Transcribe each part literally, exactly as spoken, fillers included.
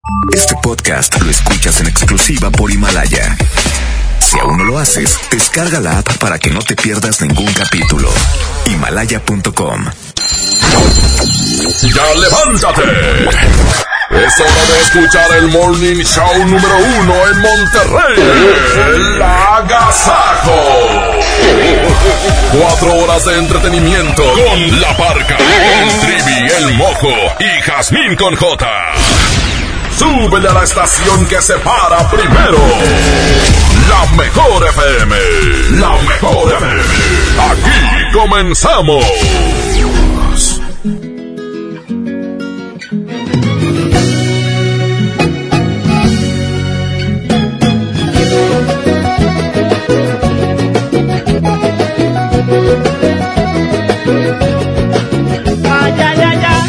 Este podcast lo escuchas en exclusiva por Himalaya. Si aún no lo haces, descarga la app para que no te pierdas ningún capítulo. Himalaya punto com. ¡Ya levántate! Es hora de escuchar el Morning Show número uno en Monterrey. El Agasajo. Cuatro horas de entretenimiento con La Parca, el Trivi, el Mojo y Jazmín con J. Súbele a la estación que se para primero. La Mejor F M. La Mejor F M. Aquí comenzamos. Ay, ay, ay, ay.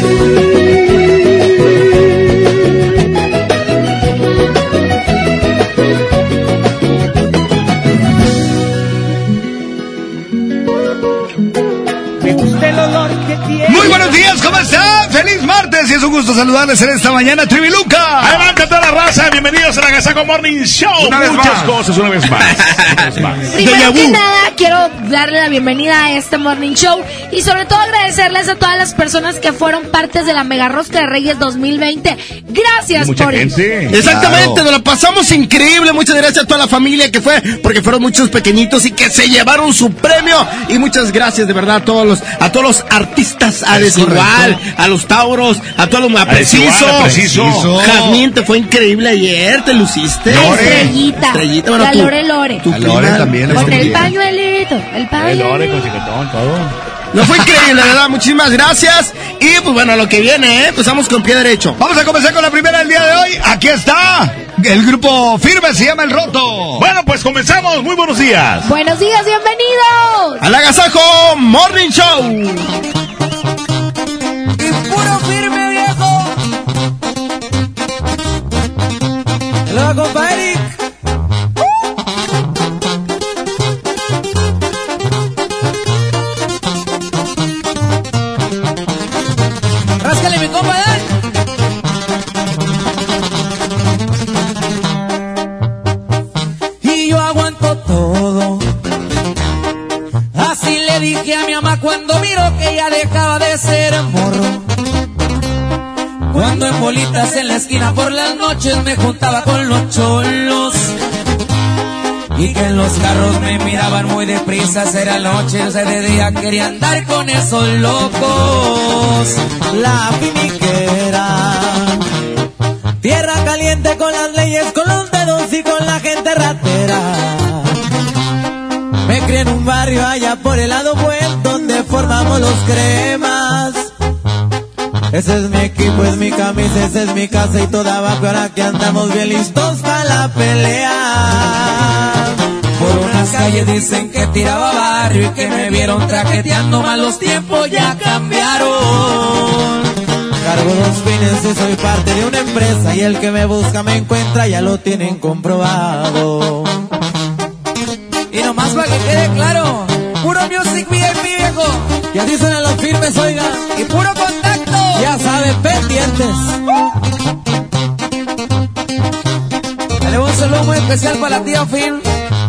Me gusta el olor que tiene. Muy buenos días, ¿cómo están? ¡Feliz martes! Y es un gusto saludarles en esta mañana, Triviluca. Adelante toda la raza, bienvenidos a la Agasajo Morning Show. Una vez Muchas más. cosas, una vez más. Una vez más. Primero que nada, quiero darle la bienvenida a este Morning Show y sobre todo agradecerles a todas las personas que fueron partes de la Mega Rosca de Reyes dos mil veinte. Gracias Mucha por gente. Exactamente, Claro. Nos la pasamos increíble. Muchas gracias a toda la familia que fue, porque fueron muchos pequeñitos y que se llevaron su premio. Y muchas gracias de verdad a todos los, a todos los artistas, a Desigual, a los Tauros, a todos los, a Preciso. Desigual, a Preciso. Jazmín, te fue increíble ayer, te luciste. La estrellita, Estrellita, bueno, la tú- Lore Lore, tu La Lore prima. también, con el bien. pañuelito, el El pañuelito. Lore con chiquetón, todo. No fue increíble, la verdad. Muchísimas gracias. Y pues bueno, lo que viene, ¿eh? Empezamos con pie derecho. Vamos a comenzar con la primera del día de hoy. Aquí está. El grupo firme se llama El Roto. Bueno, pues comenzamos. Muy buenos días. Buenos días, bienvenidos. Al Agasajo Morning Show. Y puro firme, viejo. Luego, compa Eric. Ráscale, mi compa, dale. Y yo aguanto todo. Así le dije a mi mamá cuando miró que ella dejaba de ser morro. Cuando en bolitas en la esquina por las noches me juntaba con los cholos. Y que en los carros me miraban muy deprisa, era noche, o sea, de día quería andar con esos locos. La finiquera, tierra caliente con las leyes, con los dedos y con la gente ratera. Me crié en un barrio allá por el lado buen, donde formamos los cremas. Ese es mi equipo, es mi camisa, esa es mi casa y toda abajo. Ahora que andamos bien listos para la pelea. Por unas calles dicen que tiraba barrio y que me vieron traqueteando, mal los tiempos ya cambiaron. Cargo dos fines y soy parte de una empresa y el que me busca me encuentra, ya lo tienen comprobado. Y nomás para que quede claro, puro Music V I P, viejo. Y así suenan los firmes, oiga. Y puro contacto. Ya saben, pendientes. Dale un saludo muy especial para la tía Phil.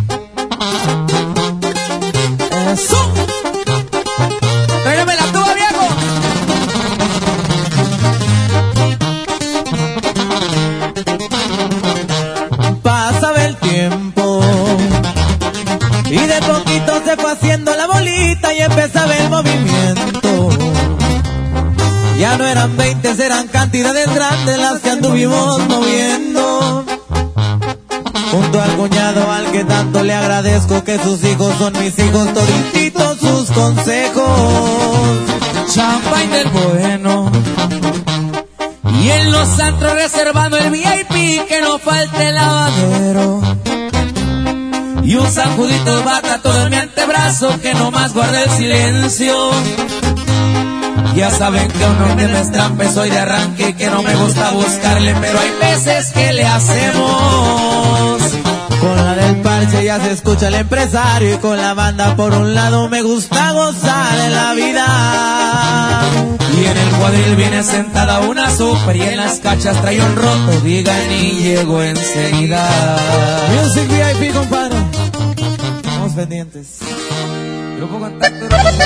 Eso. Tráigame la tuba, viejo. Pasaba el tiempo y de poquito se fue haciendo la bolita y empezaba el movimiento. Ya no eran veinte, eran cantidades grandes las que anduvimos moviendo. Junto al cuñado al que tanto le agradezco, que sus hijos son mis hijos, todititos sus consejos. Champagne del bueno. Y en los antros reservando el V I P, que no falte el lavadero. Y un sacudito de bata todo en mi antebrazo, que nomás guarda el silencio. Ya saben que un hombre no es trampa, soy de arranque, que no me gusta buscarle, pero hay veces que le hacemos. Con la del parche ya se escucha el empresario y con la banda por un lado me gusta gozar en la vida. Y en el cuadril viene sentada una super y en las cachas trae un roto, digan y llego enseguida. Music V I P, compadre. Estamos pendientes. Grupo Contacto.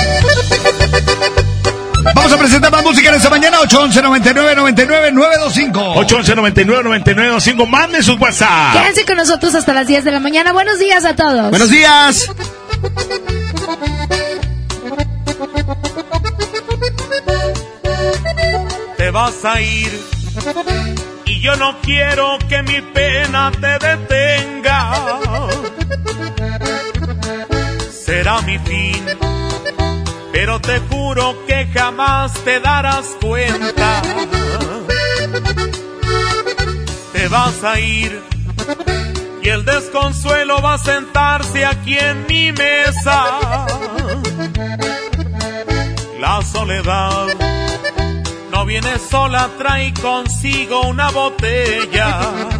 Vamos a presentar más música en esta mañana. ocho once, noventa y nueve, noventa y nueve, nueve dos cinco. ocho once, noventa y nueve, noventa y nueve veinticinco. Mande sus WhatsApp. Quédense con nosotros hasta las diez de la mañana. Buenos días a todos. Buenos días. Te vas a ir y yo no quiero que mi pena te detenga. Será mi fin, pero te juro que jamás te darás cuenta. Te vas a ir y el desconsuelo va a sentarse aquí en mi mesa. La soledad no viene sola, trae consigo una botella.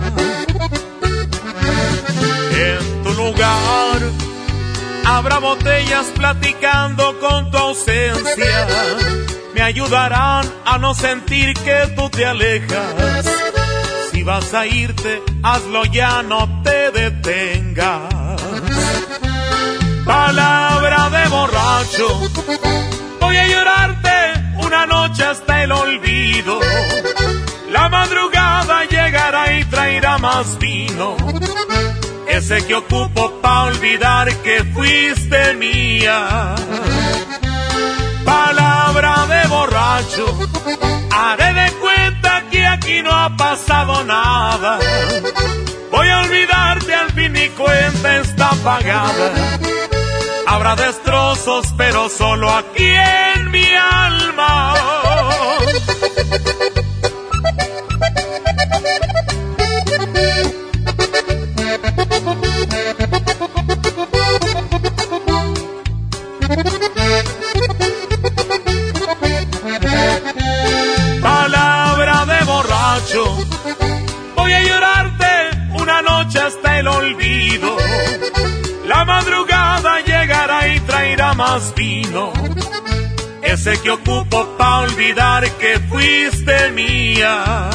En tu lugar habrá botellas platicando con tu ausencia. Me ayudarán a no sentir que tú te alejas. Si vas a irte, hazlo ya, no te detengas. Palabra de borracho, voy a llorarte una noche hasta el olvido. La madrugada llegará y traerá más vino, ese que ocupo pa' olvidar que fuiste mía. Palabra de borracho, haré de cuenta que aquí no ha pasado nada. Voy a olvidarte, al fin mi cuenta está pagada. Habrá destrozos, pero solo aquí en mi alma. Palabra de borracho, voy a llorarte una noche hasta el olvido. La madrugada llegará y traerá más vino, ese que ocupo pa' olvidar que fuiste mía.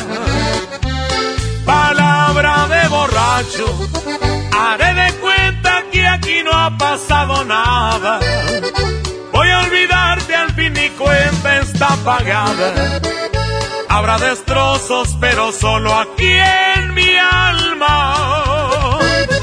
Palabra de borracho, haré de cuenta que aquí no ha pasado nada. Voy a olvidarte, al fin mi cuenta está pagada. Habrá destrozos, pero solo aquí en mi alma.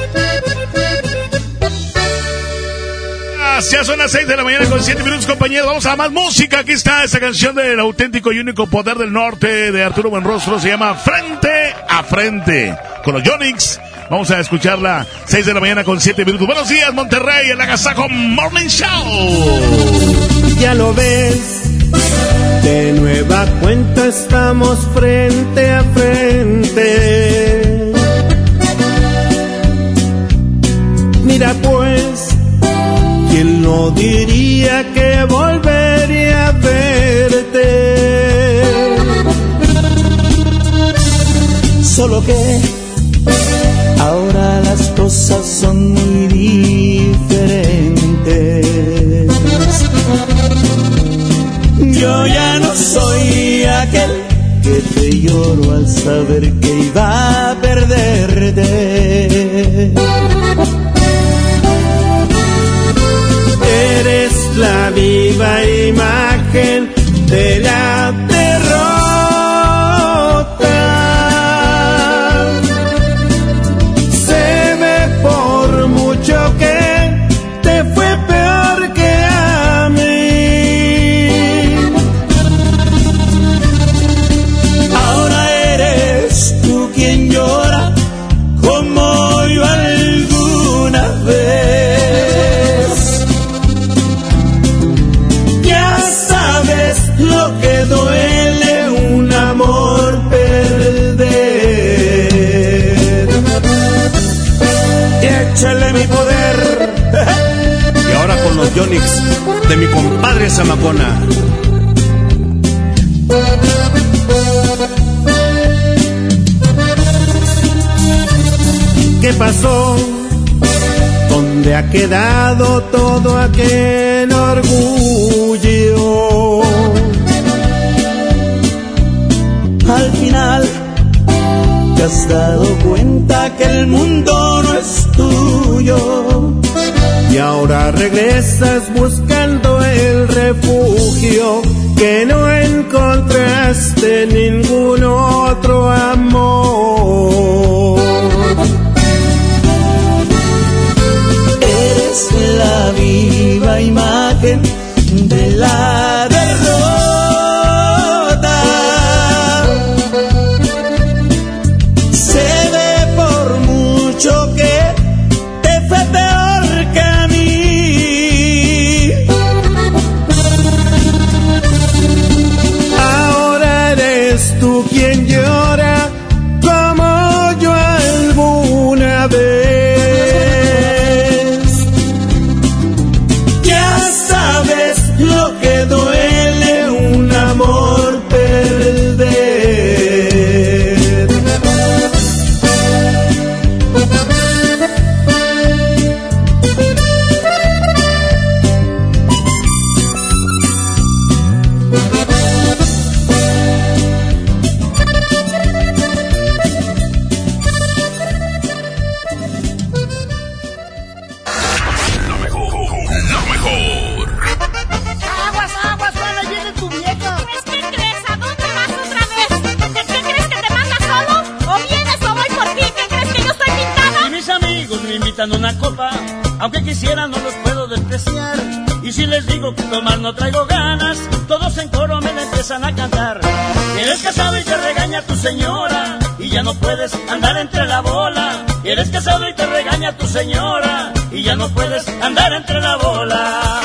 Ya son las seis de la mañana con siete minutos, compañeros. Vamos a más música. Aquí está esta canción del auténtico y único poder del norte de Arturo Buenrostro. Se llama Frente a Frente con los Yonix. Vamos a escucharla. seis de la mañana con siete minutos. Buenos días, Monterrey, el Agasajo Morning Show. Ya lo ves, de nueva cuenta estamos frente a frente. Mira pues, ¿quién no diría que volvería a verte? Solo que ahora las cosas son muy diferentes. Yo ya no soy aquel que te lloro al saber que iba a perderte. Eres la viva imagen de la derrota. Se ve por mucho que te fue peor que a mí. Ahora eres tú quien llora como yo alguna vez. Lo que duele un amor perder. Y échale mi poder. Y ahora con los Yonix de mi compadre Zamacona. ¿Qué pasó? ¿dónde ha quedado todo aquel orgullo? Al final te has dado cuenta que el mundo no es tuyo y ahora regresas buscando el refugio que no encontraste ningún otro amor. Eres la viva imagen de la derrota. Se ve por mucho que te fue peor que a mí. Ahora eres tú quien llora como yo alguna vez. Lo que duele un amor perder. Lo mejor, lo mejor. Una copa, aunque quisiera no los puedo despreciar. Y si les digo que tomar no traigo ganas, todos en coro me la empiezan a cantar. Eres casado y te regaña tu señora y ya no puedes andar entre la bola. Eres casado y te regaña tu señora y ya no puedes andar entre la bola.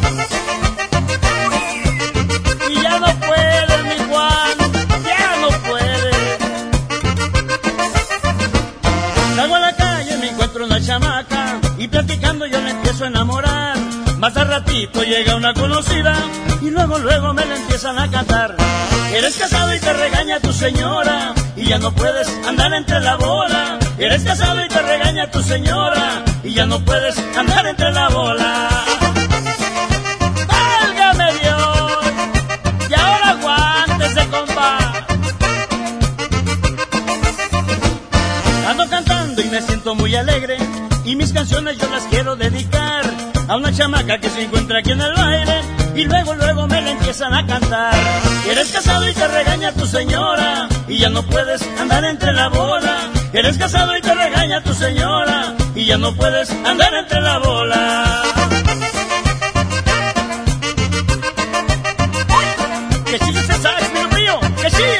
Y ya no puedes, mi Juan, ya no puedes. Salgo a la calle, me encuentro una chamaca y platicando yo me empiezo a enamorar. Más al ratito llega una conocida y luego luego me la empiezan a cantar. Eres casado y te regaña tu señora y ya no puedes andar entre la bola. Eres casado y te regaña tu señora y ya no puedes andar entre la bola. ¡Válgame Dios! Y ahora aguántese, compa. Ando cantando y me siento muy alegre y mis canciones yo las quiero dedicar a una chamaca que se encuentra aquí en el baile y luego luego me la empiezan a cantar. Eres casado y te regaña tu señora y ya no puedes andar entre la bola. Eres casado y te regaña tu señora y ya no puedes andar entre la bola. Que sigue ese sax, mi río, que sigue.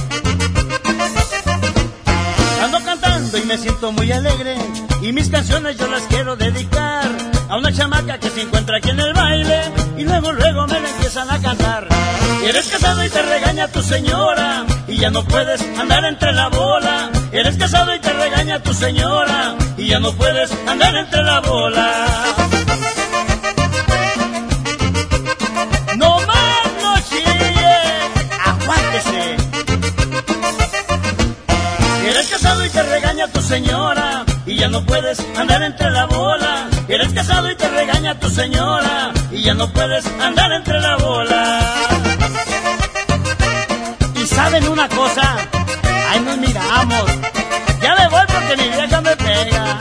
Ando cantando y me siento muy alegre y mis canciones yo las quiero dedicar a una chamaca que se encuentra aquí en el baile y luego luego me la empiezan a cantar. Eres casado y te regaña tu señora y ya no puedes andar entre la bola. Eres casado y te regaña tu señora y ya no puedes andar entre la bola. No más no chille, aguántese. Eres casado y te regaña tu señora y ya no puedes andar entre la bola. Eres casado y te regaña tu señora y ya no puedes andar entre la bola. Y saben una cosa, ahí nos miramos. Ya me voy porque mi vieja me pega.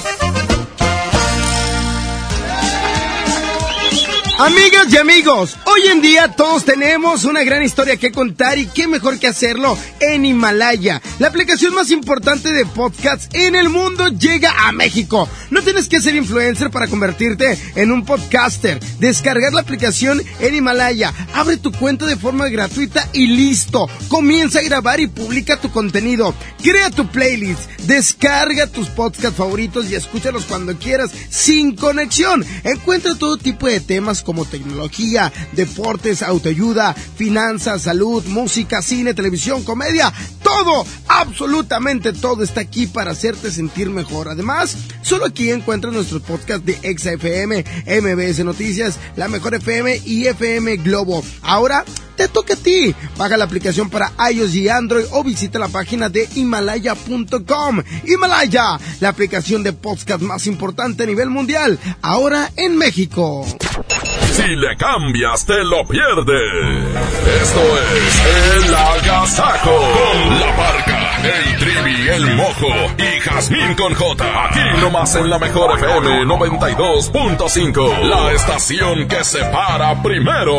Amigas y amigos, hoy en día todos tenemos una gran historia que contar y qué mejor que hacerlo en Himalaya. La aplicación más importante de podcasts en el mundo llega a México. No tienes que ser influencer para convertirte en un podcaster. Descargar la aplicación en Himalaya, abre tu cuenta de forma gratuita y listo. Comienza a grabar y publica tu contenido. Crea tu playlist, descarga tus podcasts favoritos y escúchalos cuando quieras sin conexión. Encuentra todo tipo de temas como tecnología, tecnología, deportes, autoayuda, finanzas, salud, música, cine, televisión, comedia, todo, absolutamente todo está aquí para hacerte sentir mejor. Además, solo aquí encuentras nuestros podcasts de Exa F M, M B S Noticias, La Mejor F M y F M Globo. Ahora te toca a ti. Baja la aplicación para iOS y Android o visita la página de Himalaya punto com. Himalaya, la aplicación de podcast más importante a nivel mundial, ahora en México. Si le cambias, te lo pierdes. Esto es El Agasajo con La Parca, el Trivi, el Mojo y Jazmín con J. Aquí nomás en La Mejor F M noventa y dos punto cinco, la estación que se para primero.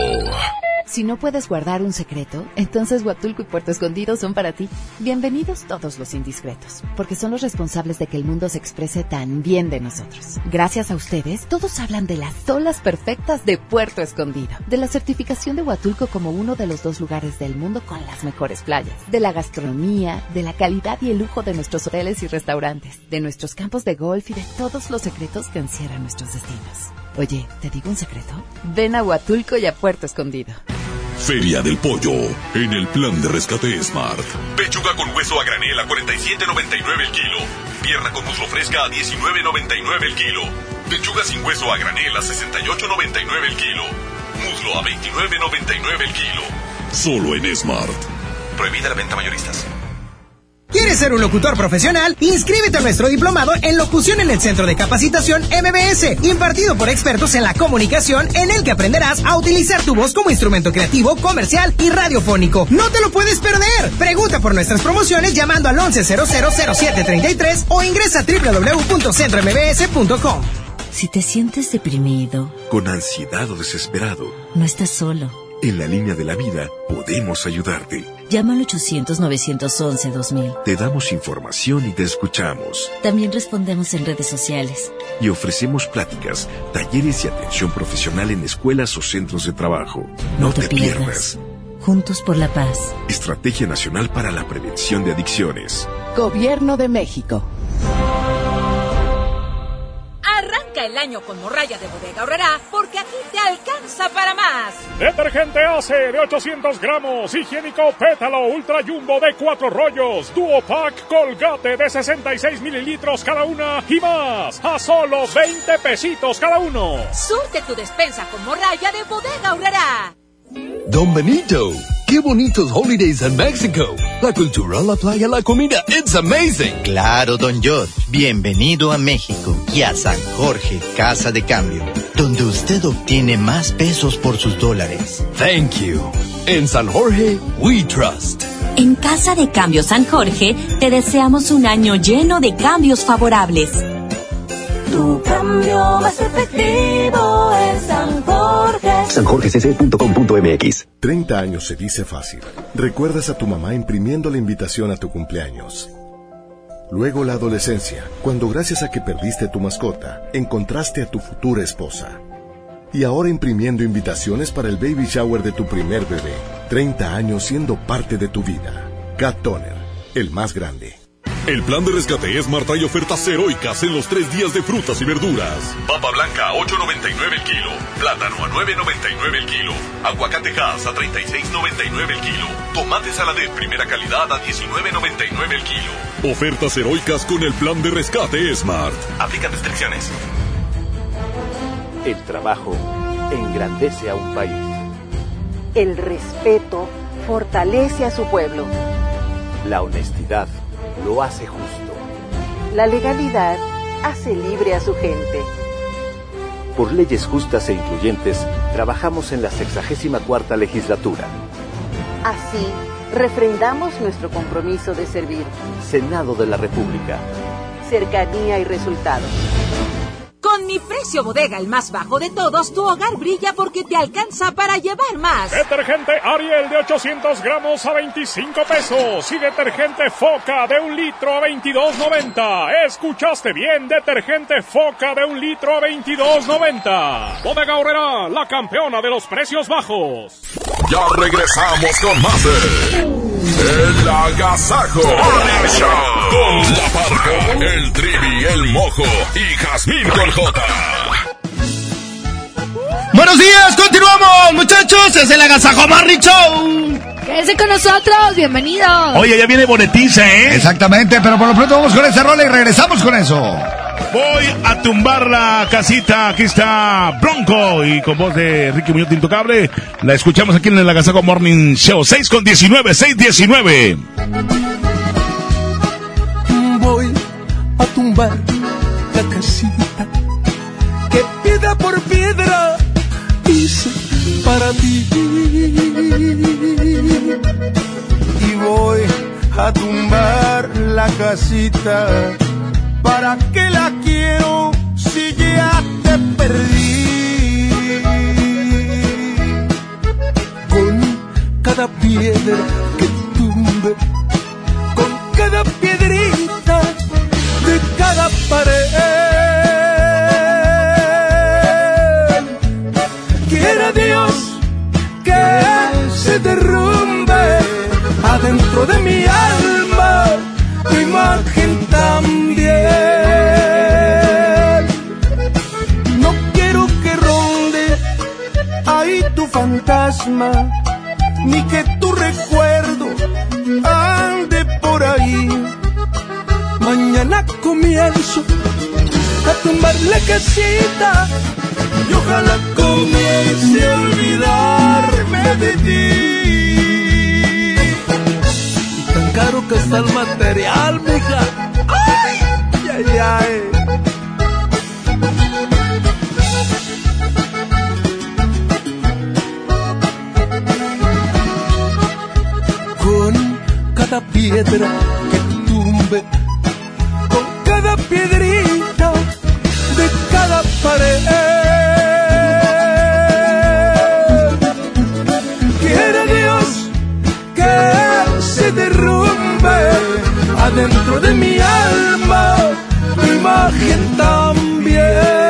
Si no puedes guardar un secreto, entonces Huatulco y Puerto Escondido son para ti. Bienvenidos todos los indiscretos, porque son los responsables de que el mundo se exprese tan bien de nosotros. Gracias a ustedes, todos hablan de las olas perfectas de Puerto Escondido, de la certificación de Huatulco como uno de los dos lugares del mundo con las mejores playas, de la gastronomía, de la calidad y el lujo de nuestros hoteles y restaurantes, de nuestros campos de golf y de todos los secretos que encierran nuestros destinos. Oye, ¿te digo un secreto? Ven a Huatulco y a Puerto Escondido. Feria del Pollo, en el plan de rescate Smart. Pechuga con hueso a granel a cuarenta y siete noventa y nueve el kilo. Pierna con muslo fresca a diecinueve noventa y nueve el kilo. Pechuga sin hueso a granel a sesenta y ocho noventa y nueve el kilo. Muslo a veintinueve noventa y nueve el kilo. Solo en Smart. Prohibida la venta mayoristas. ¿Quieres ser un locutor profesional? Inscríbete a nuestro diplomado en locución en el Centro de Capacitación M B S, impartido por expertos en la comunicación, en el que aprenderás a utilizar tu voz como instrumento creativo, comercial y radiofónico. ¡No te lo puedes perder! Pregunta por nuestras promociones llamando al once cero cero cero siete treinta y tres o ingresa a doble u doble u doble u punto centro m b s punto com. Si te sientes deprimido, con ansiedad o desesperado, no estás solo. En la línea de la vida podemos ayudarte. Llama al ochocientos, novecientos once, dos mil. Te damos información y te escuchamos. También respondemos en redes sociales. Y ofrecemos pláticas, talleres y atención profesional en escuelas o centros de trabajo. No, no te, te pierdas. pierdas. Juntos por la paz. Estrategia Nacional para la Prevención de Adicciones. Gobierno de México. Arranca el año con morralla de Bodega Aurrerá, porque aquí te alcanza para más. Detergente Ace de ochocientos gramos, higiénico Pétalo Ultra Jumbo de cuatro rollos, Duo Pack Colgate de sesenta y seis mililitros cada una y más, a solo veinte pesitos cada uno. Surte tu despensa con morralla de Bodega Aurrerá. Don Benito, qué bonitos holidays en México. La cultura, la playa, la comida, it's amazing. Claro, Don George, bienvenido a México y a San Jorge, Casa de Cambio, donde usted obtiene más pesos por sus dólares. Thank you. En San Jorge, we trust. En Casa de Cambio San Jorge, te deseamos un año lleno de cambios favorables. Tu cambio más efectivo en San Jorge. san jorge c c punto com punto m x. treinta años se dice fácil. Recuerdas a tu mamá imprimiendo la invitación a tu cumpleaños. Luego la adolescencia, cuando gracias a que perdiste tu mascota, encontraste a tu futura esposa. Y ahora imprimiendo invitaciones para el baby shower de tu primer bebé. treinta años siendo parte de tu vida. Cat Toner, el más grande. El plan de rescate Smart trae ofertas heroicas en los tres días de frutas y verduras. Papa blanca a ocho noventa y nueve el kilo. Plátano a nueve noventa y nueve el kilo. Aguacate Hass a treinta y seis noventa y nueve el kilo. Tomate Saladet primera calidad a diecinueve noventa y nueve el kilo. Ofertas heroicas con el plan de rescate Smart. Aplican restricciones. El trabajo engrandece a un país. El respeto fortalece a su pueblo. La honestidad lo hace justo. La legalidad hace libre a su gente. Por leyes justas e incluyentes, trabajamos en la sexagésima cuarta legislatura. Así, refrendamos nuestro compromiso de servir. Senado de la República. Cercanía y resultados. Con mi precio bodega, el más bajo de todos, tu hogar brilla porque te alcanza para llevar más. Detergente Ariel de ochocientos gramos a veinticinco pesos y detergente Foca de un litro a veintidós noventa. ¿Escuchaste bien? Detergente Foca de un litro a veintidós noventa. Bodega Aurrerá, la campeona de los precios bajos. Ya regresamos con más de El Agasajo Morning Show con La Parca, el Trivi, el Mojo y Jazmín con J. Buenos días, continuamos, muchachos. Es el Agasajo Morning Show. Quédense con nosotros, bienvenidos. Oye, ya viene Bonetiza, ¿eh? Exactamente, pero por lo pronto vamos con esa rola y regresamos con eso. Voy a tumbar la casita. Aquí está Bronco y con voz de Ricky Muñoz Intocable. La escuchamos aquí en el Agasajo Morning Show. seis con diecinueve, seis diecinueve. Voy a tumbar la casita que piedra por piedra hice para ti. Y voy a tumbar la casita. ¿Para qué la quiero si ya te perdí? Con cada piedra que tumbe, con cada piedrita de cada pared, quiera Dios que se derrumbe adentro de mi alma tu imagen también. No quiero que ronde ahí tu fantasma, ni que tu recuerdo ande por ahí. Mañana comienzo a tumbar la casita y ojalá comience a olvidarme de ti. Caro que está el material, mija. Ay, ay, ay. Con cada piedra que tumbe, con cada piedrita de cada pared, quiera Dios que se derrumbe adentro de mi alma tu imagen también.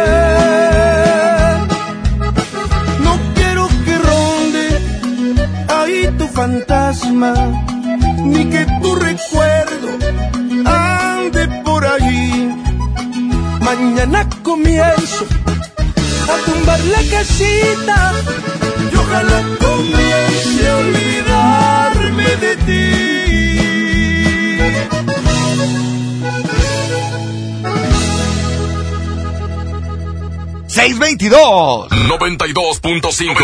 No quiero que ronde ahí tu fantasma, ni que tu recuerdo ande por ahí. Mañana comienzo a tumbar la casita y ojalá comience a olvidarme de ti. seis veintidós noventa y dos punto cinco.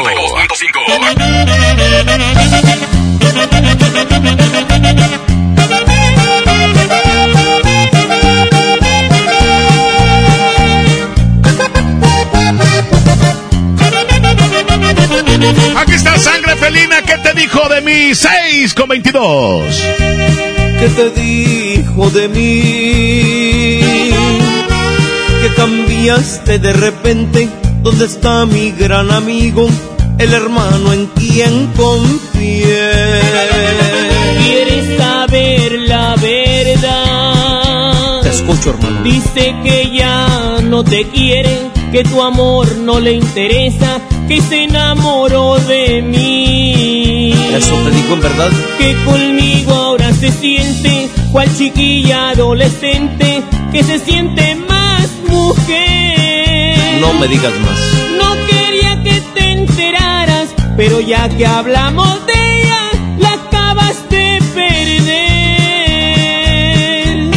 Aquí está Sangre Felina. ¿Qué te dijo de mí? seis con veintidós. ¿Qué te dijo de mí? Que cambiaste de repente. ¿Dónde está mi gran amigo? El hermano en quien confié. ¿Quieres saber la verdad? Te escucho, hermano. Dice que ya no te quiere, que tu amor no le interesa, que se enamoró de mí. ¿Eso te dijo en verdad? Que conmigo ahora se siente cual chiquilla adolescente, que se siente más mujer. No me digas más. No quería que te enteraras, pero ya que hablamos de ella, la acabas de perder.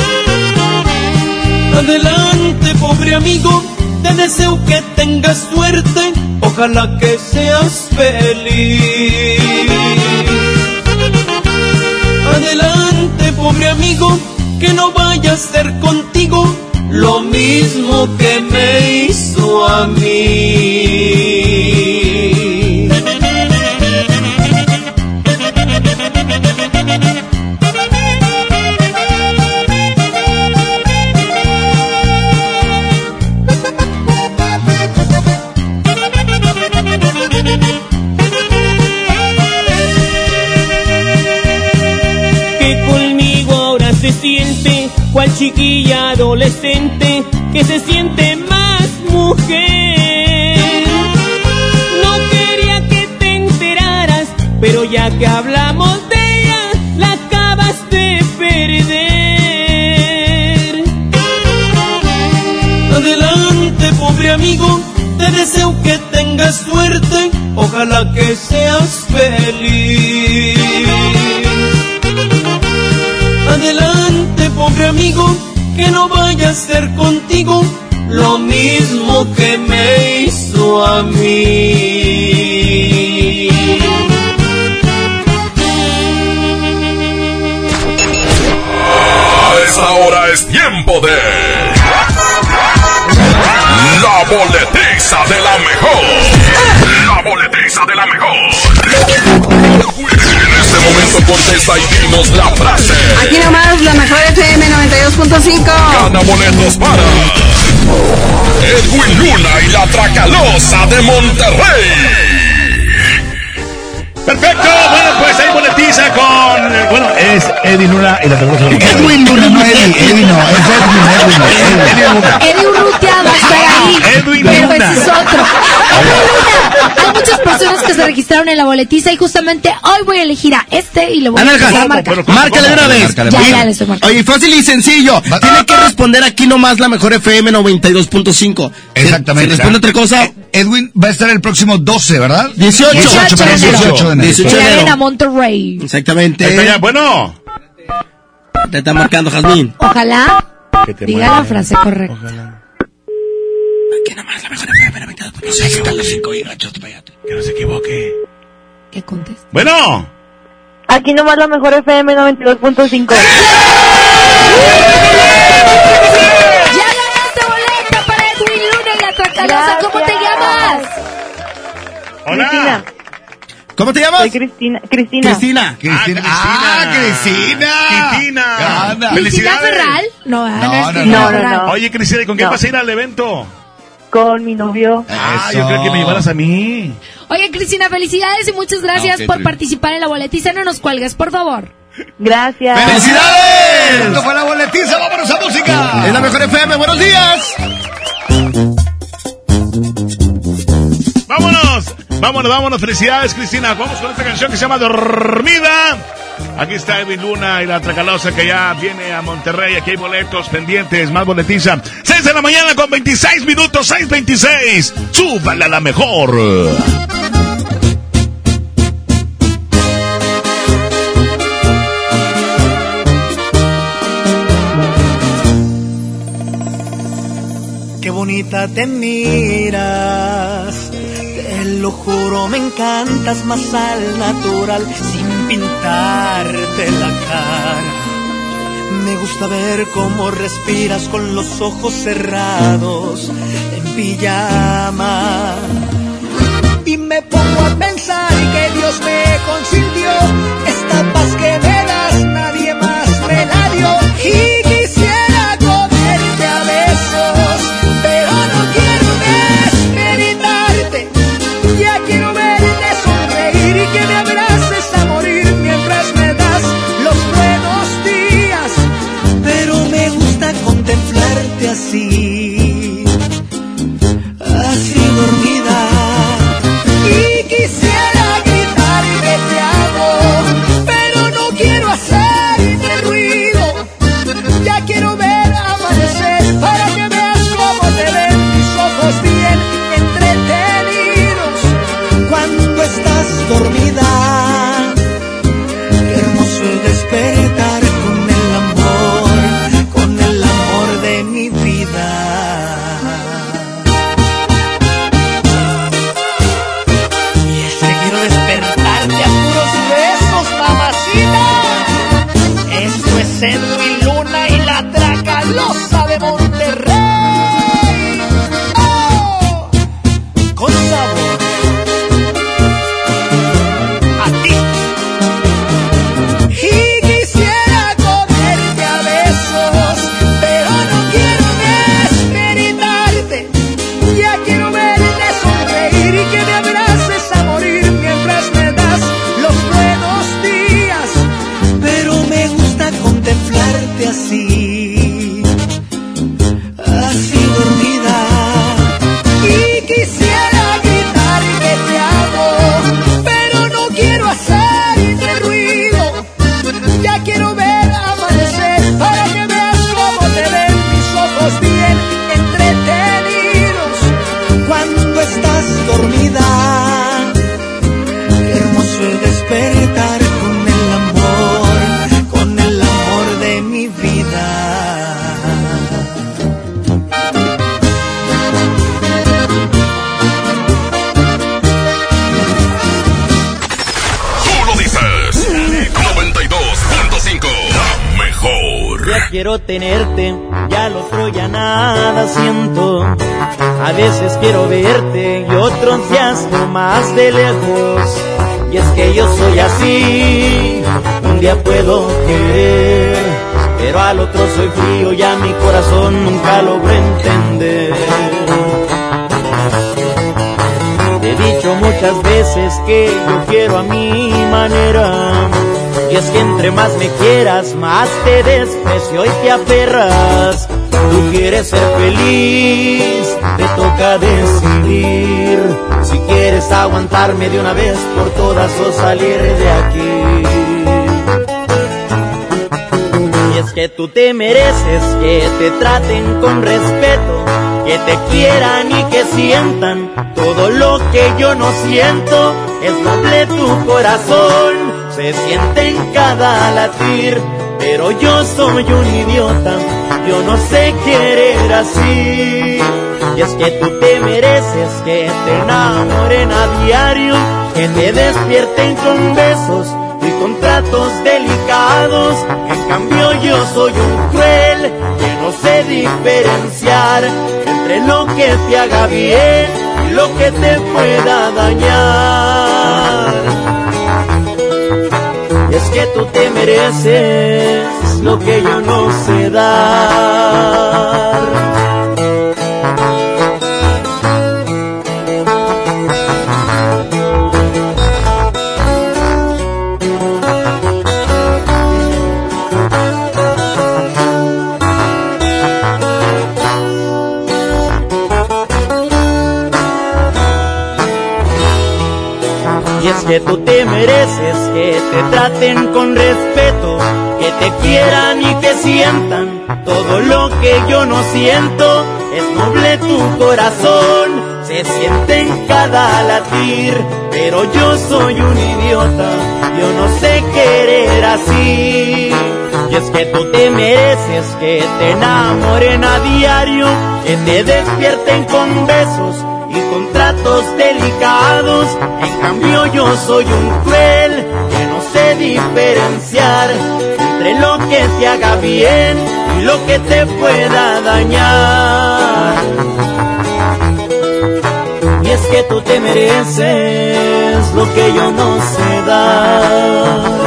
Adelante, pobre amigo, te deseo que tengas suerte, ojalá que seas feliz. Adelante, pobre amigo, que no vaya a ser contigo lo mismo que me hizo a mí. Que conmigo ahora se siente cual chiquilla adolescente, que se siente más mujer. No quería que te enteraras, pero ya que hablamos de ella, la acabas de perder. Adelante, pobre amigo, te deseo que tengas suerte, ojalá que seas feliz. Adelante, pobre amigo, que no vaya a ser contigo lo mismo que me hizo a mí. A esta hora es tiempo de la boletiza de la mejor. La boletiza de la mejor. En este momento contesta y dinos la frase. Aquí nomás la mejor F M noventa y dos punto cinco. Gana boletos para Edwin Luna y la Tracalosa de Monterrey. Perfecto, bueno, pues ahí boletiza con... Bueno, es Edwin Luna y la Tracalosa de Monterrey. Edwin Luna, no Edwin, Edwin no, es Edwin, Edwin, Edwin Luna. Edwin Urrutia va a estar ahí. Edwin pero Luna. ese es otro. Edwin Luna. Hay muchas personas que se registraron en la boletiza y justamente hoy voy a elegir a este y le voy a Analja, empezar a marcar. márcale de una vez. Ya, ya le estoy marcando. Oye, fácil y sencillo. Tiene que responder aquí nomás la mejor F M noventa y dos punto cinco. Exactamente. Si responde otra cosa. Edwin va a estar el próximo doce, ¿verdad? dieciocho. dieciocho, perdón, dieciocho de enero. dieciocho de En la enero. Arena Monterrey. Exactamente. Ahí está ya, bueno. Te está marcando, Jazmín. Ojalá Que te diga muera. la frase correcta. Ojalá. Aquí nomás la mejor F M noventa y dos punto cinco. Que no se equivoque. ¿Qué contesta? Bueno. Aquí nomás la mejor F M noventa y dos punto cinco. ¡Ya ganaste boleta para Edwin Luna y la Tracalosa! ¿Cómo te llamas? Hola. Cristina. ¿Cómo te llamas? Soy Cristina. Cristina. Cristina. Cristina. Ah, Cristina. Cristina. Anda. ¿Cristina Felicidades. Ferral? No, No, no, no, es no. Cristina No, no, Ferral. no. Oye, Cristina, ¿y con quién No. vas a ir al evento? Con mi novio. Ah, Eso. yo creo que me llevaras a mí. Oye, Cristina, felicidades y muchas gracias Ok, por tri- participar en la boletiza. No nos cuelgues, por favor. Gracias. ¡Felicidades! Esto fue la boletiza, vámonos a música. Es la mejor F M. Buenos días. Vámonos, vámonos, vámonos. Felicidades, Cristina. Vamos con esta canción que se llama Dormida. Aquí está Edwin Luna y la Tracalosa que ya viene a Monterrey. Aquí hay boletos pendientes, más boletiza. seis de la mañana con veintiséis minutos, seis veintiséis. Súbala a la mejor. Qué bonita te miras, te lo juro, me encantas más al natural, sin pintarte la cara. Me gusta ver cómo respiras con los ojos cerrados, en pijama. Y me pongo a pensar que Dios me consintió, esta paz que me das nadie más me la dio. Y quisiera comerte a besos, pero no quiero desmeritarte. Ya quiero verte sonreír y que me abraces a morir mientras me das los buenos días. Pero me gusta contemplarte así, así dormida. Y quisiera gritar que te amo, pero no quiero hacerme ruido. Ya quiero ver amanecer para que veas cómo te ven mis ojos bien entretenidos cuando estás dormida. Qué hermoso es despertar con el amor, con el amor de mi vida. Y es que quiero despertarte a puros besos, mamacita. Esto es Edwin Luna y la Tracalosa de Monterrey. ¡Oh! Con sabor. A ti. Y quisiera comerte a besos, pero no quiero desmeritarte. Ya quiero verte sonreír y que me abraces a morir mientras me das los buenos días. Pero me gusta contemplarte así, Ya quiero tenerte, ya al otro ya nada siento. A veces quiero verte y otros días más de lejos. Y es que yo soy así, un día puedo querer, pero al otro soy frío y a mi corazón nunca logro entender. Te he dicho muchas veces que yo quiero a mi manera. Y es que entre más me quieras, más te desprecio y te aferras. Tú quieres ser feliz, te toca decidir. Si quieres aguantarme de una vez por todas o salir de aquí. Y es que tú te mereces que te traten con respeto, que te quieran y que sientan todo lo que yo no siento. Es noble tu corazón, se siente en cada latir, pero yo soy un idiota, yo no sé querer así. Y es que tú te mereces que te enamoren a diario, que te despierten con besos y con tratos delicados. En cambio yo soy un cruel que no sé diferenciar entre lo que te haga bien y lo que te pueda dañar. Y es que tú te mereces lo que yo no sé dar. Y es que tú te mereces que te traten con respeto, que te quieran y que sientan todo lo que yo no siento. Es noble tu corazón, se siente en cada latir, pero yo soy un idiota, yo no sé querer así. Y es que tú te mereces que te enamoren a diario, que te despierten con besos y con tratos delicados. En cambio yo soy un cruel que no sé diferenciar entre lo que te haga bien y lo que te pueda dañar. Y es que tú te mereces lo que yo no sé dar.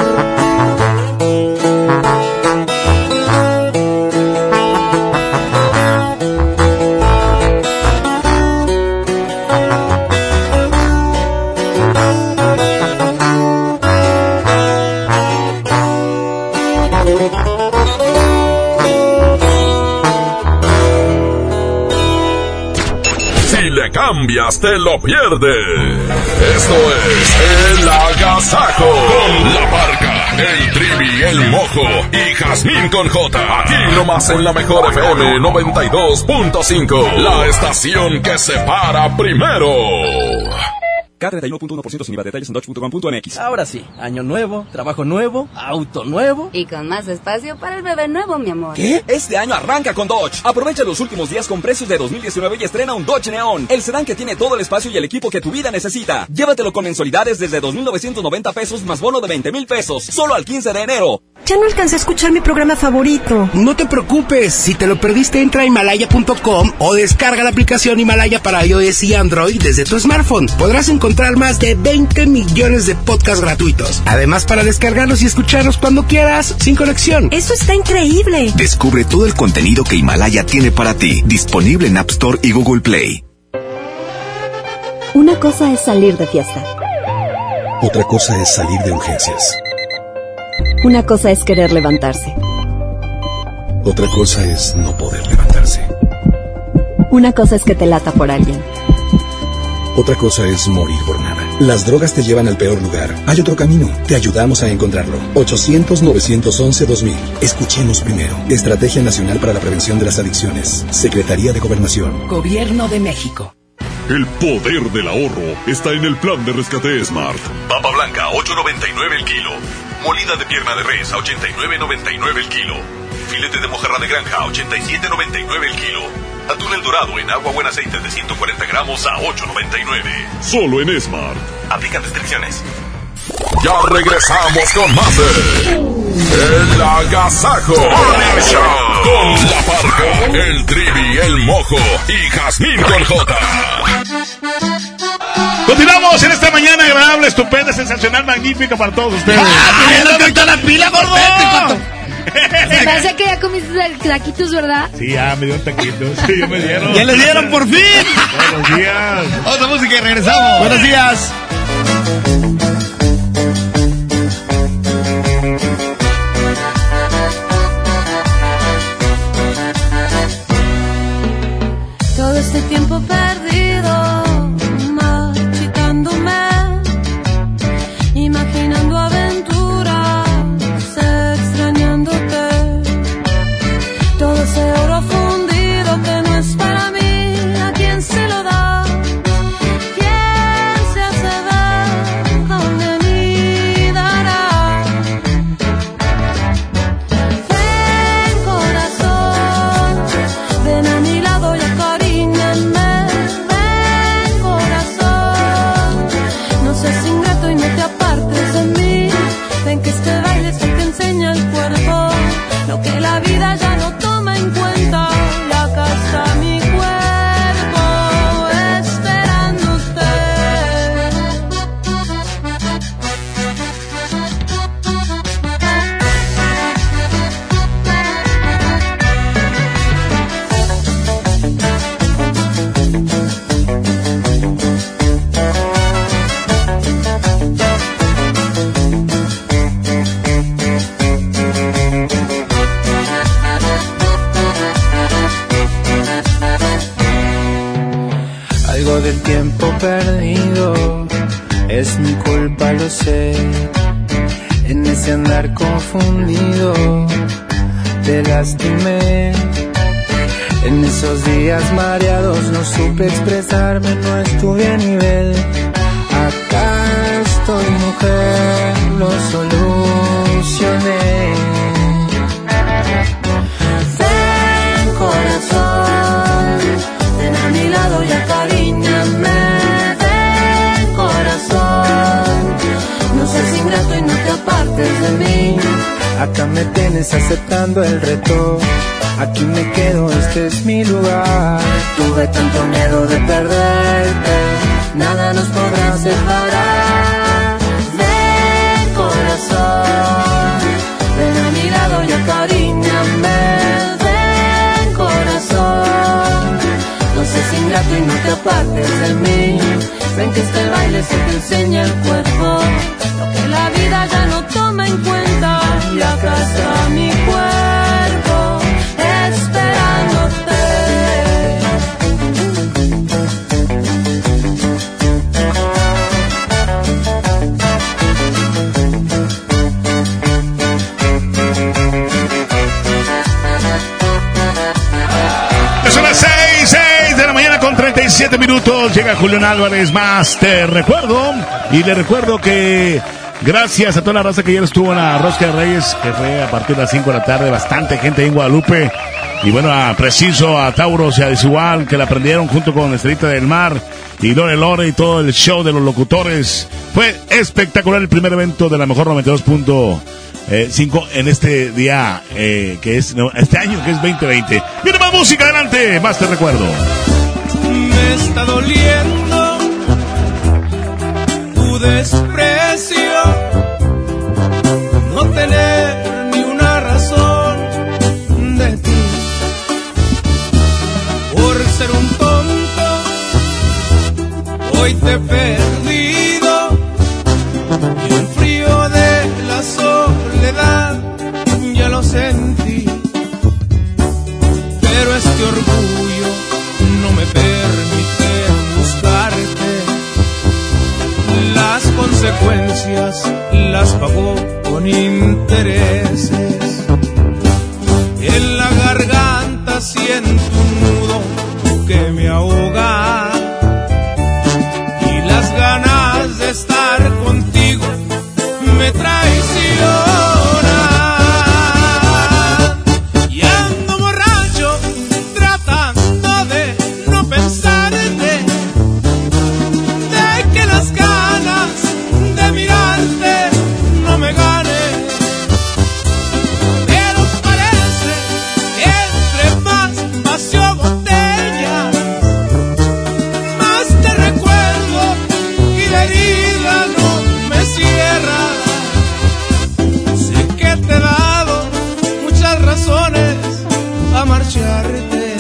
Cambias, te lo pierdes. Esto es El Agasajo con La Parca, el Trivi, el Mojo y Jazmín con J. Aquí nomás en la mejor F M noventa y dos punto cinco, la estación que se para primero. K treinta y uno punto uno por ciento sin I V A. Detalles en dodge punto com punto m x. Ahora sí, año nuevo, trabajo nuevo, auto nuevo. Y con más espacio para el bebé nuevo, mi amor. ¿Qué? Este año arranca con Dodge. Aprovecha los últimos días con precios de dos mil diecinueve y estrena un Dodge Neon, el sedán que tiene todo el espacio y el equipo que tu vida necesita. Llévatelo con mensualidades desde dos mil novecientos noventa pesos más bono de veinte mil pesos, solo al quince de enero. Ya no alcancé a escuchar mi programa favorito. No te preocupes, si te lo perdiste entra a Himalaya punto com o descarga la aplicación Himalaya para iOS y Android desde tu smartphone. Podrás encontrar más de veinte millones de podcasts gratuitos. Además, para descargarlos y escucharlos cuando quieras, sin conexión. ¡Eso está increíble! Descubre todo el contenido que Himalaya tiene para ti. Disponible en App Store y Google Play. Una cosa es salir de fiesta. Otra cosa es salir de urgencias. Una cosa es querer levantarse. Otra cosa es no poder levantarse. Una cosa es que te lata por alguien. Otra cosa es morir por nada. Las drogas te llevan al peor lugar. Hay otro camino. Te ayudamos a encontrarlo. ochocientos, novecientos once, dos mil. Escuchemos primero. Estrategia Nacional para la Prevención de las Adicciones. Secretaría de Gobernación. Gobierno de México. El poder del ahorro está en el plan de rescate Smart. Papa blanca, ocho noventa y nueve el kilo. Molida de pierna de res a ochenta y nueve noventa y nueve el kilo. Filete de mojarra de granja a ochenta y siete noventa y nueve el kilo. Atún El Dorado en agua buen aceite de ciento cuarenta gramos a ocho noventa y nueve. Solo en Smart. Aplican restricciones. Ya regresamos con más de El Agasajo Morning Show con La Parca, el Trivi, el Mojo y Jazmín con J. Continuamos en esta mañana agradable, estupenda, sensacional, magnífica para todos ustedes. ¡Ah, no te la pila, gordo! Me parece que ya comiste taquitos, ¿verdad? Sí, ya me dieron taquitos. Sí, ya me dieron. ¡Ya les dieron por fin! Buenos días. Otra música y regresamos. Buenos días. Todo este tiempo perdido, marchitándome, imaginando aventuras, extrañándote. Todo ese oro fundido que no es para mí, ¿a quién se lo da? ¿Quién se hace ver de mí dará? Ven, corazón, ven a mi lado y acaríñame. Ven, corazón, no seas ingrato y no te apartes de mí. Ven que este baile es el que enseña el cuerpo, lo que la vida ya no toma en cuenta. Y acá está mi cuerpo esperándote. Algo del tiempo perdido es mi culpa, lo sé. En ese andar confundido te lastimé. En esos días mareados no supe expresarme, no estuve a nivel. Acá estoy, mujer, lo solucioné. Ven, corazón, ven a mi lado y acaríñame. Ven, corazón, no seas ingrato y no te apartes de mí. Acá me tienes aceptando el reto. Aquí me quedo, este es mi lugar. Tuve tanto miedo de perderte, nada nos podrá separar. Ven, corazón, ven a mi lado y acaríñame. Ven, corazón, no seas ingrato y no te apartes de mí. Ven que este baile se te enseña el cuerpo, lo que la vida ya no toma en cuenta. Y acá está mi cuerpo esperándote. Son las seis, seis de la mañana con treinta y siete minutos. Llega Julián Álvarez más. Te recuerdo, y le recuerdo que gracias a toda la raza que ayer estuvo en la Rosca de Reyes, que fue a partir de las cinco de la tarde, bastante gente ahí en Guadalupe. Y bueno, a Preciso, a Tauros y a Desigual, que la aprendieron junto con Estrellita del Mar y Lore Lore y todo el show de los locutores. Fue espectacular el primer evento de la mejor noventa y dos punto cinco en este día, eh, que es no, este año, que es veinte veinte. Viene más música, adelante, más te recuerdo. Me está doliendo tu desprecio, no tener ni una razón de ti, por ser un tonto, hoy te he perdido, y el frío de la soledad ya lo sentí, pero este orgullo no me permite buscarte. Las consecuencias las pagó con intereses. En la garganta siento un nudo que me ahoga, y las ganas de estar contigo me traicionan. marcharte,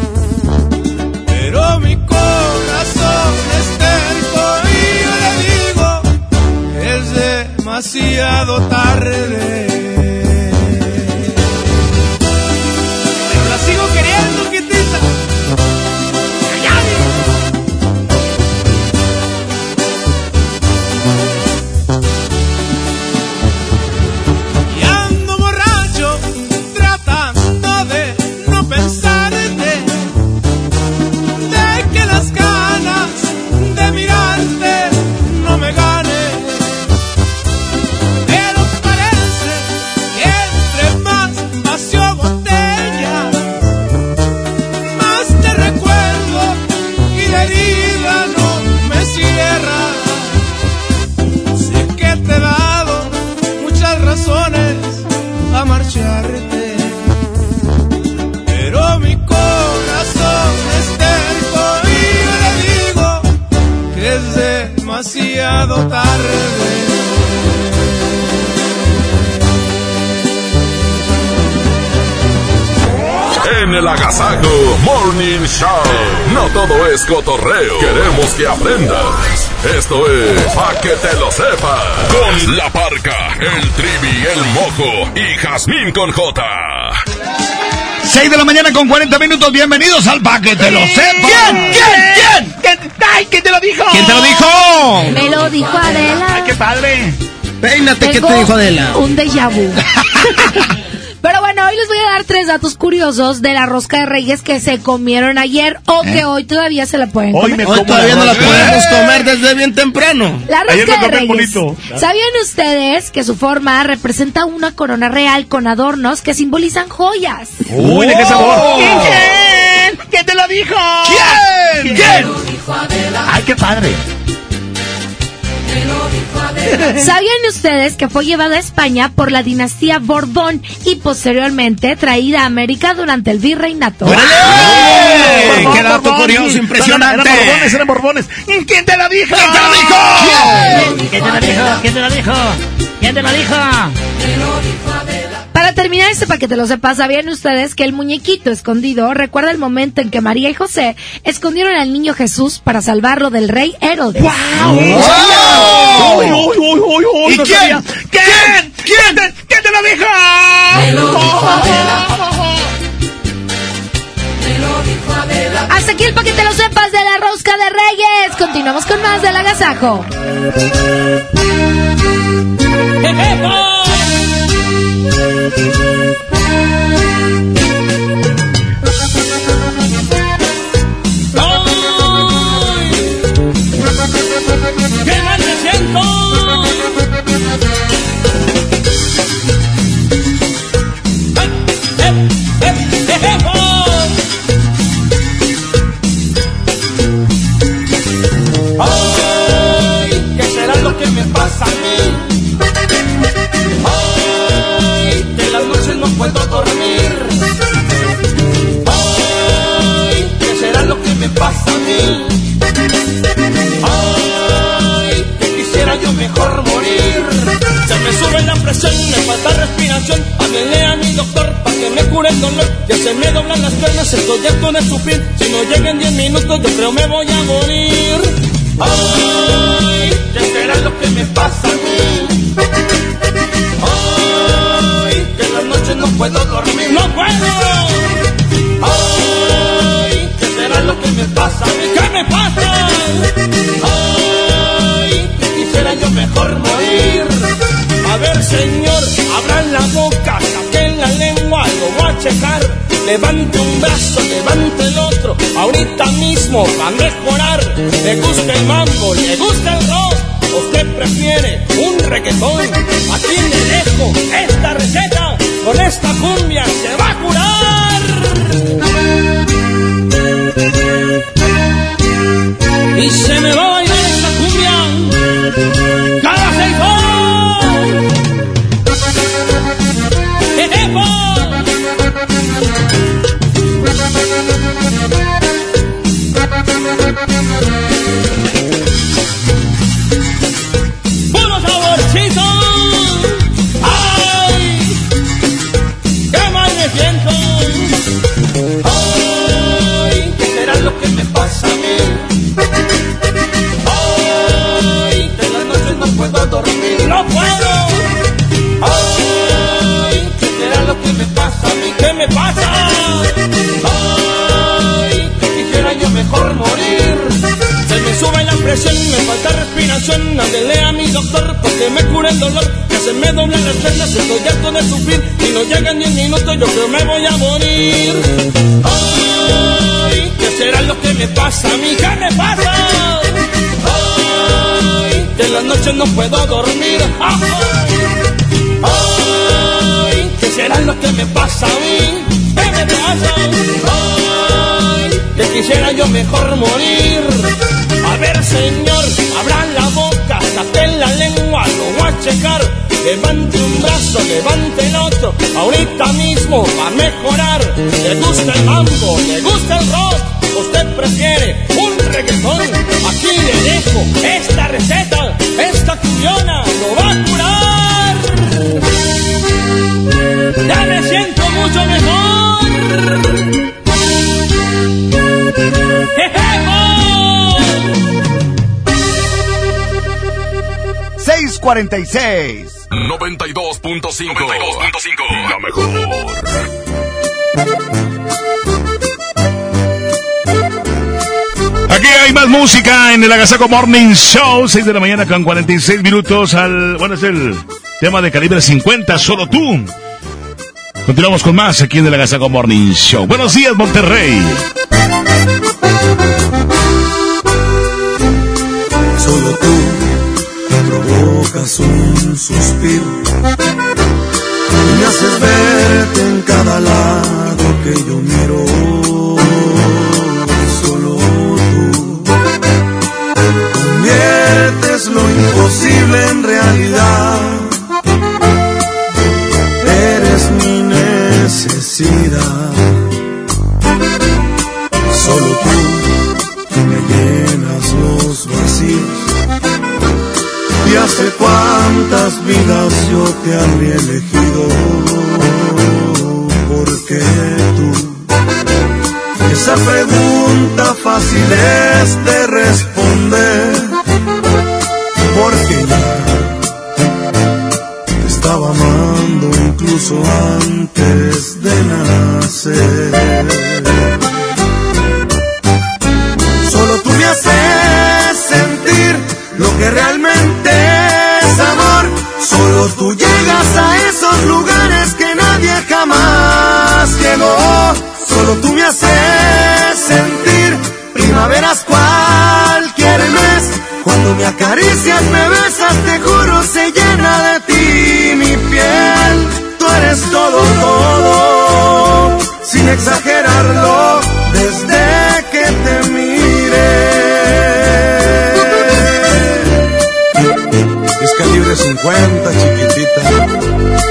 pero mi corazón es terco y yo le digo que es demasiado tarde. Pero la sigo queriendo, quietita. Y ando borracho tratando de no pensarte, de que las ganas de mirarte no me ganen. Pero parece que entre más vació botella, más te recuerdo y la herida no me cierra. Sé que te he dado muchas razones a marcharte, pero mi corazón es terco y yo le digo que es demasiado tarde. En el Agasajo Morning Show, no todo es cotorreo, queremos que aprendas. Esto es Pa' que te lo sepas, con La Parca, el Trivi, el Mojo y Jazmín con J. seis de la mañana con cuarenta minutos, bienvenidos al Pa' que te lo sepas. ¿Quién? ¿Quién? ¿Quién? Ay, ¿quién te lo dijo? ¿Quién te lo dijo? Me lo dijo Adela. Ay, qué padre. Peínate, ¿qué Tengo te dijo Adela? Un déjà vu. Pero bueno, hoy les voy a dar tres datos curiosos de la rosca de Reyes que se comieron ayer o ¿Eh? que hoy todavía se la pueden Hoy comer. me Hoy como todavía no la rosca. podemos comer desde bien temprano. La Ayer me rosca de comí Reyes. bonito. ¿Sabían ustedes que su forma representa una corona real con adornos que simbolizan joyas? Uy, ¿de qué sabor? Oh. ¿Quién? ¿Quién te lo dijo? ¿Quién? ¿Quién? Ay, qué padre. ¿Sabían ustedes que fue llevada a España por la dinastía Borbón y posteriormente traída a América durante el virreinato? ¡Órale! Borbón, ¡Qué dato Borbón. curioso, impresionante! Eran borbones, eran borbones. ¿Quién te lo dijo? ¿Quién te lo dijo? ¿Quién te lo dijo? ¿Quién te lo dijo? ¿Quién te lo dijo? Para terminar este paquete, lo sepas, ¿sabían ustedes que el muñequito escondido recuerda el momento en que María y José escondieron al niño Jesús para salvarlo del rey Herodes? ¡Wow! ¡Wow! ¡Uy, uy, uy, uy, uy! ¿Y no quién? sabía. ¿Quién? ¿Quién? te- ¿Quién te lo dijo? Me lo dijo Adela. Me lo dijo Adela. Hasta aquí el paquete, lo sepas, de la rosca de Reyes. Continuamos con más del agasajo. ¡Qué mal me siento! ¡Eh, eh, eh, eh, oh! ¡Ay! ¿Qué será lo que me pasa a mí? ¡Ay! Que las noches no puedo dormir. ¡Ay! ¿Qué será lo que me pasa a mí? Ay, que quisiera yo mejor morir. Se me sube la presión, me falta respiración. Háblenle a mi doctor para que me cure el dolor. Que se me doblan las piernas, estoy harto de sufrir. Si no llegan diez minutos, yo creo me voy a morir. Ay, ¿qué será lo que me pasa a mí? Ay, que en las noches no puedo dormir. ¡No puedo! Ay, ¿qué será lo que me pasa a mí? ¿Qué me pasa? Ay, que quisiera yo mejor morir. A ver, señor, abran la boca, saquen la lengua, lo voy a checar. Levante un brazo, levante el otro, ahorita mismo va a mejorar. Le gusta el mambo, le gusta el rock, usted prefiere un reggaetón. Aquí le dejo esta receta, con esta cumbia se va a curar. Y se me va a bailar esta cumbia cada seis horas. ¡Ejepo! ¡Puro saborcito! ¡Ay! ¡Qué mal me siento! ¡Ay! presión, me falta respiración. Háblele a mi doctor porque me cura el dolor. Que se me doblan las piernas, estoy harto de sufrir. Y no llegan ni un minuto, yo creo me voy a morir. Ay, ¿qué será lo que me pasa a mí? ¿Qué me pasa? Ay, que en las noches no puedo dormir. Ay, ay, ¿qué será lo que me pasa a mí? ¿Qué me pasa? Ay, que quisiera yo mejor morir. A ver, señor, abra la boca, saque la lengua, lo voy a checar. Levante un brazo, levante el otro, ahorita mismo va a mejorar. ¿Le gusta el mambo? ¿Le gusta el rock? ¿Usted prefiere un reggaetón? Aquí le dejo esta receta, esta cuyona lo va a curar. Ya me siento mucho mejor. seis cuarenta y seis. noventa y dos punto cinco. La mejor. Aquí hay más música en el Agasaco Morning Show. seis de la mañana con cuarenta y seis minutos al... Bueno, es el tema de calibre cincuenta, Solo Tú. Continuamos con más aquí en el Agasaco Morning Show. Buenos días, Monterrey. Solo tú provocas un suspiro y me haces verte en cada lado que yo miro. Solo tú conviertes lo imposible en realidad. Eres mi necesidad. Solo tú me llenas los vacíos. Y hace cuántas vidas yo te habría elegido, porque tú, esa pregunta fácil es de responder, porque ya te estaba amando incluso antes de nacer. Solo tú me haces sentir lo que realmente es amor. Solo tú llegas a esos lugares que nadie jamás llegó. Solo tú me haces sentir primaveras cualquier mes. Cuando me acaricias, me besas, te juro se llena de ti mi piel. Tú eres todo, todo, sin exagerarlo, desde que te miré. Es calibre cincuenta, chiquitita.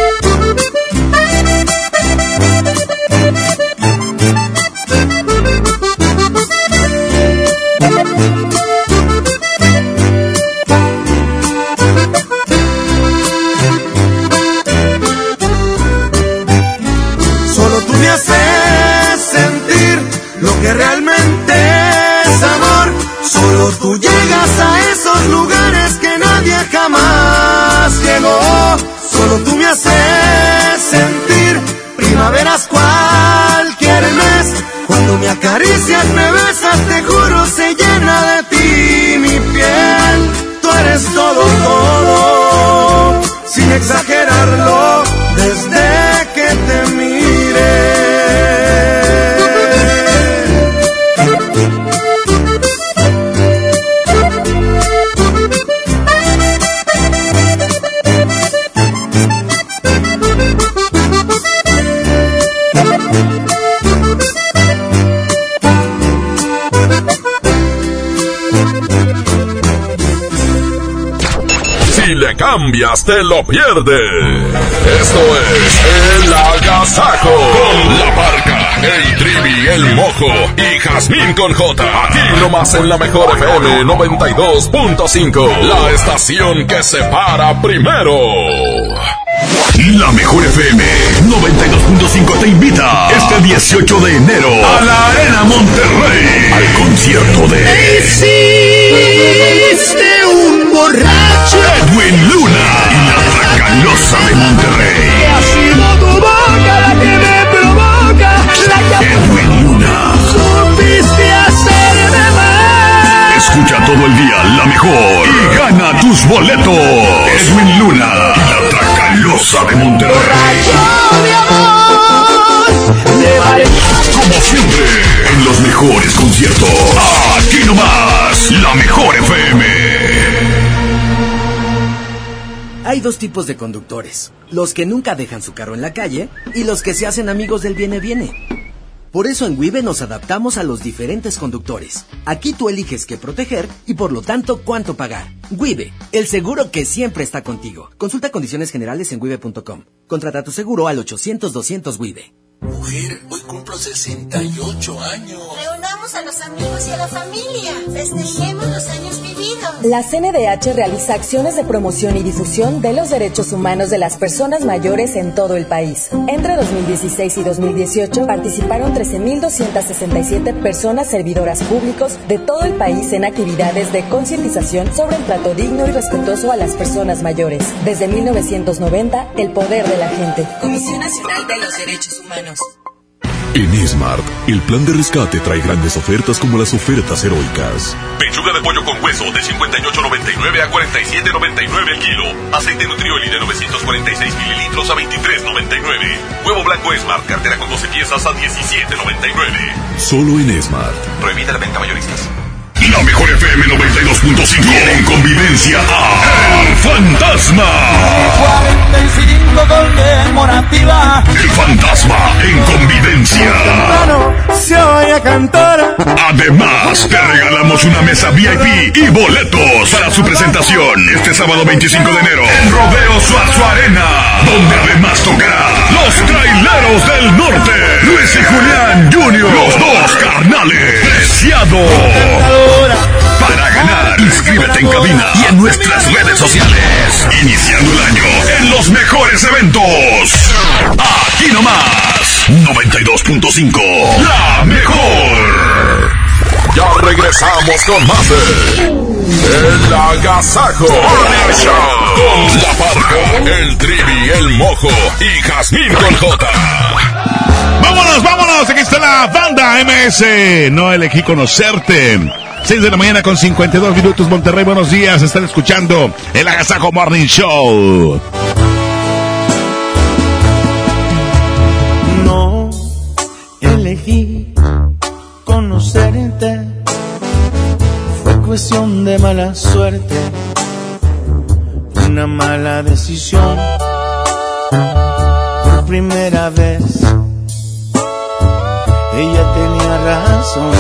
Solo tú me haces sentir lo que realmente es amor. Solo tú llegas a esos lugares que nadie jamás llegó. Solo tú me haces sentir primaveras cualquier mes. Cuando me acaricias, me besas, te juro se llena de ti mi piel. Tú eres todo, todo, sin exagerarlo, desde que te miré. Si le cambias, te lo pierdes. Esto es El Agasajo con La Parca, el Trivi, el Mojo y Jazmín con J. Aquí nomás en la mejor F M noventa y dos punto cinco, la estación que se para primero. La mejor F M noventa y dos punto cinco te invita este dieciocho de enero a la Arena Monterrey al concierto de Existe un borracho Edwin Luna y la Tracalosa de Monterrey. que ha sido tu boca la que me provoca, la que Edwin Luna. supiste hacerme mal. Escucha todo el día la mejor y gana tus boletos. Edwin Luna y la Tracalosa de Monterrey. Como siempre, en los mejores conciertos. Aquí nomás, la mejor F M. Hay dos tipos de conductores: los que nunca dejan su carro en la calle y los que se hacen amigos del viene-viene. Por eso en Wibe nos adaptamos a los diferentes conductores. Aquí tú eliges qué proteger y por lo tanto cuánto pagar. Wibe, el seguro que siempre está contigo. Consulta condiciones generales en wibe punto com. Contrata tu seguro al ochocientos doscientos Wibe. Mujer, hoy cumplo sesenta y ocho años. Reunamos a los amigos y a la familia. Festejemos los años vividos. La C N D H realiza acciones de promoción y difusión de los derechos humanos de las personas mayores en todo el país. Entre dos mil dieciséis y dos mil dieciocho participaron trece mil doscientas sesenta y siete personas servidoras públicos de todo el país en actividades de concientización sobre el trato digno y respetuoso a las personas mayores. Desde mil novecientos noventa, el poder de la gente. Comisión Nacional de los Derechos Humanos. En Smart, el plan de rescate trae grandes ofertas como las ofertas heroicas. Pechuga de pollo con hueso de cincuenta y ocho noventa y nueve a cuarenta y siete noventa y nueve el kilo. Aceite Nutrioli de novecientos cuarenta y seis mililitros a veintitrés noventa y nueve. Huevo blanco Smart, cartera con doce piezas a diecisiete noventa y nueve. Solo en Smart. Prohibida la venta mayoristas. La mejor F M noventa y dos punto cinco. En convivencia a El Fantasma. cuarenta y cinco conmemorativa. El Fantasma en convivencia. Temprano se oye cantar. Además, te regalamos una mesa V I P y boletos para su presentación este sábado veinticinco de enero en Rodeo Suazo Arena, donde además tocará Los Traileros del Norte, Luis y Julián junior, los dos carnales, Preciado. Para ganar, inscríbete en cabina y en nuestras redes sociales. Iniciando el año en los mejores eventos. Aquí nomás, noventa y dos punto cinco. La mejor. Ya regresamos con más de El Agasajo Morning Show. Con La Parca, el Trivi, el Mojo y Jazmín con J. Vámonos, vámonos, aquí está la banda M S. No elegí conocerte. seis de la mañana con cincuenta y dos minutos, Monterrey, buenos días. Están escuchando El Agasajo Morning Show. No elegí conocerte, fue cuestión de mala suerte, una mala decisión. Por primera vez ella tenía razón.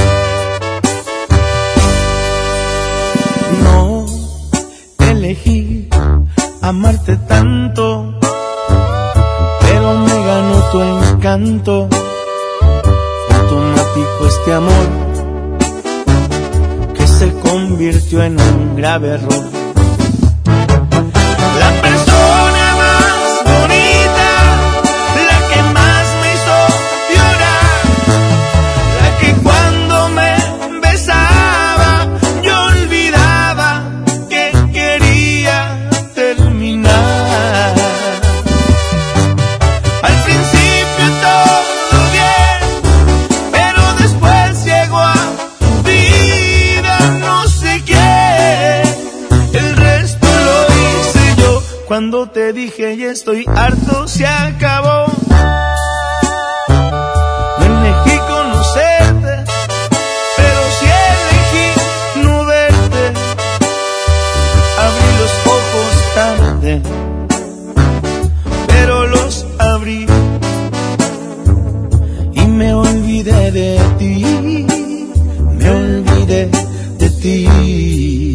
No elegí amarte tanto, pero me ganó tu encanto. Fue automático este amor que se convirtió en un grave error. La persona más bonita, la que más me hizo llorar, la que cuando me besaba yo olvidaba que quería terminar. Al principio todo bien, pero después llegó a vida no sé qué. El resto lo hice yo. Cuando te dije ya estoy harto, se acabó. No elegí conocerte, pero sí elegí no verte. Abrí los ojos tarde, pero los abrí y me olvidé de ti, me olvidé de ti.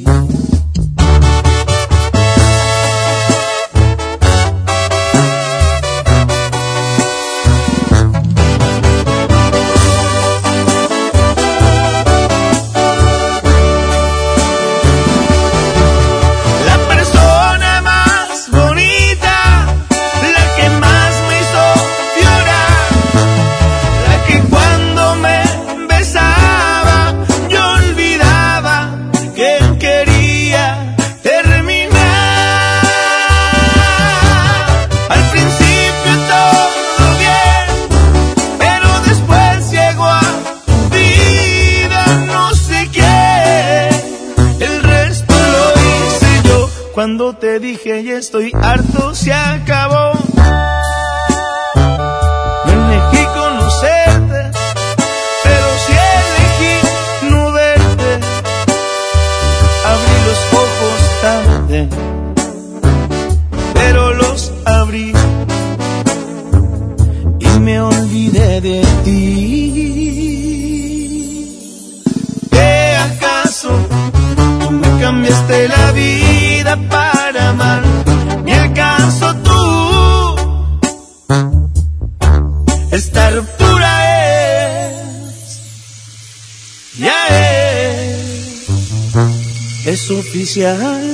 La persona más bonita, la que más me hizo llorar, la que cuando me besaba yo olvidaba Cuando te dije ya estoy harto, se acabó. No elegí conocerte, pero sí elegí no verte. Abrí los ojos tarde, pero los abrí y me olvidé de ti. ¿Qué acaso tú me cambiaste la vida para amar? Ni acaso tú, esta ruptura es, ya es, es oficial.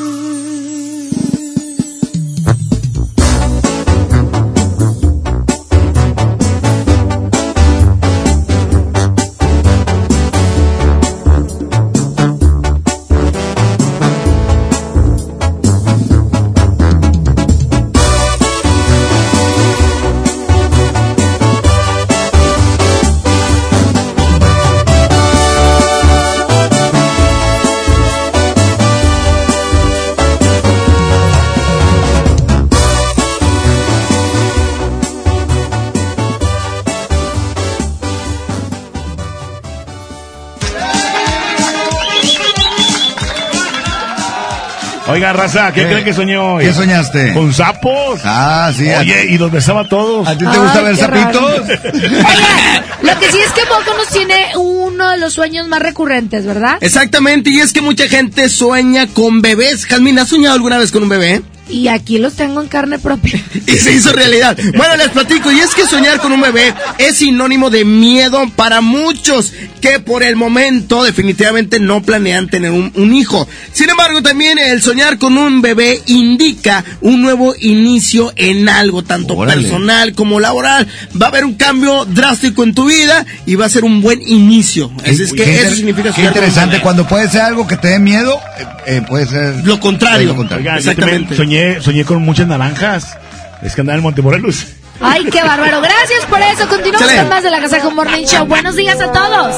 Oiga, raza, ¿qué, ¿qué creen que soñé hoy? ¿Qué soñaste? Con sapos. Ah, sí. Oye, y los besaba a todos. ¿A ti te Ay, gusta ver sapitos? Oiga, lo que sí es que Moco nos tiene uno de los sueños más recurrentes, ¿verdad? Exactamente, y es que mucha gente sueña con bebés. Jazmín, ¿has soñado alguna vez con un bebé? Y aquí los tengo en carne propia. Y se hizo realidad. Bueno, les platico, y es que soñar con un bebé es sinónimo de miedo para muchos que por el momento definitivamente no planean tener un, un hijo. Sin embargo, también el soñar con un bebé indica un nuevo inicio en algo, tanto Órale. personal como laboral. Va a haber un cambio drástico en tu vida y va a ser un buen inicio. Así es que qué eso inter- significa Qué interesante, cuando puede ser algo que te dé miedo, eh, eh, puede ser lo contrario. Lo contrario. Oiga, exactamente. Soñé, soñé con muchas naranjas. Es que andaba en Montemorelos. Ay, qué bárbaro. Gracias por eso. Continuamos Chale. con más de la Agasajo Morning Show. Buenos días a todos.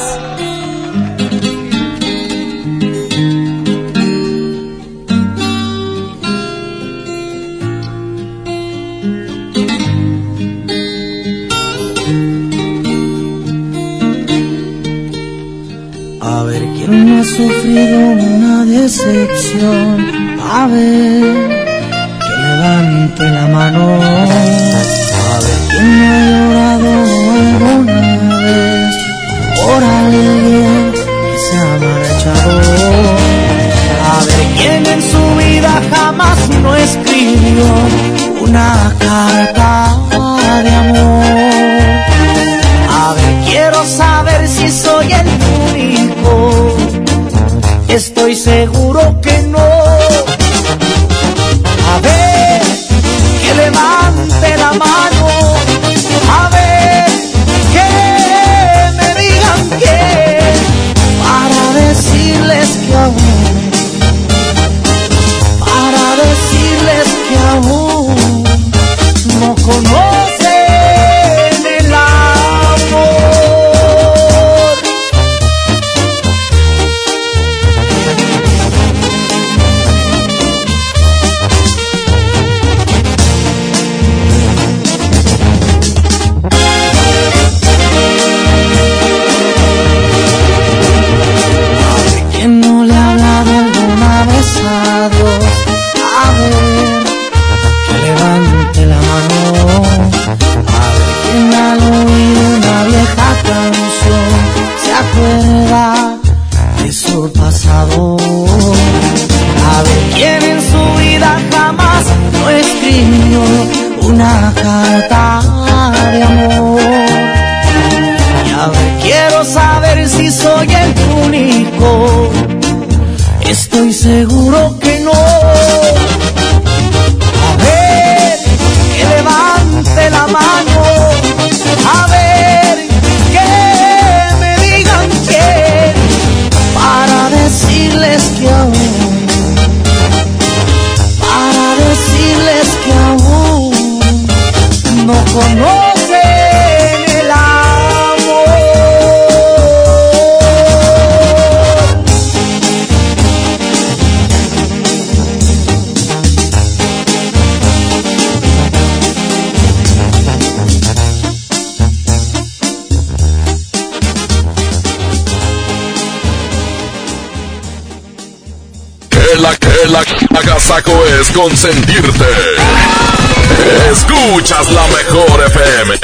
A ver quién no ha sufrido una decepción. A ver, que levante la mano. A ver quién no ha llorado alguna vez por alguien que se ha marchado. A ver quién en su vida jamás no escribió una carta de amor. A ver, quiero saber si soy el único. Estoy seguro que no. A ver, que levante la mano. A ver, que me digan que, para decirles que aún, para decirles que aún no conocen el amor. ¿Quién no le ha hablado alguna vez a Dios? A ver, que levante la mano. A ver, ¿quién al oír una vieja canción se acuerda de su pasado? A ver, ¿quién en su vida jamás no escribió una carta de amor? Y a ver, quiero saber si soy el único. Estoy seguro que no. A ver, que levante la mano. A ver, que me digan que, para decirles que aún, para decirles que aún no conocen el amor. El agasajo es consentirte. Escuchas la mejor F M.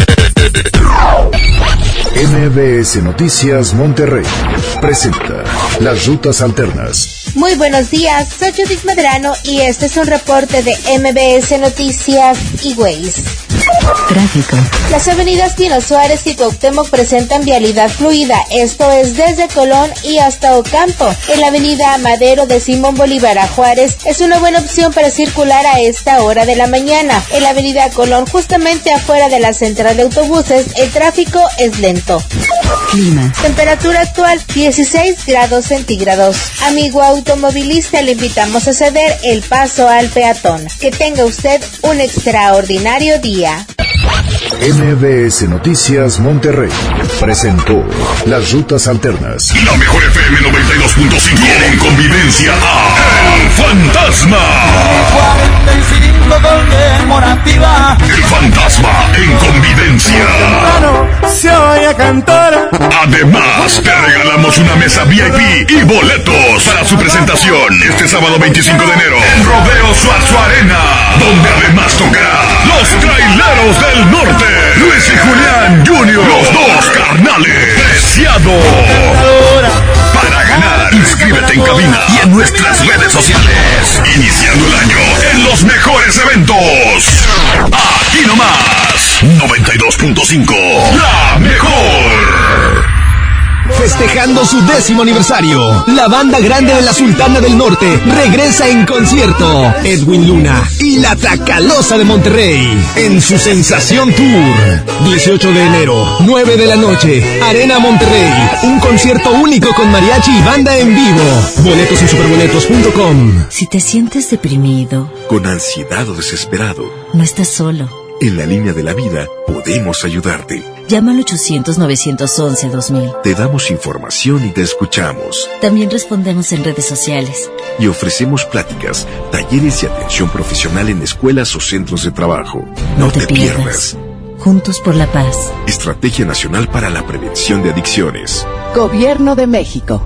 M B S Noticias Monterrey presenta Las Rutas Alternas. Muy buenos días, soy Judith Medrano y este es un reporte de M B S Noticias y Waze. Tráfico. Las avenidas Pino Suárez y Cuauhtémoc presentan vialidad fluida, esto es desde Colón y hasta Ocampo. En la avenida Madero de Simón Bolívar a Juárez es una buena opción para circular a esta hora de la mañana. En la avenida Colón, justamente afuera de la central de autobuses, el tráfico es lento. Clima. Temperatura actual dieciséis grados centígrados. Amigo automovilista, le invitamos a ceder el paso al peatón. Que tenga usted un extraordinario día. M B S Noticias Monterrey presentó Las Rutas Alternas. La mejor F M noventa y dos punto cinco en convivencia a El Fantasma. cuarenta y cinco conmemorativa. El Fantasma en convivencia. Se oye cantar. Además, te regalamos una mesa V I P y boletos para su presentación este sábado veinticinco de enero en Rodeo Suazo Arena, donde además tocará Los Traileros del Norte, Luis y Julián Junior, los dos carnales, Preciado. Para ganar, inscríbete en cabina y en nuestras redes sociales. Iniciando el año en los mejores eventos. Aquí nomás, noventa y dos punto cinco, la mejor. Festejando su décimo aniversario, la banda grande de la Sultana del Norte regresa en concierto. Edwin Luna y la Tracalosa de Monterrey en su Sensación Tour. dieciocho de enero, nueve de la noche, Arena Monterrey. Un concierto único con mariachi y banda en vivo. Boletos en superboletos punto com. Si te sientes deprimido, con ansiedad o desesperado, no estás solo. En la línea de la vida podemos ayudarte. Llama al ochocientos, novecientos once, dos mil. Te damos información y te escuchamos. También respondemos en redes sociales. Y ofrecemos pláticas, talleres y atención profesional en escuelas o centros de trabajo. No, no te, te pierdas. pierdas. Juntos por la paz. Estrategia Nacional para la Prevención de Adicciones. Gobierno de México.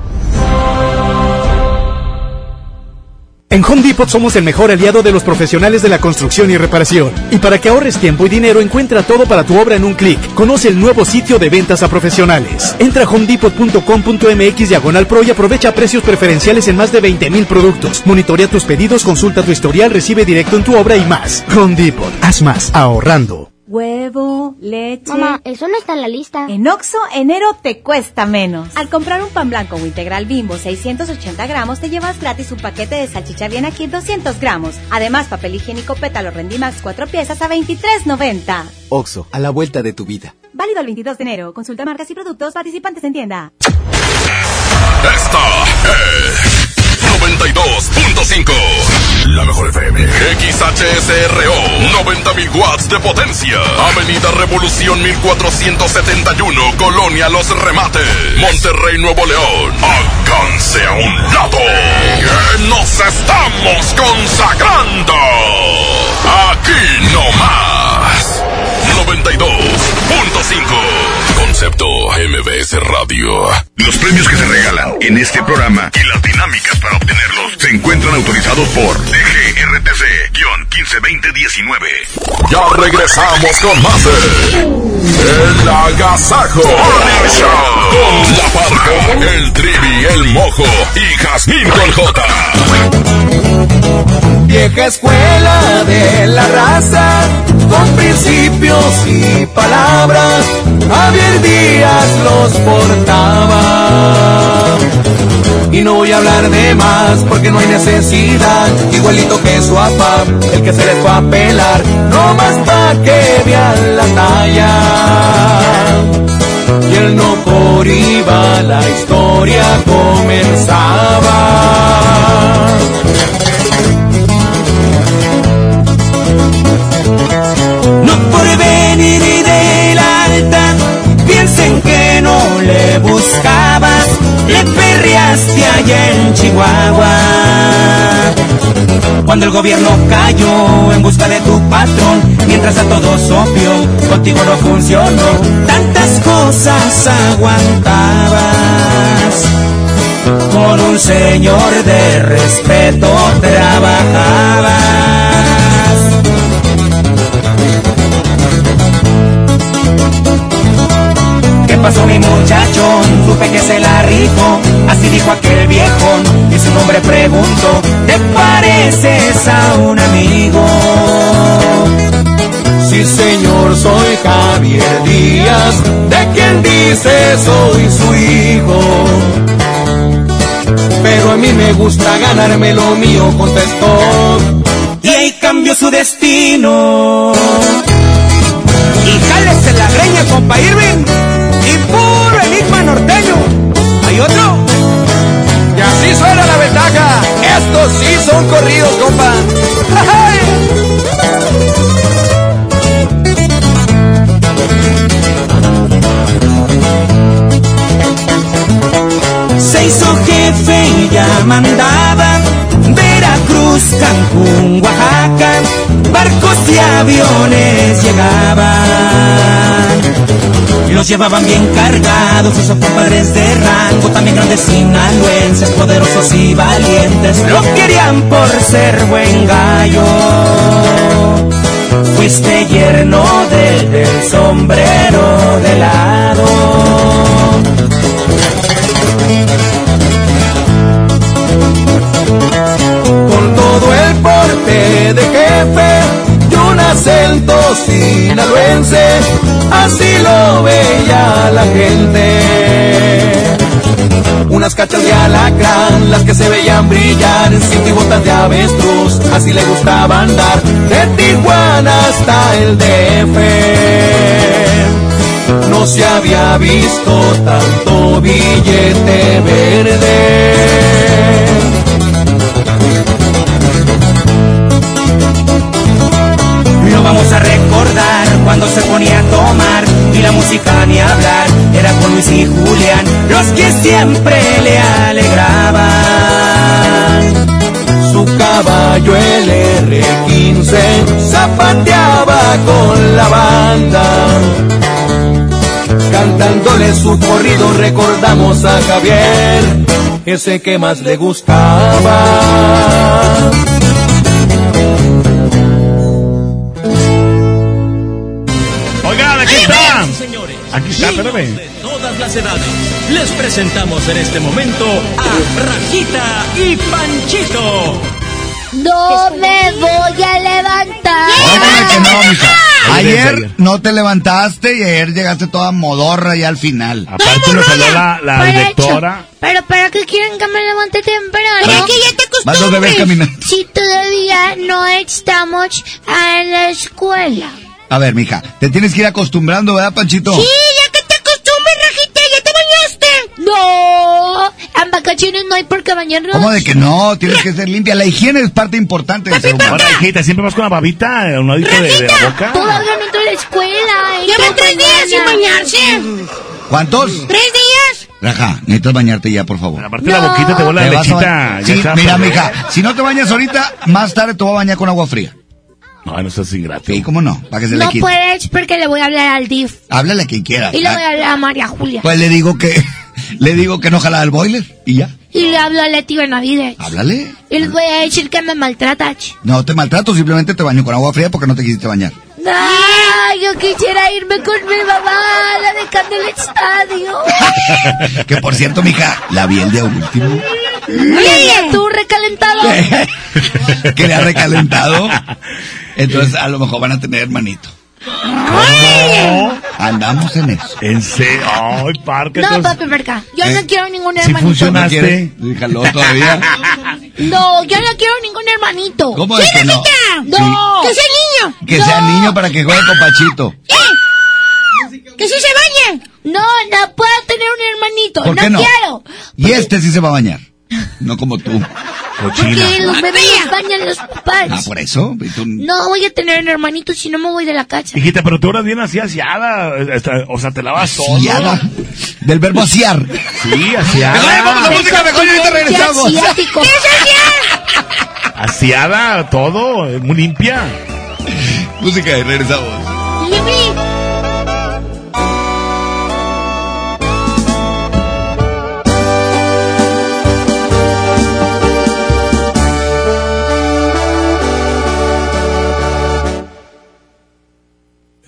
En Home Depot somos el mejor aliado de los profesionales de la construcción y reparación. Y para que ahorres tiempo y dinero, encuentra todo para tu obra en un clic. Conoce el nuevo sitio de ventas a profesionales. Entra a home depot punto com punto m x diagonal pro y aprovecha precios preferenciales en más de veinte mil productos. Monitorea tus pedidos, consulta tu historial, recibe directo en tu obra y más. Home Depot, haz más ahorrando. Huevo, leche... Mamá, eso no está en la lista. En Oxxo, enero te cuesta menos. Al comprar un pan blanco o integral Bimbo seiscientos ochenta gramos, te llevas gratis un paquete de salchicha bien aquí doscientos gramos. Además, papel higiénico Pétalo Rendimax cuatro piezas a veintitrés noventa. Oxxo, a la vuelta de tu vida. Válido el veintidós de enero. Consulta marcas y productos participantes en tienda. Esta es noventa y dos punto cinco. La mejor F M. X H S R O, noventa mil watts de potencia. Avenida Revolución mil cuatrocientos setenta y uno, Colonia Los Remates, Monterrey, Nuevo León. Alcance a un lado, que nos estamos consagrando. Aquí no más. noventa y dos punto cinco. Concepto M B S Radio. Los premios que se regalan en este programa y las dinámicas para obtenerlos se encuentran autorizados por D G R T C quince veinte diecinueve. Ya regresamos con más de El Agasajo con La Parca, el Trivi, el Mojo y Jazmín con J. Vieja escuela de la raza, con principios y palabras, Javier Díaz los portaba. Y no voy a hablar de más porque no hay necesidad, igualito que su papá, el que se les fue a pelar, no más pa' que vean la talla. Y él no por iba, la historia comenzaba. No por venir y de la alta, piensen que no le buscabas, le perreaste allá en Chihuahua. Cuando el gobierno cayó en busca de tu patrón, mientras a todos obvio, contigo no funcionó, tantas cosas aguantabas. Por con un señor de respeto trabajabas. ¿Qué pasó mi muchachón? Supe que se la rifó, así dijo aquel viejón, y su nombre preguntó, ¿te pareces a un amigo? Sí señor, soy Javier Díaz, de quien dice soy su hijo. Pero a mí me gusta ganarme lo mío, contestó, y ahí cambió su destino. Y jálese la greña, compa Irving, y puro enigma norteño. ¿Hay otro? Y así suena la ventaja. Estos sí son corridos, compa. Se hizo jefe y ya mandaba Veracruz, Cancún, Oaxaca, barcos y aviones llegaban. Los llevaban bien cargados, esos compadres de rango, también grandes sinaloenses, poderosos y valientes, lo querían por ser buen gallo. Fuiste yerno del, del sombrero de lado. Con todo el porte de jefe y un acento sinaloense, así lo veía la gente. Unas cachas de alacrán, las que se veían brillar, cinco y botas de avestruz, así le gustaba andar, de Tijuana hasta el D F. No se había visto tanto billete verde. Lo vamos a recordar cuando se ponía a tomar, y la música ni hablar, era con Luis y Julián, los que siempre le alegraban. Su caballo el erre quince zapateaba con la banda. Cantándole su corrido recordamos a Javier, ese que más le gustaba. Oigan, aquí está. Aquí está, espérame. De todas las edades, les presentamos en este momento a Rajita y Panchito. No me voy a levantar. Óigame que no, mija. Ayer no te levantaste y ayer llegaste toda modorra ya al final. Aparte nos habló la, la Por directora. hecho. Pero ¿para qué quieren que me levante temprano? Pero que ya te vas dos bebés caminando. Si todavía no estamos en la escuela. A ver, mija, te tienes que ir acostumbrando, ¿verdad, Panchito? Sí, ya que te acostumbres, Rajita, ¿ya te bañaste? No, en vacaciones no hay por qué bañarnos. ¿Cómo de que no? Tienes que ser limpia. La higiene es parte importante de ser humano. Ahora, hijita, siempre vas con la babita a un ladito de, de la boca. Todavía no entro a la escuela. Llevan tres días sin bañarse. ¿Cuántos? ¿Tres días? Raja, necesitas bañarte ya, por favor. Aparte no. La boquita te vuela la lechita. Sí, mira, mija, si no te bañas ahorita, más tarde te voy a bañar con agua fría. No, no seas ingrato. Sí, ¿cómo no? Para que se no le quite. No puedes porque le voy a hablar al D I F. Háblale a quien quiera. Y le voy a hablar a María Julia. Pues le digo que le digo que no jala el boiler y ya. Y le hablo a Leti Benavides. Háblale. Y les voy a decir que me maltrata. No te maltrato, simplemente te baño con agua fría porque no te quisiste bañar. Ay, yo quisiera irme con mi mamá, la dejando el estadio. Que por cierto, mija, la vi el día último. Oye, tú recalentado. Que le ha recalentado. Entonces a lo mejor van a tener hermanito. ¿Cómo? Andamos en eso. En serio. Ay, parque. No, papi, perca. Yo ¿Eh? no quiero ningún ¿Sí hermanito. funcionaste? Déjalo todavía. No, yo no quiero ningún hermanito. ¿Cómo es que no? No. Sí. Que sea niño. Que no. sea niño para que juegue con Pachito. ¿Eh? Que sí se bañe. No, no puedo tener un hermanito. ¿Por qué no? No quiero. Y este sí se va a bañar. No como tú. Cochina. Porque los bebés los bañan los papás. Ah, por eso. ¿Tú? No voy a tener un hermanito si no me voy de la casa. Hijita, pero tú eras bien así asiada. O sea, te lavas todo. Asiada. Del verbo asiar. Sí, asiada. Mejor vamos a música, mejor y ahorita regresamos. ¿Qué es asiar? Asiada, todo. Muy limpia. Música y regresamos.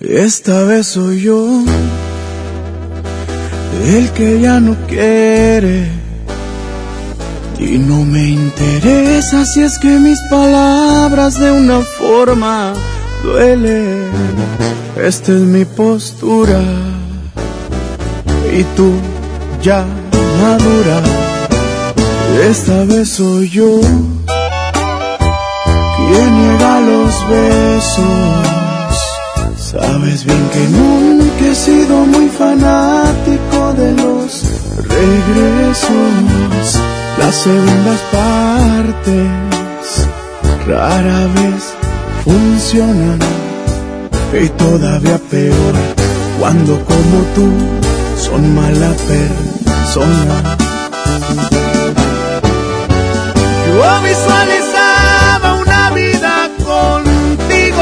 Esta vez soy yo el que ya no quiere y no me interesa si es que mis palabras de una forma duelen. Esta es mi postura y tú ya madura. Esta vez soy yo quien niega los besos. Sabes bien que nunca he sido muy fanático de los regresos. Las segundas partes rara vez funcionan y todavía peor cuando como tú son mala persona. Yo visualizaba una vida contigo,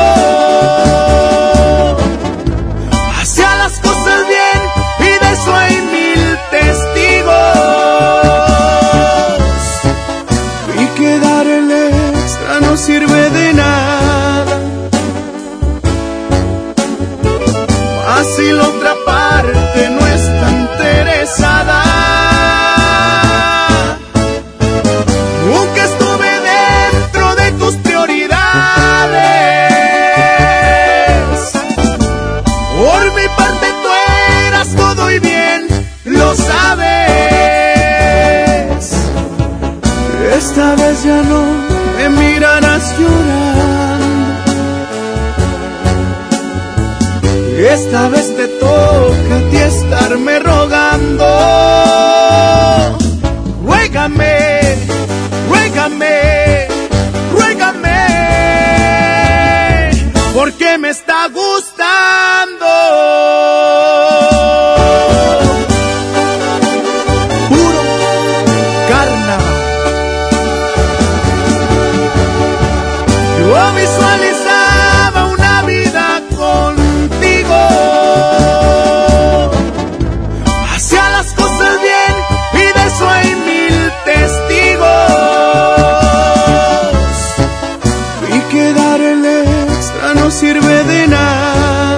hacía las cosas bien y de eso hay mil testigos, y que dar el extra no sirve de nada, más si la otra parte no está interesada. Nunca estuve dentro de tus prioridades, por mi parte tú eras todo y bien lo sabes. Esta vez ya no me mirarás llorando, esta vez te toca a ti estarme rogando. Ruégame, ruégame, ruégame, porque me está gustando. Puro carnaval. Yo visualizaba una vida contigo, hacía las cosas bien y de eso hay mil testigos, y que dar el extra no sirve de nada,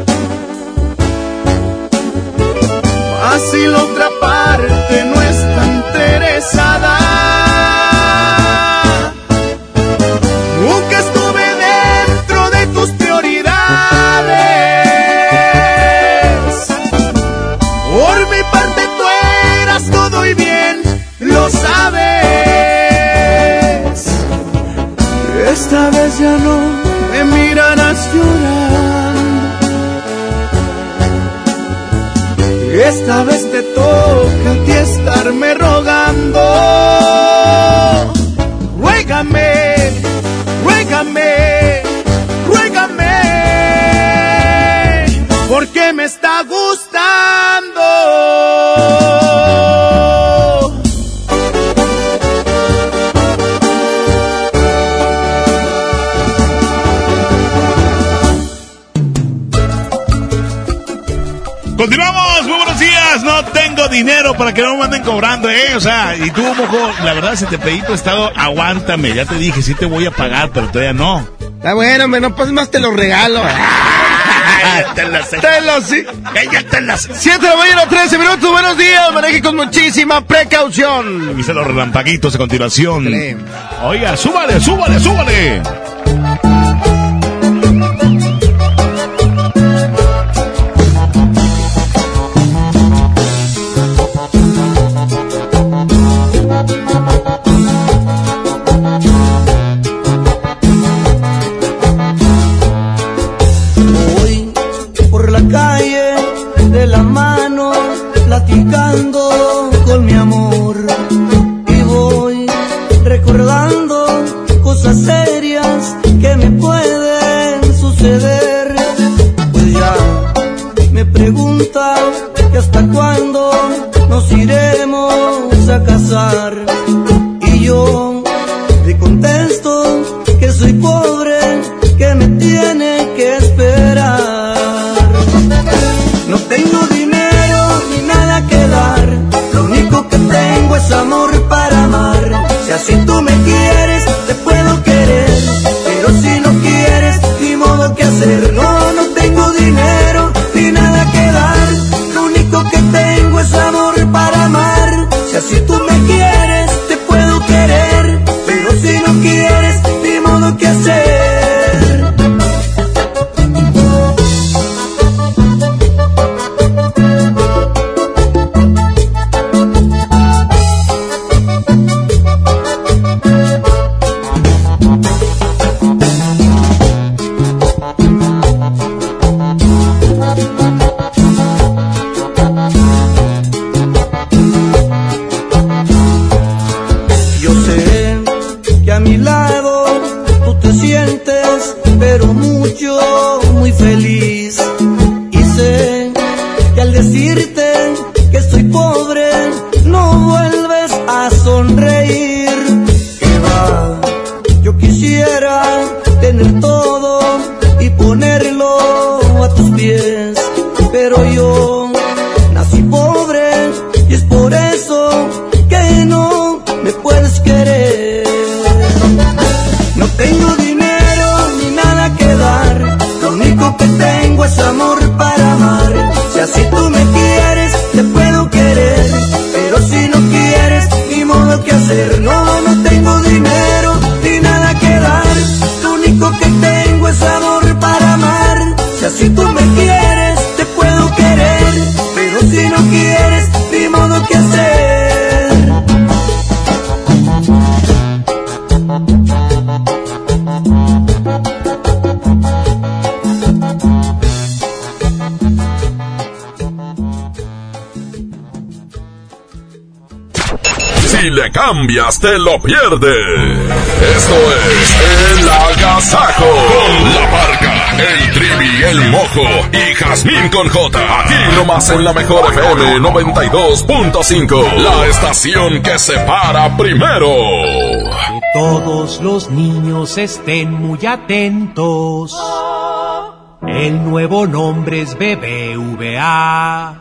más si la otra parte no está interesada. Nunca estuve dentro de tus prioridades, por mi parte tú eras todo y bien lo sabes. Esta vez ya no me mirarás llorando, esta vez te toca a ti estarme rogando. Ruégame, ruégame, ruégame, porque me está gustando. Continuamos, muy buenos días. No tengo dinero para que no me anden cobrando, eh. O sea, y tú, mojo, la verdad, si te pedí prestado, aguántame. Ya te dije, sí te voy a pagar, pero todavía no. Está bueno, me no pues más te lo regalo. Te las Te lo sí. Cállate las. siete de la mañana, trece minutos. Buenos días. Maneje con muchísima precaución. Avisa los relampaguitos a continuación. Dale. Oiga, súbale, súbale, súbale. Voy por la calle de la mano, platicando con mi amor, y voy recordando cosas serias que me pueden suceder. Pues ya me pregunta que hasta cuándo nos iremos a casar, y yo le contesto que soy pobre, que me tiene que esperar. No tengo dinero ni nada que dar, lo único que tengo es amor para amar. Si así tú me quieres, te puedo querer, pero si no quieres, ni modo que hacer. No, no tengo dinero Si le cambias, te lo pierdes. Esto es El Agasajo con La Parca, el Trivi, el Mojo y Jazmín con J. Aquí nomás en la mejor F M noventa y dos punto cinco. La estación que se para primero. Que todos los niños estén muy atentos. El nuevo nombre es B B V A.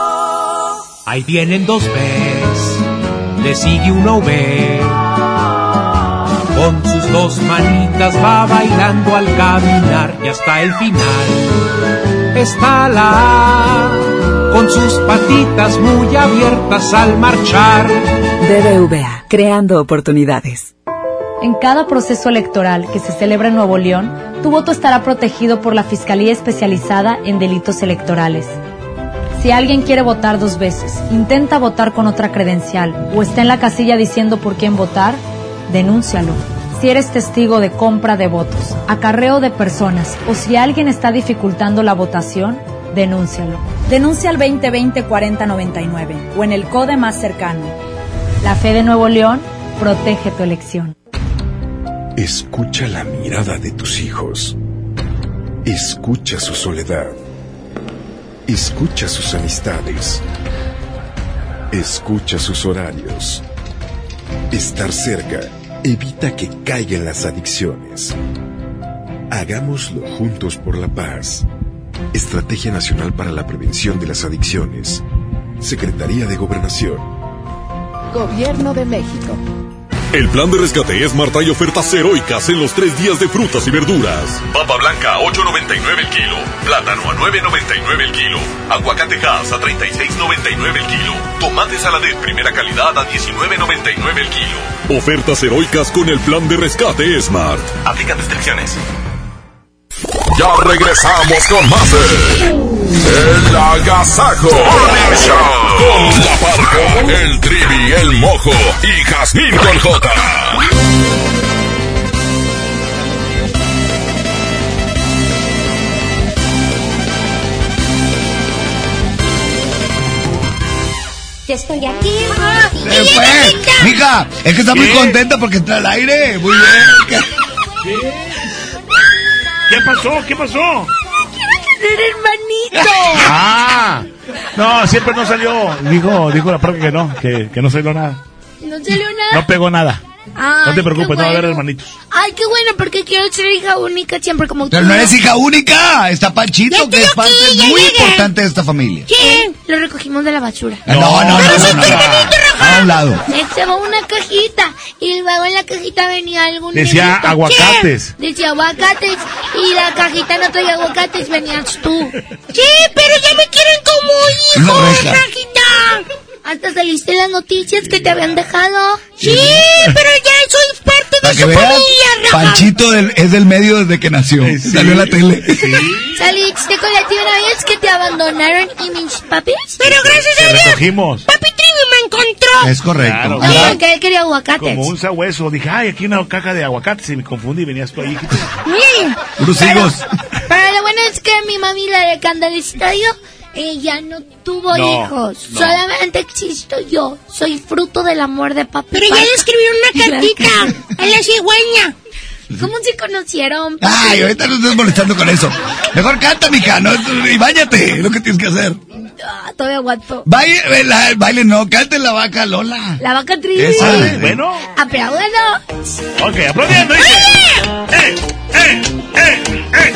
Ahí vienen dos B's, le sigue una V. Con sus dos manitas va bailando al caminar y hasta el final está la A, con sus patitas muy abiertas al marchar. B B V A, creando oportunidades. En cada proceso electoral que se celebra en Nuevo León, tu voto estará protegido por la Fiscalía Especializada en Delitos Electorales. Si alguien quiere votar dos veces, intenta votar con otra credencial o está en la casilla diciendo por quién votar, denúncialo. Si eres testigo de compra de votos, acarreo de personas o si alguien está dificultando la votación, denúncialo. Denuncia al veinte veinte cuarenta noventa y nueve o en el CODE más cercano. La Fe de Nuevo León protege tu elección. Escucha la mirada de tus hijos. Escucha su soledad. Escucha sus amistades. Escucha sus horarios. Estar cerca evita que caigan las adicciones. Hagámoslo juntos por la paz. Estrategia Nacional para la Prevención de las Adicciones. Secretaría de Gobernación. Gobierno de México. El plan de rescate Smart trae ofertas heroicas en los tres días de frutas y verduras. Papa blanca a ocho noventa y nueve el kilo. Plátano a nueve noventa y nueve el kilo. Aguacate Hass a treinta y seis noventa y nueve el kilo. Tomate Saladet primera calidad a diecinueve noventa y nueve el kilo. Ofertas heroicas con el plan de rescate Smart. Aplican restricciones. Ya regresamos con más de El Agasajo Morning Show con La Parca, el Trivi, el Mojo y Jazmín con J. Ya estoy aquí. ¿Qué fue? Mija, es que está muy contenta porque entra al aire. Muy bien. ¿Qué? ¿Qué pasó? ¿Ququé pasó? ¡Quiero tener hermanito! Ah, no, siempre no salió. Dijo, dijo La Parca que no, que, que no salió nada. ¿No salió nada? No pegó nada. Ay, no te preocupes, bueno. no va a haber hermanitos. Ay, qué bueno, porque quiero ser hija única siempre como tú. Pero no eres hija única. Está Panchito, que es parte aquí, muy llegué. importante de esta familia. ¿Quién? Lo recogimos de la basura. No, no, no, no, no, no, no. A un lado. Estaba una cajita y luego en la cajita venía algún Decía nenito. aguacates. ¿Qué? Decía aguacates y la cajita no traía aguacates, venías tú. Sí, pero ya me quieren como hijo, Una reja. cajita. Hasta saliste en las noticias que te habían dejado. Sí, pero ya soy parte de Para su que veas, familia, Rafa. Panchito del- es del medio desde que nació. Sí. Salió en la tele. Saliste con la tía una vez que te abandonaron y mis papis. Pero gracias Te a Dios, recogimos. papi Trivi me encontró. Es correcto. Claro. Oye, que él quería aguacates. Como un sabueso. Dije, ay, aquí una caja de aguacates. Y me confundí y venías tú ahí. Miren, Unos higos. pero lo bueno es que mi mami, la de Canda del Estadio, ella no tuvo No, hijos. no. Solamente existo yo. Soy fruto del amor de papá. Pero ya le escribieron una cartita a la cigüeña. ¿Cómo se conocieron? Ay, ahorita no estés molestando con eso. Mejor canta, mija, ¿no? Y báñate, es lo que tienes que hacer. Ah, todavía aguanto. Baile, la- baile no, cante la vaca Lola. La vaca Trivi. Esa, bueno. Aplaudan. Ok, aplaudiendo. dice. ¡Eh, eh, eh, eh!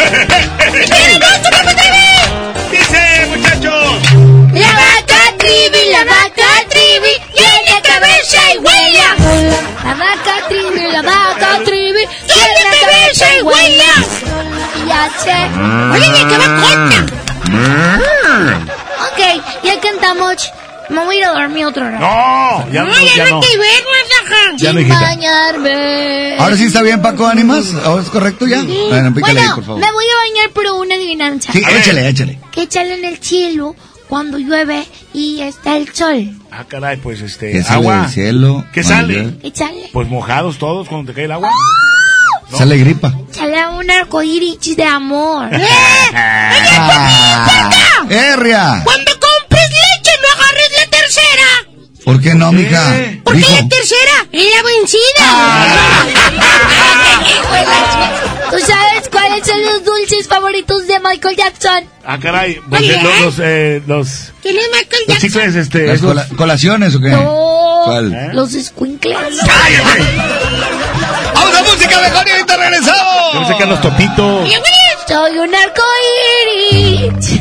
Dice, muchachos. La vaca Trivi, la vaca Trivi, tiene cabeza y huella. La vaca Trivi, la vaca Trivi, tiene cabeza y huella. Ya sé. Oye, ¿de qué va corta? Ok, ya cantamos. Me voy a ir a dormir otro rato. No, ya no, No, ya ya no no. te duermas, ajá. Ya no, Sin hijita. bañarme. ¿Ahora sí está bien, Paco Ánimas? ¿Ahora es correcto ya? Sí. Bueno, pícale ahí, Bueno, por favor. me voy a bañar, pero una adivinanza. Sí, échale, échale. ¿Qué sale en el cielo cuando llueve y está el sol? Ah, caray, pues este. ¿Qué sale agua. del cielo? ¿Qué Cuando sale? llueve? ¿Qué sale? Pues mojados todos cuando te cae el agua. ¿No? Sale gripa. Sale un arcoíris de amor. Ah, ¡Erria! Cuando compres leche, no agarres la tercera. ¿Por qué no, mija? ¿Eh? Porque Dijo. la tercera es la vencida. ¿Tú sabes cuáles son los dulces favoritos de Michael Jackson? Ah, caray. Pues, Oye, eh, los, los, eh, los, ¿Quién es Michael los Jackson? chicles, este. ¿Las esos- cola- colaciones o qué? No, ¿Cuál? ¿Eh? los squinkles. ¡Vamos a música mejor y ahorita regresamos! Yo pensé que eran los topitos. Soy un arcoíris.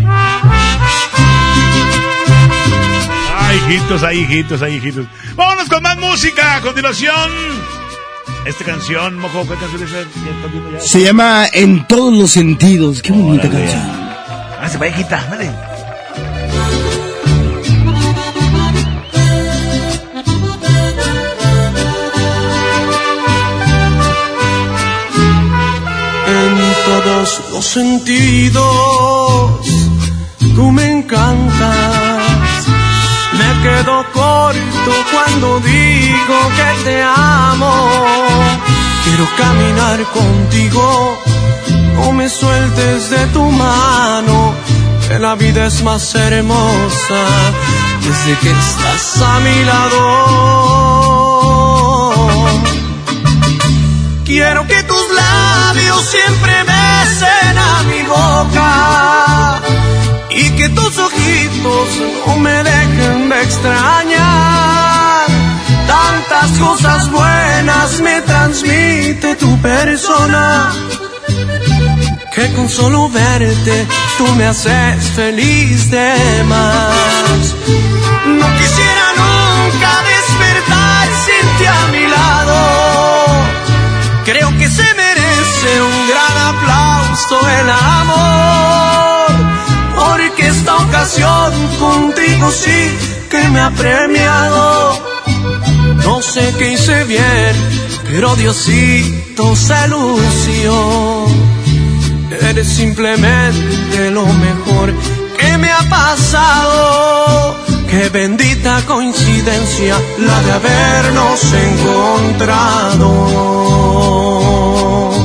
Ay, hijitos, ay, hijitos, ay, hijitos. Vámonos con más música. A continuación, esta canción, Mojo, ¿qué canción es esa? ¿Ya estás viendo ya? Se llama En todos los sentidos. Qué bonita Órale. canción. Ah, se va, hijita, dale. En todos los sentidos, tú me encantas. Me quedo corto cuando digo que te amo. Quiero caminar contigo, no me sueltes de tu mano, que la vida es más hermosa desde que estás a mi lado. Quiero que tus labios siempre besen a mi boca y que tus ojitos no me dejen de extrañar. Tantas cosas buenas me transmite tu persona, que con solo verte tú me haces feliz de más. No quisiera nunca despertar sin ti a mi lado. Creo que se merece un gran aplauso el amor, porque esta ocasión contigo sí que me ha premiado. No sé qué hice bien, pero Diosito se lució. Eres simplemente lo mejor que me ha pasado. Qué bendita coincidencia la de habernos encontrado.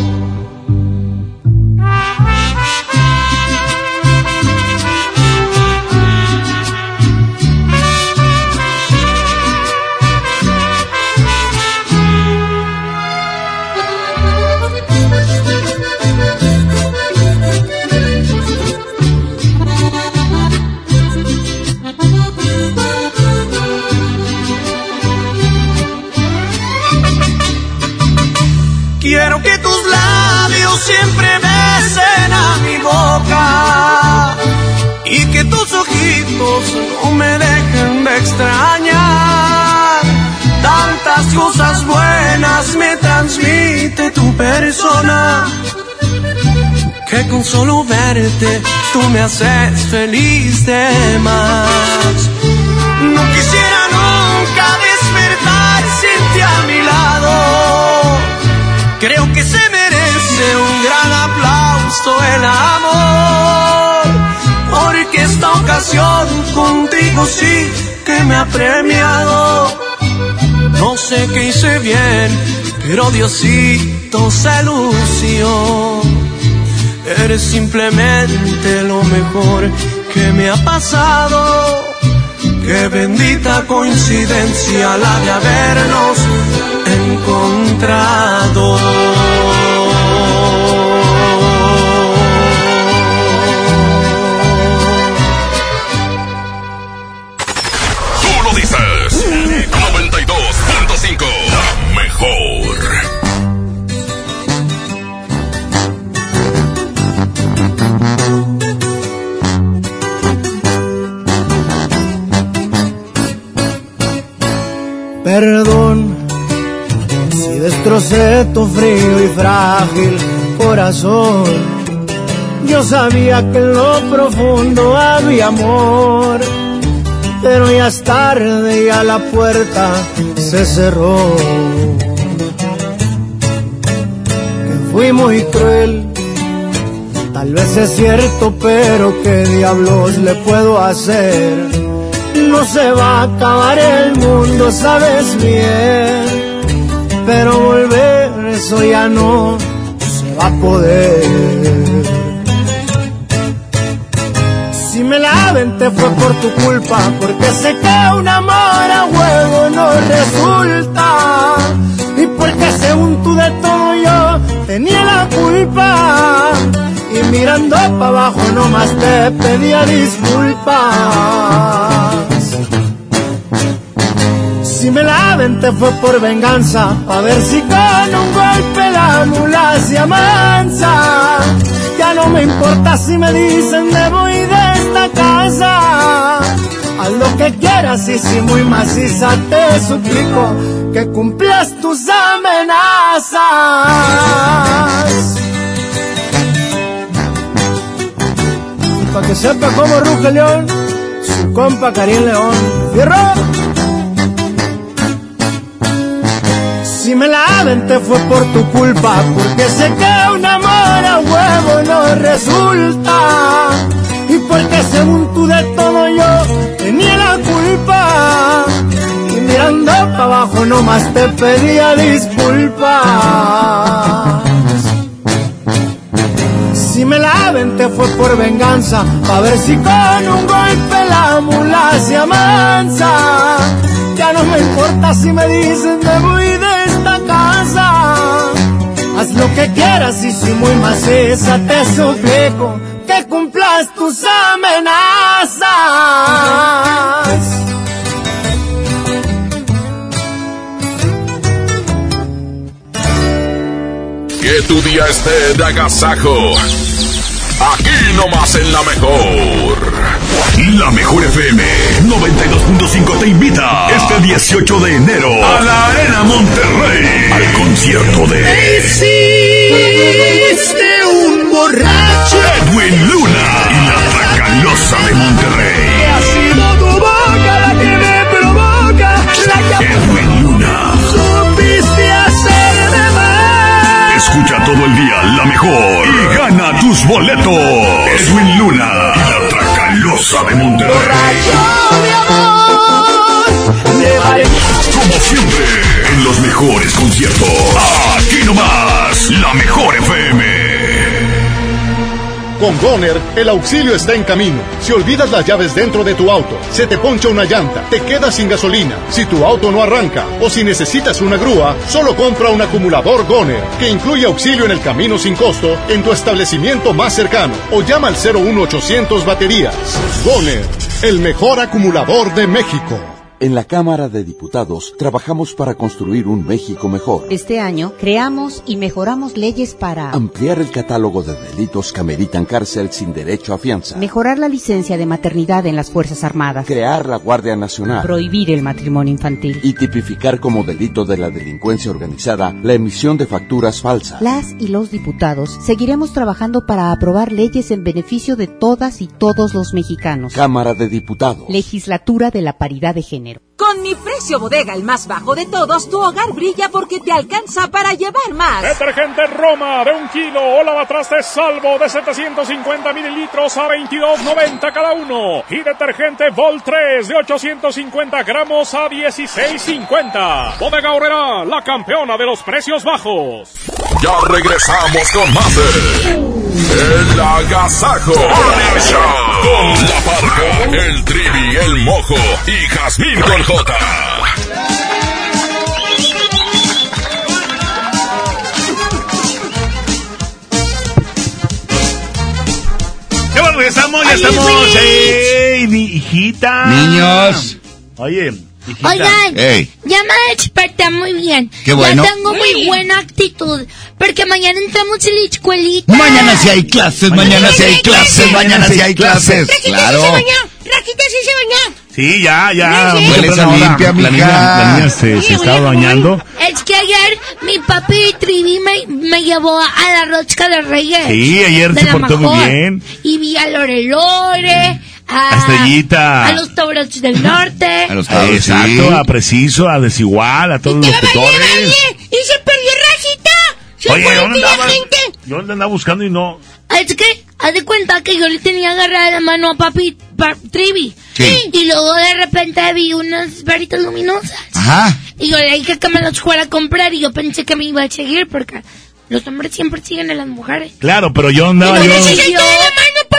Quiero que tus labios siempre besen a mi boca y que tus ojitos no me dejen de extrañar. Tantas cosas buenas me transmite tu persona, que con solo verte tú me haces feliz de más. No quisiera nunca despertar sin ti a mi lado. Creo que se merece un gran aplauso el amor, porque esta ocasión contigo sí que me ha premiado. No sé qué hice bien, pero Diosito se lució. Eres simplemente lo mejor que me ha pasado. Qué bendita coincidencia la de habernos encontrado. Tú lo dices. noventa y dos punto cinco. La mejor. Perdón si destrocé tu frío y frágil corazón. Yo sabía que en lo profundo había amor, pero ya es tarde, ya la puerta se cerró. Que fui muy cruel, tal vez es cierto, pero qué diablos le puedo hacer. No se va a acabar el mundo, sabes bien, pero volver eso ya no se va a poder. Si me la aventé fue por tu culpa, porque sé que un amor a huevo no resulta. Y porque según tú de todo yo tenía la culpa. Y mirando para abajo nomás te pedía disculpas. Si me la aventé fue por venganza, a ver si con un golpe la mula se amansa. Ya no me importa si me dicen me voy de esta casa. Haz lo que quieras y si muy maciza te suplico que cumplas tus amenazas. Y pa' que sepa cómo ruge León, su compa Karim León. ¡Fierro! Si me la aventé fue por tu culpa, porque sé que un amor a huevo no resulta. Y porque según tú de todo yo tenía la culpa. Y mirando para abajo nomás te pedía disculpas. Si me la aventé fue por venganza, pa' ver si con un golpe la mula se amansa. Ya no me importa si me dicen me voy de esta casa. Haz lo que quieras y si muy maciza te suplico que cumplas tus amenazas. Que tu día esté de agasajo. Aquí nomás en La Mejor. La Mejor F M noventa y dos punto cinco te invita este dieciocho de enero a la Arena Monterrey al concierto de Existe un borracho Edwin Luna y la Tracalosa de Monterrey. Ha sido tu boca la que me provoca, la que Edwin Luna. Supiste hacerme mal. Escucha todo el día La Mejor y gana tus boletos. Edwin Luna y la Tracalosa de Monterrey. Como siempre, en los mejores conciertos. Aquí nomás, La Mejor F M. Con Goner, el auxilio está en camino. Si olvidas las llaves dentro de tu auto, se te poncha una llanta, te quedas sin gasolina, si tu auto no arranca o si necesitas una grúa, solo compra un acumulador Goner, que incluye auxilio en el camino sin costo en tu establecimiento más cercano o llama al cero uno ochocientos baterías. Goner, el mejor acumulador de México. En la Cámara de Diputados trabajamos para construir un México mejor. Este año creamos y mejoramos leyes para ampliar el catálogo de delitos que ameritan cárcel sin derecho a fianza, mejorar la licencia de maternidad en las Fuerzas Armadas, crear la Guardia Nacional, prohibir el matrimonio infantil y tipificar como delito de la delincuencia organizada la emisión de facturas falsas. Las y los diputados seguiremos trabajando para aprobar leyes en beneficio de todas y todos los mexicanos. Cámara de Diputados. Legislatura de la Paridad de Género. Con mi precio bodega, el más bajo de todos, tu hogar brilla porque te alcanza para llevar más. Detergente Roma de un kilo o lavatrastes Salvo de setecientos cincuenta mililitros a veintidós noventa cada uno. Y detergente Vol tres de ochocientos cincuenta gramos a dieciséis cincuenta. Bodega Aurrerá, la campeona de los precios bajos. Ya regresamos con más de El Agasajo con La Parca, el Trivi, el Mojo y Jazmín con J. Ya bueno, ya estamos, ya estamos. ¡Ey, mi hijita! Niños. Oye, hijita. Oigan, Ey. ya me desperté muy bien. Qué bueno. Ya tengo muy buena actitud, porque mañana entramos en la escuelita. Mañana sí hay clases, mañana sí hay clases, mañana sí hay clases. Claro. Rajita sí se bañó. Sí, ya, ya. Sí, sí. muy Huele temprana esa hora. limpia, La mija. niña, la niña se, Sí, se estaba oye, bañando. Es que ayer mi papi Trivi me, me llevó a la rosca de Reyes. Sí, ayer de se la portó muy mejor. bien. Y vi a Lore Lore, a, A Estrellita. a los Tauros del Norte. A los Ah, padres, exacto, sí. a Preciso, a Desigual, a todos los locutores. Y se perdió Rajita. Se Oye, fue ¿dónde la andabas? gente. Yo le andaba buscando y no. Es que, haz de cuenta que yo le tenía agarrada la mano a papi pa, Trivi. Sí. Y luego de repente vi unas varitas luminosas. Ajá. Y yo le dije que me las fuera a comprar y yo pensé que me iba a seguir porque los hombres siempre siguen a las mujeres. Claro, pero yo Y andaba no yo. me siguió. la mano, papi, papi.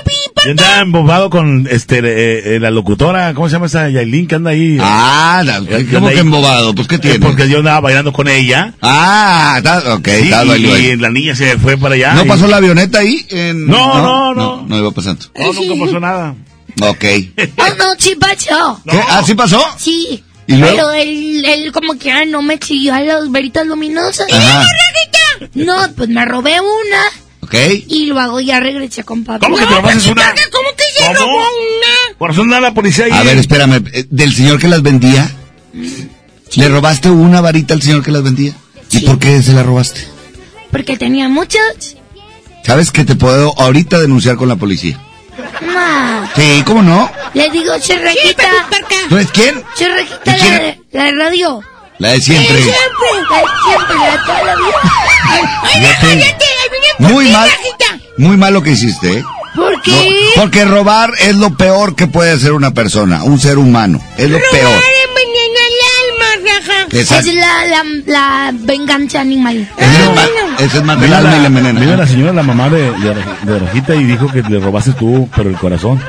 Yo andaba embobado con este eh, eh, la locutora, ¿cómo se llama esa Yailin que anda ahí? Ah, la, ¿cómo que embobado? Pues, ¿qué tiene? Eh, porque yo andaba bailando con ella. Ah, está, ok, sí, está, y, bailó y ahí. la niña se fue para allá. ¿No y... pasó la avioneta ahí? En... No, no, no, no. no. No iba pasando. No, nunca pasó nada. Ok. Oh, no, sí pasó. ¿Qué? ¿Ah, sí pasó? Sí. ¿Y luego? Pero él, él como que ah, no me siguió a las veritas luminosas. Ajá. No, pues me robé una. Ok. Y luego ya regresé con papi. ¿Cómo que te robaste una? ¿Cómo que se ¿Cómo? robó una? Por razón anda la policía ahí. A ver, espérame. eh, ¿Del señor que las vendía? ¿Le robaste una varita al señor que las vendía? ¿Y por qué se la robaste? Porque tenía muchas. ¿Sabes que te puedo ahorita denunciar con la policía? Ma. Sí, ¿cómo no? Le digo, Chirrequita. ¿Tú eres quién? Chirrequita, ¿Y quién? la, de- la de radio. La de siempre. La de siempre, la de toda la vida. Fíjate. Muy mal, muy mal lo que hiciste, ¿eh? ¿Por qué? No, porque robar es lo peor que puede hacer una persona, un ser humano. Es lo peor. Envenena el alma, raja. Exacto. Es la, la, la venganza animal. Ese es más, ese es más del Mira alma y la la, envenena. mira la señora, la mamá de, de, de Rojita, y dijo que le robaste tú, pero el corazón.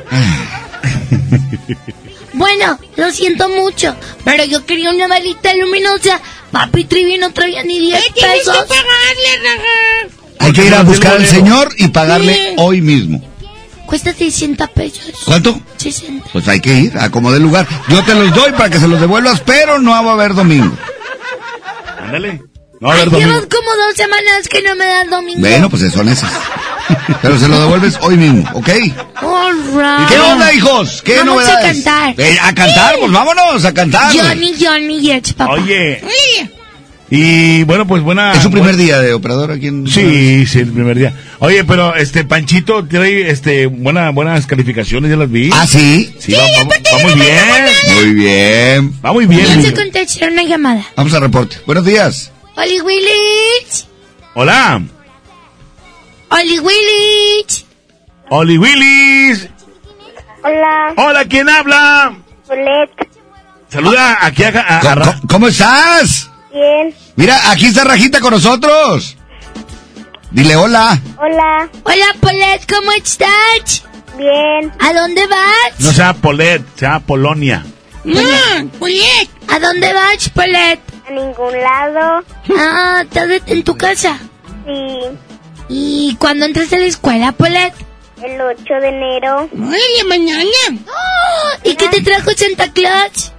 Bueno, lo siento mucho, pero yo quería una varita luminosa. Papi Trivi no traía ni diez ¿Qué tienes pesos. que pagarle, raja? Hay que ir a buscar al bolero. señor y pagarle Sí. hoy mismo. Cuesta seiscientos pesos. ¿Cuánto? sesenta. Pues hay que ir, a como del lugar. Yo te los doy para que se los devuelvas, pero no va a haber domingo. Ándale. No, a ver, Llevas domingo. como dos semanas que no me dan domingo. Bueno, pues son esas. Pero se lo devuelves hoy mismo, ¿ok? All right. ¿Qué onda, hijos? ¿Qué Vamos novedades? a cantar. Eh, a cantar, pues vámonos a cantar. Johnny, Johnny, yes, papá. Oye. Y bueno, pues buena. Es su primer buen- día de operador aquí en... Sí, sí, el primer día. Oye, pero este Panchito trae este buena, buenas calificaciones, ya las vi. ¿Ah, sí? Sí, va, va- va muy bien. Muy bien. Va muy bien. Vamos a contestar una llamada. Vamos al reporte. Buenos días. Oli Willis. Hola. Oli Willis. Oli Willis. Hola, Hola, ¿quién habla? Polet. Saluda aquí a, a- a- ¿Cómo, cómo- cómo estás? Bien. Mira, aquí está Rajita con nosotros. Dile hola. Hola. Hola, Polet, ¿cómo estás? Bien. ¿A dónde vas? No sea Polet, sea Polonia. No, Polet. ¿A dónde vas, Polet? A ningún lado. Ah, ¿estás en tu casa? Sí. ¿Y cuándo entras a la escuela, Polet? El ocho de enero. Oye, mañana. ¡Oh! ¿Y qué te trajo Santa Claus?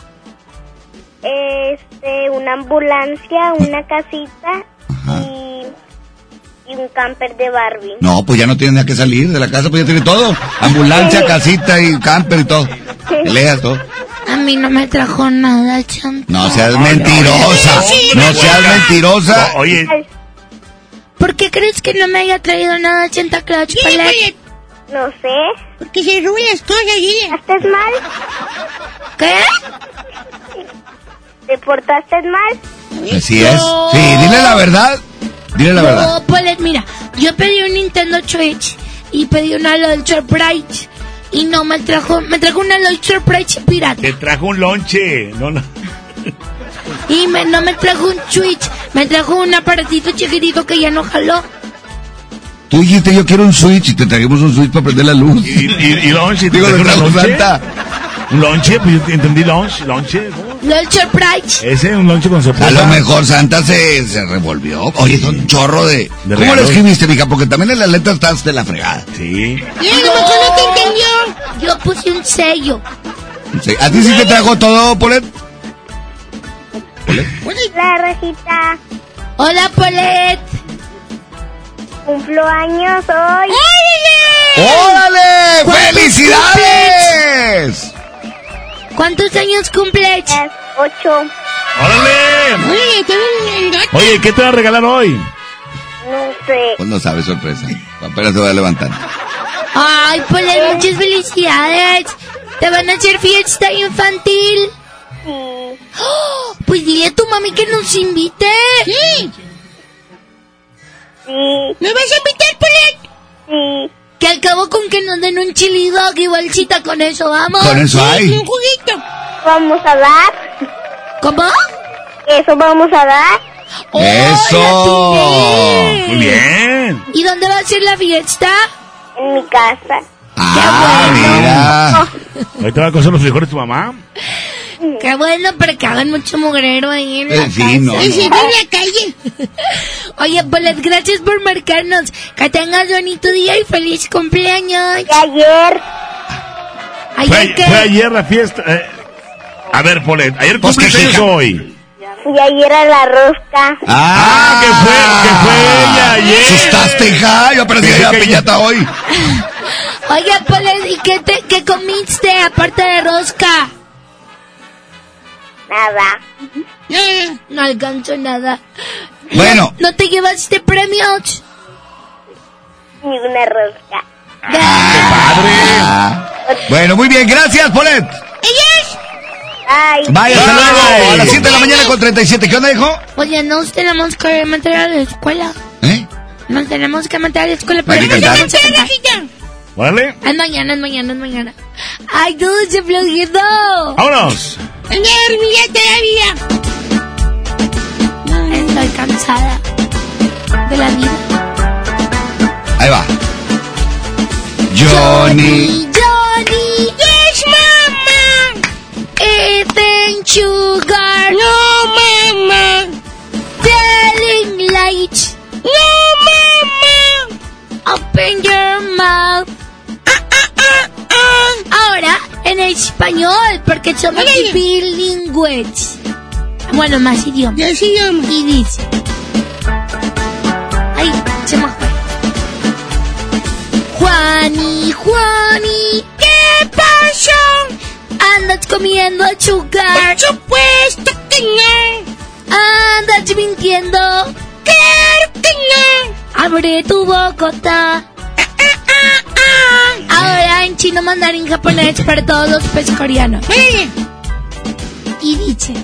Este, una ambulancia, una casita y, y un camper de Barbie. No, pues ya no tiene nada que salir de la casa, pues ya tiene todo. Ambulancia, casita y camper y todo. Pelea todo. A mí no me trajo nada, Santa. No seas mentirosa. No seas mentirosa. No, oye, ¿Por qué crees que no me haya traído nada Santa Claus, Sí, Polet? Polet. No sé. Porque se roban las cosas allí. ¿Estás mal? ¿Qué? ¿Te portaste mal? Así es. Sí, dile la verdad. Dile la verdad. No, Polet, mira, yo pedí un Nintendo Switch y pedí una LOL Surprise y no me trajo, me trajo una LOL Surprise pirata. te trajo un lonche. No, no. Y me, no me trajo un Switch, me trajo un aparatito chiquitito que ya no jaló. Tú dijiste yo quiero un Switch y te trajimos un Switch para prender la luz. Y, y, y lonche, ¿te Digo, trajo de una Trago lonche? Santa. Un lonche, pues yo entendí lonche, lonche. ¿cómo? LOL Surprise. Ese, un lonche con A sorpresa. lo mejor Santa se, se revolvió. Oye, es un chorro de... De ¿Cómo regalos. le escribiste, mija? Porque también en las letras estás de la fregada. Sí. Y a lo mejor no te entendió. Yo puse un sello. Sí. ¿A ti sí te trajo todo, Polet? La Rajita. Hola, Polet. Cumplo años hoy. ¡Órale! ¿Cuántos ¡Felicidades! ¿Cuántos años cumples? Las ocho. ¡Órale! Oye, tengo un gato. Oye, ¿qué te va a regalar hoy? No sé. Pues no sabes, sorpresa. Apenas se va a levantar. Ay, Polet, muchas felicidades. ¿Te van a hacer fiesta infantil? Sí. ¡Oh! Pues dile a tu mami que nos invite. Sí. Sí. ¿Me vas a invitar, Polet? Sí. Que al cabo con que nos den un chili dog y bolsita, con eso vamos. Con eso hay. Un juguito. Vamos a dar. ¿Cómo? Eso vamos a dar. ¡Oh, ¡Eso! la atiné! Muy bien. ¿Y dónde va a ser la fiesta? En mi casa. Ah, mira. ¿Ahí te va a cocer los frijoles tu mamá? Qué bueno, pero que hagan mucho mugrero ahí en la Eh, sí, no, casa. no. Sí, en la calle. Oye, pues gracias por marcarnos. Que tengas bonito día y feliz cumpleaños. Y ayer, Fue, ¿Ayer qué? fue ayer la fiesta. eh, a ver, Polet, ayer Pues que cumpleaños sí. hoy. fui ayer a la rosca. Ah, que fue, que fue ella ayer. ¿Asustaste, hija? Yo parecía Pensé ya que- piñata hoy. Oye, pues, ¿y qué, te, qué comiste aparte de rosca? Nada. No alcanzo nada. Bueno. ¿No, no te llevaste premios? Ni una rosca. Ah, bueno, muy bien, gracias, Polet. Ay, Vaya, hasta Bye. luego. A las siete de la mañana con treinta y siete. ¿Qué onda, hijo? Oye, nos tenemos que meter a la escuela. ¿Eh? Nos tenemos que meter a la escuela. Hay que Pero cantar. vamos a cantar. ¿Vale? Es mañana, es mañana, es mañana. ¡Ay, dulce flojito! ¡Vámonos! Dormía todavía. Estoy cansada de la vida. Ahí va. Johnny. Johnny, Yes, mamá. eating sugar, No, mamá. telling lights, No, mamá. open your mouth. Ahora en español, porque somos Órale. bilingües. Bueno, más idiomas. Ya sí, mamá. Y dice: ay, se me fue. Juani, Juani, ¿Qué pasó? andas comiendo azúcar, Por supuesto que no. andas mintiendo. Claro que no. Abre tu bocota. Ahora en chino, mandarín, japonés, para todos los pez coreanos. Órale. Y dice: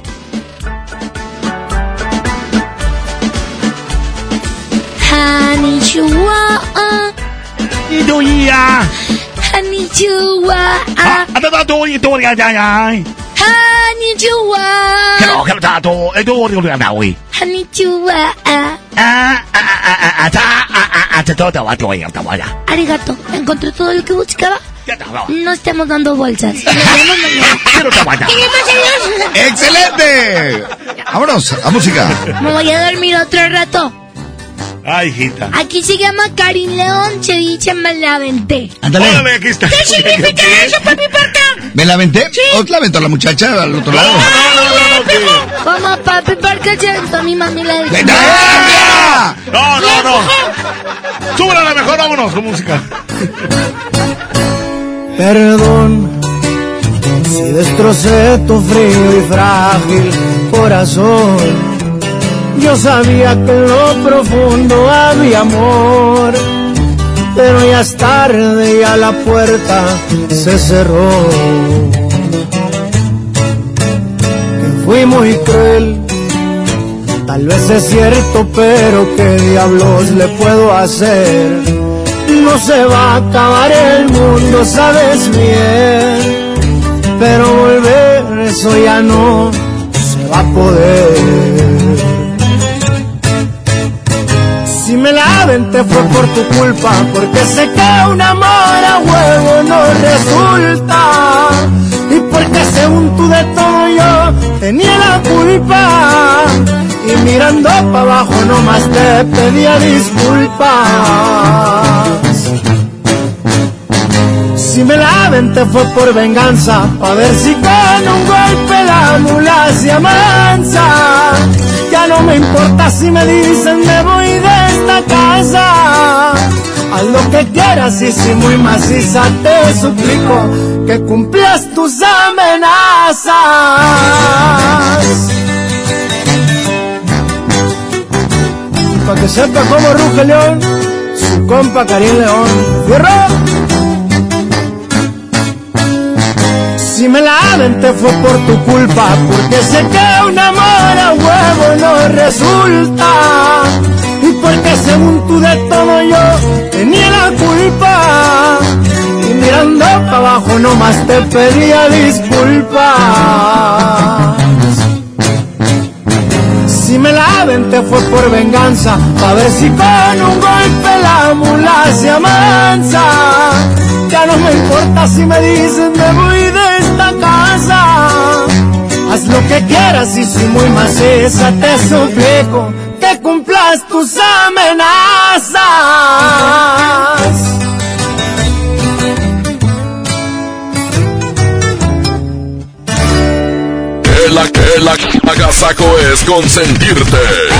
Hanishua, ¡Doya! Hanishua, ¡Ah! ¡Ah! ¡Doya! ¡Doya! ¡Ya! Hanishua, ¡Hello! ¡Hello! ¡Hello! ¡Hello! ¡Hello! ¡Hello! Hanishua. ¡Ah! ¡Ah! ¡Ah! ¡Ah! ¡Ah! ¡Ah! ¡Ah! ¡Ah! Arigato, encontré todo lo que buscaba. No estamos dando bolsas. Nos vemos mañana. ¡Excelente! Vámonos a música. Me voy a dormir otro rato. ¡Ay, hijita! Aquí se llama Karin León, se dice me la aventé. Ándale. ¡Órale, aquí está! ¿Qué significa eso, papi Parca? ¿Me la aventé? ¿O te la aventó la muchacha al otro lado? Como papi porque se aventó mi mami la dijo. ¡Venga! ¡No, no, no! ¡Súbela a la mejor! ¡Vámonos con música! Perdón si destrocé tu frío y frágil corazón. Yo sabía que en lo profundo había amor, pero ya es tarde, ya la puerta se cerró. Que fui muy cruel, tal vez es cierto, pero qué diablos le puedo hacer. No se va a acabar el mundo, sabes bien, pero volver eso ya no se va a poder. Si me la aventé fue por tu culpa, porque sé que un amor a huevo no resulta, y porque según tú de todo yo tenía la culpa, y mirando para abajo nomás te pedía disculpas. Si me la aventé fue por venganza, pa' ver si con un golpe la mula se amansa. Ya no me importa si me dicen me voy de esta casa. Haz lo que quieras y si muy maciza te suplico que cumplas tus amenazas. Y pa' que sepa cómo ruge León, su compa Karin León. ¡Fierro! Si me la aventé fue por tu culpa, porque sé que un amor a huevo no resulta, y porque según tú de todo yo tenía la culpa, y mirando para abajo nomás te pedía disculpas. Si me la aventé fue por venganza, pa' ver si con un golpe la mula se amansa. Ya no me importa si me dicen me voy de esta casa. Haz lo que quieras y si muy maciza te suplico que cumplas tus amenazas. Que la que la agasajo es consentirte.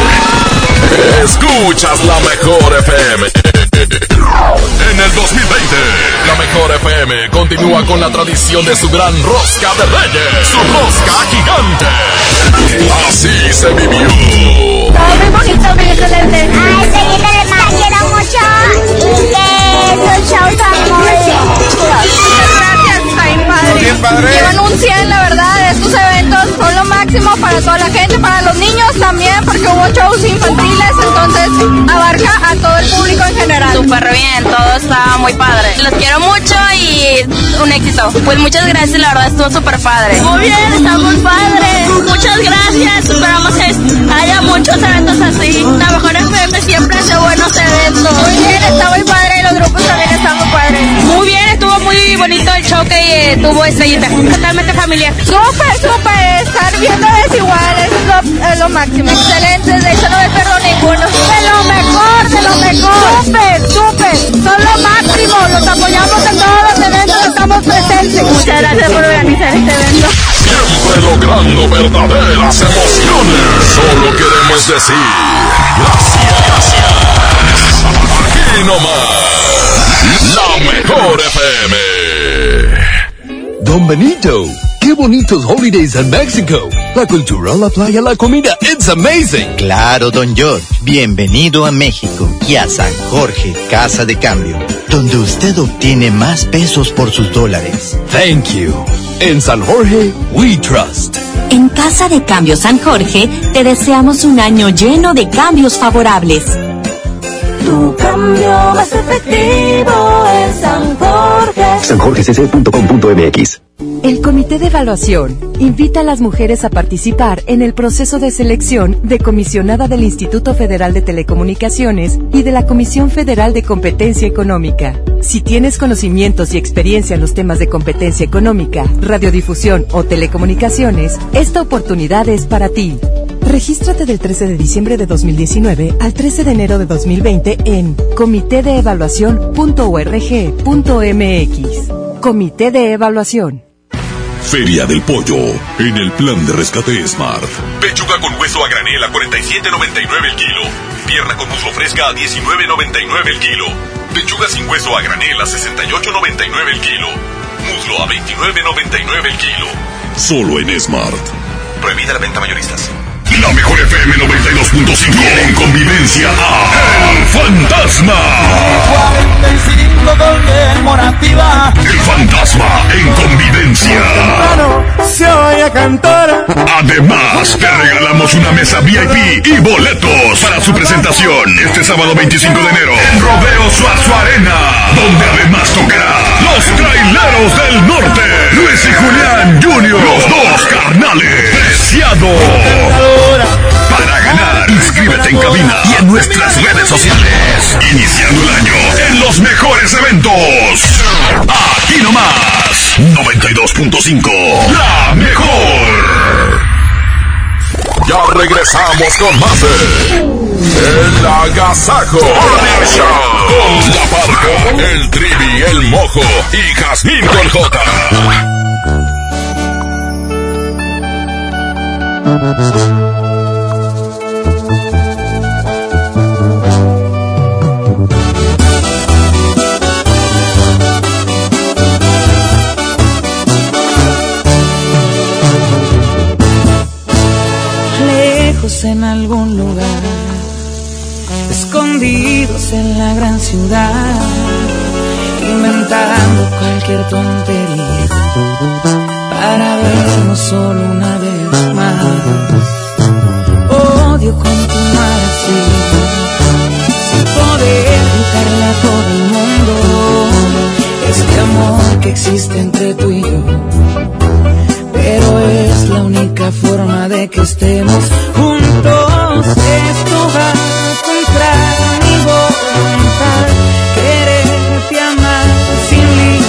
Escuchas la mejor F M. En el dos mil veinte, la mejor F M continúa con la tradición de su gran rosca de Reyes, su rosca gigante. Así se vivió. Todo muy bonito, muy excelente. Ay, señorita, les quiero mucho. Y que los shows son muy Muchas gracias, está bien padre. Bien padre. Llevan un cien, la verdad, estos eventos son lo máximo para toda la gente, para los niños también, porque hubo shows infantiles, entonces abarca a todo el público en general. Súper bien, todo está muy padre. Los quiero mucho y un éxito. Pues muchas gracias, la verdad estuvo súper padre. Muy bien, está muy padre. Muchas gracias, esperamos que haya muchos eventos así. La mejor F M siempre hace buenos eventos. Muy bien, está muy padre y los grupos también están muy padres. Muy bien, estuvo muy bonito el show que eh, tuvo Estrellita. Totalmente familiar. Súper, súper, estar viendo desiguales es lo, es lo máximo. Excelente, de hecho no me perro ninguno. De lo mejor, de lo mejor. Súper, súper, son lo máximo. Los apoyamos en todos los eventos, estamos presentes. Muchas gracias por organizar este evento. Siempre logrando verdaderas emociones. Solo queremos decir gracias, gracias. Aquí nomás, la mejor F M. Don Benito, qué bonitos holidays en México. La cultura, la playa, la comida, it's amazing. Claro, don George. Bienvenido a México y a San Jorge, Casa de Cambio, donde usted obtiene más pesos por sus dólares. Thank you. En San Jorge, we trust. En Casa de Cambio San Jorge, te deseamos un año lleno de cambios favorables. Tu cambio más efectivo en San Jorge. san jorge c c punto com punto m x. El Comité de Evaluación invita a las mujeres a participar en el proceso de selección de comisionada del Instituto Federal de Telecomunicaciones y de la Comisión Federal de Competencia Económica. Si tienes conocimientos y experiencia en los temas de competencia económica, radiodifusión o telecomunicaciones, esta oportunidad es para ti. Regístrate del trece de diciembre de dos mil diecinueve al trece de enero de dos mil veinte en comité de evaluación punto org punto m x. Comité de Evaluación. Feria del Pollo, en el plan de rescate Smart. Pechuga con hueso a granel a cuarenta y siete noventa y nueve el kilo. Pierna con muslo fresca a diecinueve noventa y nueve el kilo. Pechuga sin hueso a granel a sesenta y ocho noventa y nueve el kilo. Muslo a veintinueve noventa y nueve el kilo. Solo en Smart. Prohibida la venta mayoristas. La mejor F M noventa y dos punto cinco en convivencia a El Fantasma. cuarenta y cinco conmemorativa. El Fantasma en convivencia. Temprano se oye cantar. Además, te regalamos una mesa V I P y boletos para su presentación este sábado veinticinco de enero en Rodeo Suazo Arena, donde además tocará Los Traileros del Norte, Luis y Julián junior, los dos carnales, Preciado. Para ganar, inscríbete en cabina y en nuestras redes sociales. Iniciando el año en los mejores eventos. Aquí nomás, noventa y dos punto cinco, la mejor. Ya regresamos con más de El Agasajo Morning Show con La Parca, el Trivi, el Mojo y Jazmín con J. Lejos en algún lugar, escondidos en la gran ciudad, inventando cualquier tontería para vernos solo una vez más. Odio continuar así, sin poder gritarle a todo el mundo este amor que existe entre tú y yo. Pero es la única forma de que estemos juntos. Esto va contra mi voluntad, quererte amar sin límite.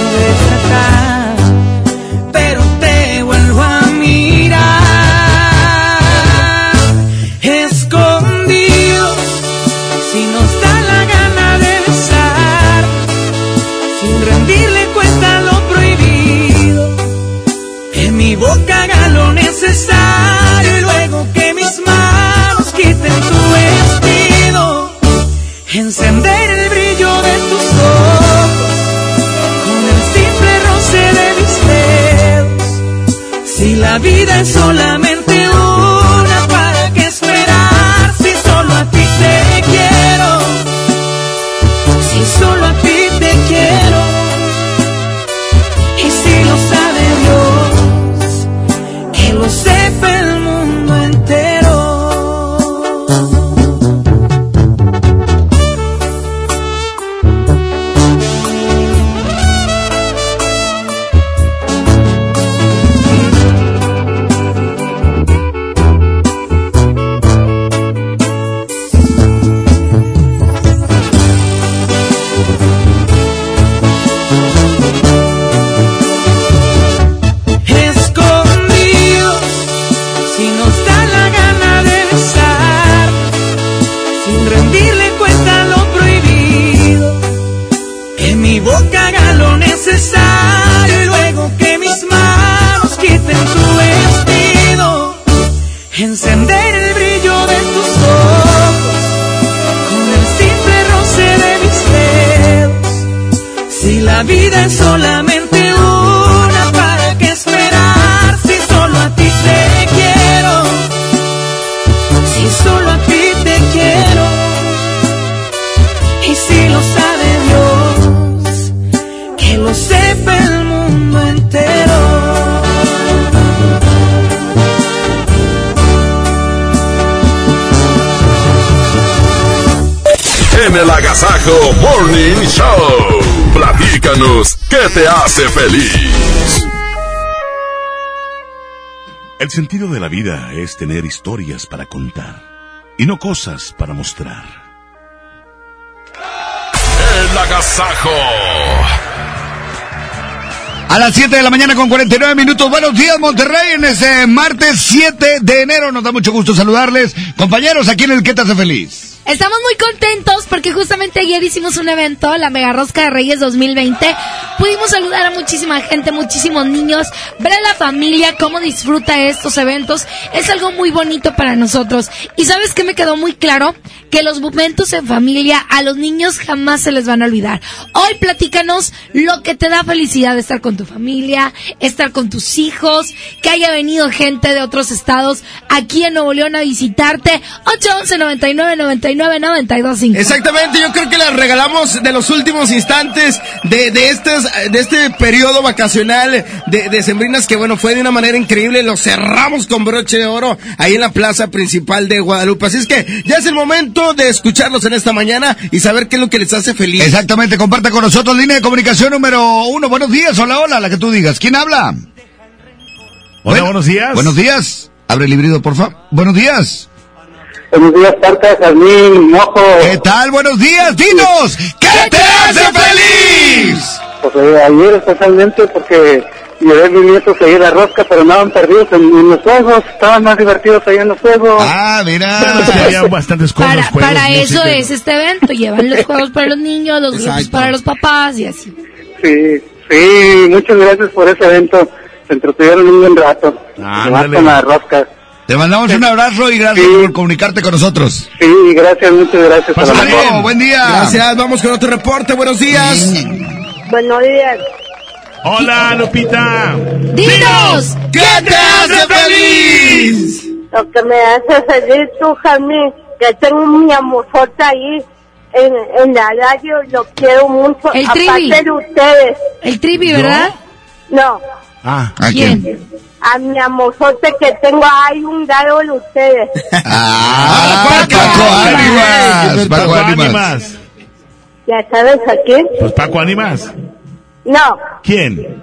si nos da la gana de besar, sin rendirle cuenta a lo prohibido, que mi boca haga lo necesario y luego que mis manos quiten tu vestido, encender el brillo de tus ojos con el simple roce de mis dedos. Si la vida es solamente una, ¿para qué esperar? Si solo a ti te quiero, si solo a ti te quiero, y si lo sabe Dios, que lo sepa el mundo entero. En el Agasajo Morning Show, platícanos qué te hace feliz. El sentido de la vida es tener historias para contar y no cosas para mostrar. El Agasajo. A las siete de la mañana con cuarenta y nueve minutos. Buenos días, Monterrey, en este martes siete de enero. Nos da mucho gusto saludarles. Compañeros, aquí en el ¿Qué te hace feliz? Estamos muy contentos porque justamente ayer hicimos un evento, la Mega Rosca de Reyes dos mil veinte. Pudimos saludar a muchísima gente, muchísimos niños, ver a la familia cómo disfruta estos eventos. Es algo muy bonito para nosotros. Y ¿sabes qué me quedó muy claro? Que los momentos en familia a los niños jamás se les van a olvidar. Hoy platícanos lo que te da felicidad de estar con tu familia, estar con tus hijos, que haya venido gente de otros estados aquí en Nuevo León a visitarte. ocho once, noventa y nueve, noventa y nueve, noventa y dos cinco. Exactamente, yo creo que las regalamos de los últimos instantes de, de, estas, de este periodo vacacional de, de sembrinas, que bueno, fue de una manera increíble. Lo cerramos con broche de oro ahí en la plaza principal de Guadalupe. Así es que ya es el momento de escucharlos en esta mañana y saber qué es lo que les hace feliz. Exactamente, comparta con nosotros línea de comunicación número uno. Buenos días, hola, hola, la que tú digas. ¿Quién habla? Hola, bueno, buenos días. Buenos días. Abre el híbrido, por favor. Buenos días. Buenos días, Parca, Jazmín, Mojo. ¿Qué tal? Buenos días, dinos. ¿Qué, ¿Qué te hace feliz? Pues eh, ayer especialmente porque llevé a mis nietos ahí a la rosca, pero andaban perdidos en, en los juegos. Estaban más divertidos ahí en los juegos. Ah, mira. Bueno, es que había bastantes cosas. Para, juegos, para eso música. Es este evento. Llevan los juegos para los niños, los juegos para los papás y así. Sí, sí, muchas gracias por ese evento. Se entretuvieron un buen rato. Más con la rosca. Te mandamos un abrazo y gracias sí. por comunicarte con nosotros. Sí, gracias, muchas gracias. Pásale bien, buen día. Gracias, vamos con otro reporte, buenos días. Buenos días. Hola, Lupita. Dinos, ¿qué te hace feliz? Lo que me hace feliz, tú, Jazmín, que tengo mi amorzote ahí en, en la radio, lo quiero mucho. El aparte Trivi. de ustedes. El Trivi, ¿verdad? No. Ah, ¿a quién? quién? A mi amorzote que tengo ahí un dado de ustedes. Ah, Paco Ánimas. Paco Ánimas. ¿Ya sabes a quién? Pues Paco Ánimas. No. ¿Quién?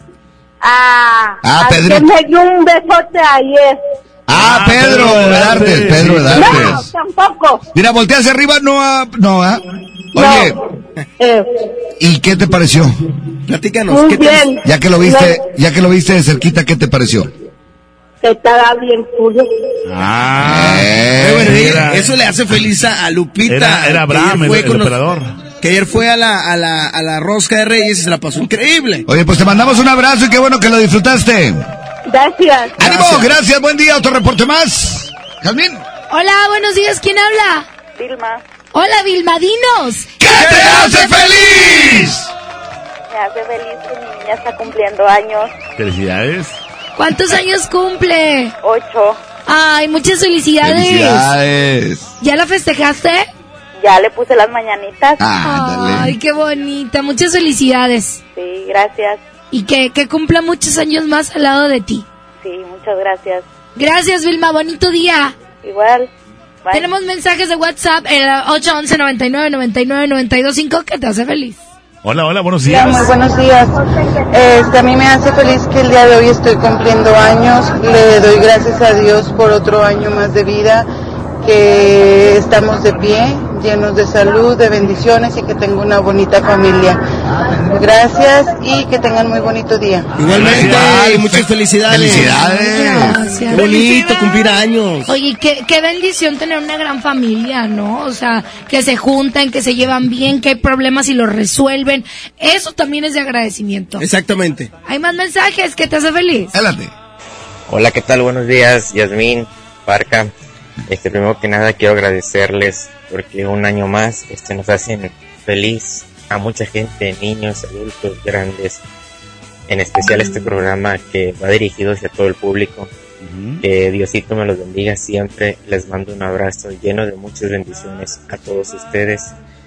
Ah, ah Pedro. Que me dio un besote ayer. Ah, Pedro Vedartes, Pedro Vedartes. No, tampoco. Mira, voltea hacia arriba, no, a, no, ¿ah? Oye, no. Eh. ¿Y qué te pareció? Platícanos. Muy ¿qué bien. Te... Ya que lo viste, no. ya que lo viste de cerquita, ¿qué te pareció? Que estaba bien culo. Ah, eh, bueno, eso le hace feliz a Lupita. Era, era Abraham, el, el operador. Que ayer fue a la, a la, a la Rosca de Reyes y se la pasó increíble. Oye, pues te mandamos un abrazo y qué bueno que lo disfrutaste. Gracias. ¡Ánimo! Gracias, gracias. Buen día. Otro reporte más. Jazmín. Hola, buenos días. ¿Quién habla? Vilma. Hola, Vilma, dinos. ¿Qué te hace feliz? Me hace feliz que mi niña está cumpliendo años. Felicidades. ¿Cuántos años cumple? Ocho. Ay, muchas felicidades. Felicidades. ¿Ya la festejaste? Ya le puse las mañanitas. Ah, Ay, qué bonita. Muchas felicidades. Sí, gracias. Y que, que cumpla muchos años más al lado de ti. Sí, muchas gracias. Gracias, Vilma. Bonito día. Igual. Bye. Tenemos mensajes de WhatsApp en ocho once, noventa y nueve, noventa y nueve, noventa y dos cinco que te hace feliz. Hola, hola, buenos días. Hola, muy buenos días. Este, a mí me hace feliz que el día de hoy estoy cumpliendo años. Le doy gracias a Dios por otro año más de vida, que estamos de pie. llenos de salud, de bendiciones y que tenga una bonita familia. Gracias y que tengan muy bonito día. Igualmente, y muchas felicidades. Felicidades. Gracias. Qué bonito cumplir años. Oye, qué, qué bendición tener una gran familia, ¿no? O sea, que se juntan, que se llevan bien, que hay problemas y los resuelven. Eso también es de agradecimiento. Exactamente. Hay más mensajes que te hace feliz. Adelante. Hola, ¿qué tal? Buenos días, Yasmín, Parca. Este, primero que nada quiero agradecerles porque un año más este, nos hacen feliz a mucha gente, niños, adultos, grandes. En especial este programa que va dirigido hacia todo el público. Uh-huh. Que Diosito me los bendiga siempre. Les mando un abrazo lleno de muchas bendiciones a todos ustedes.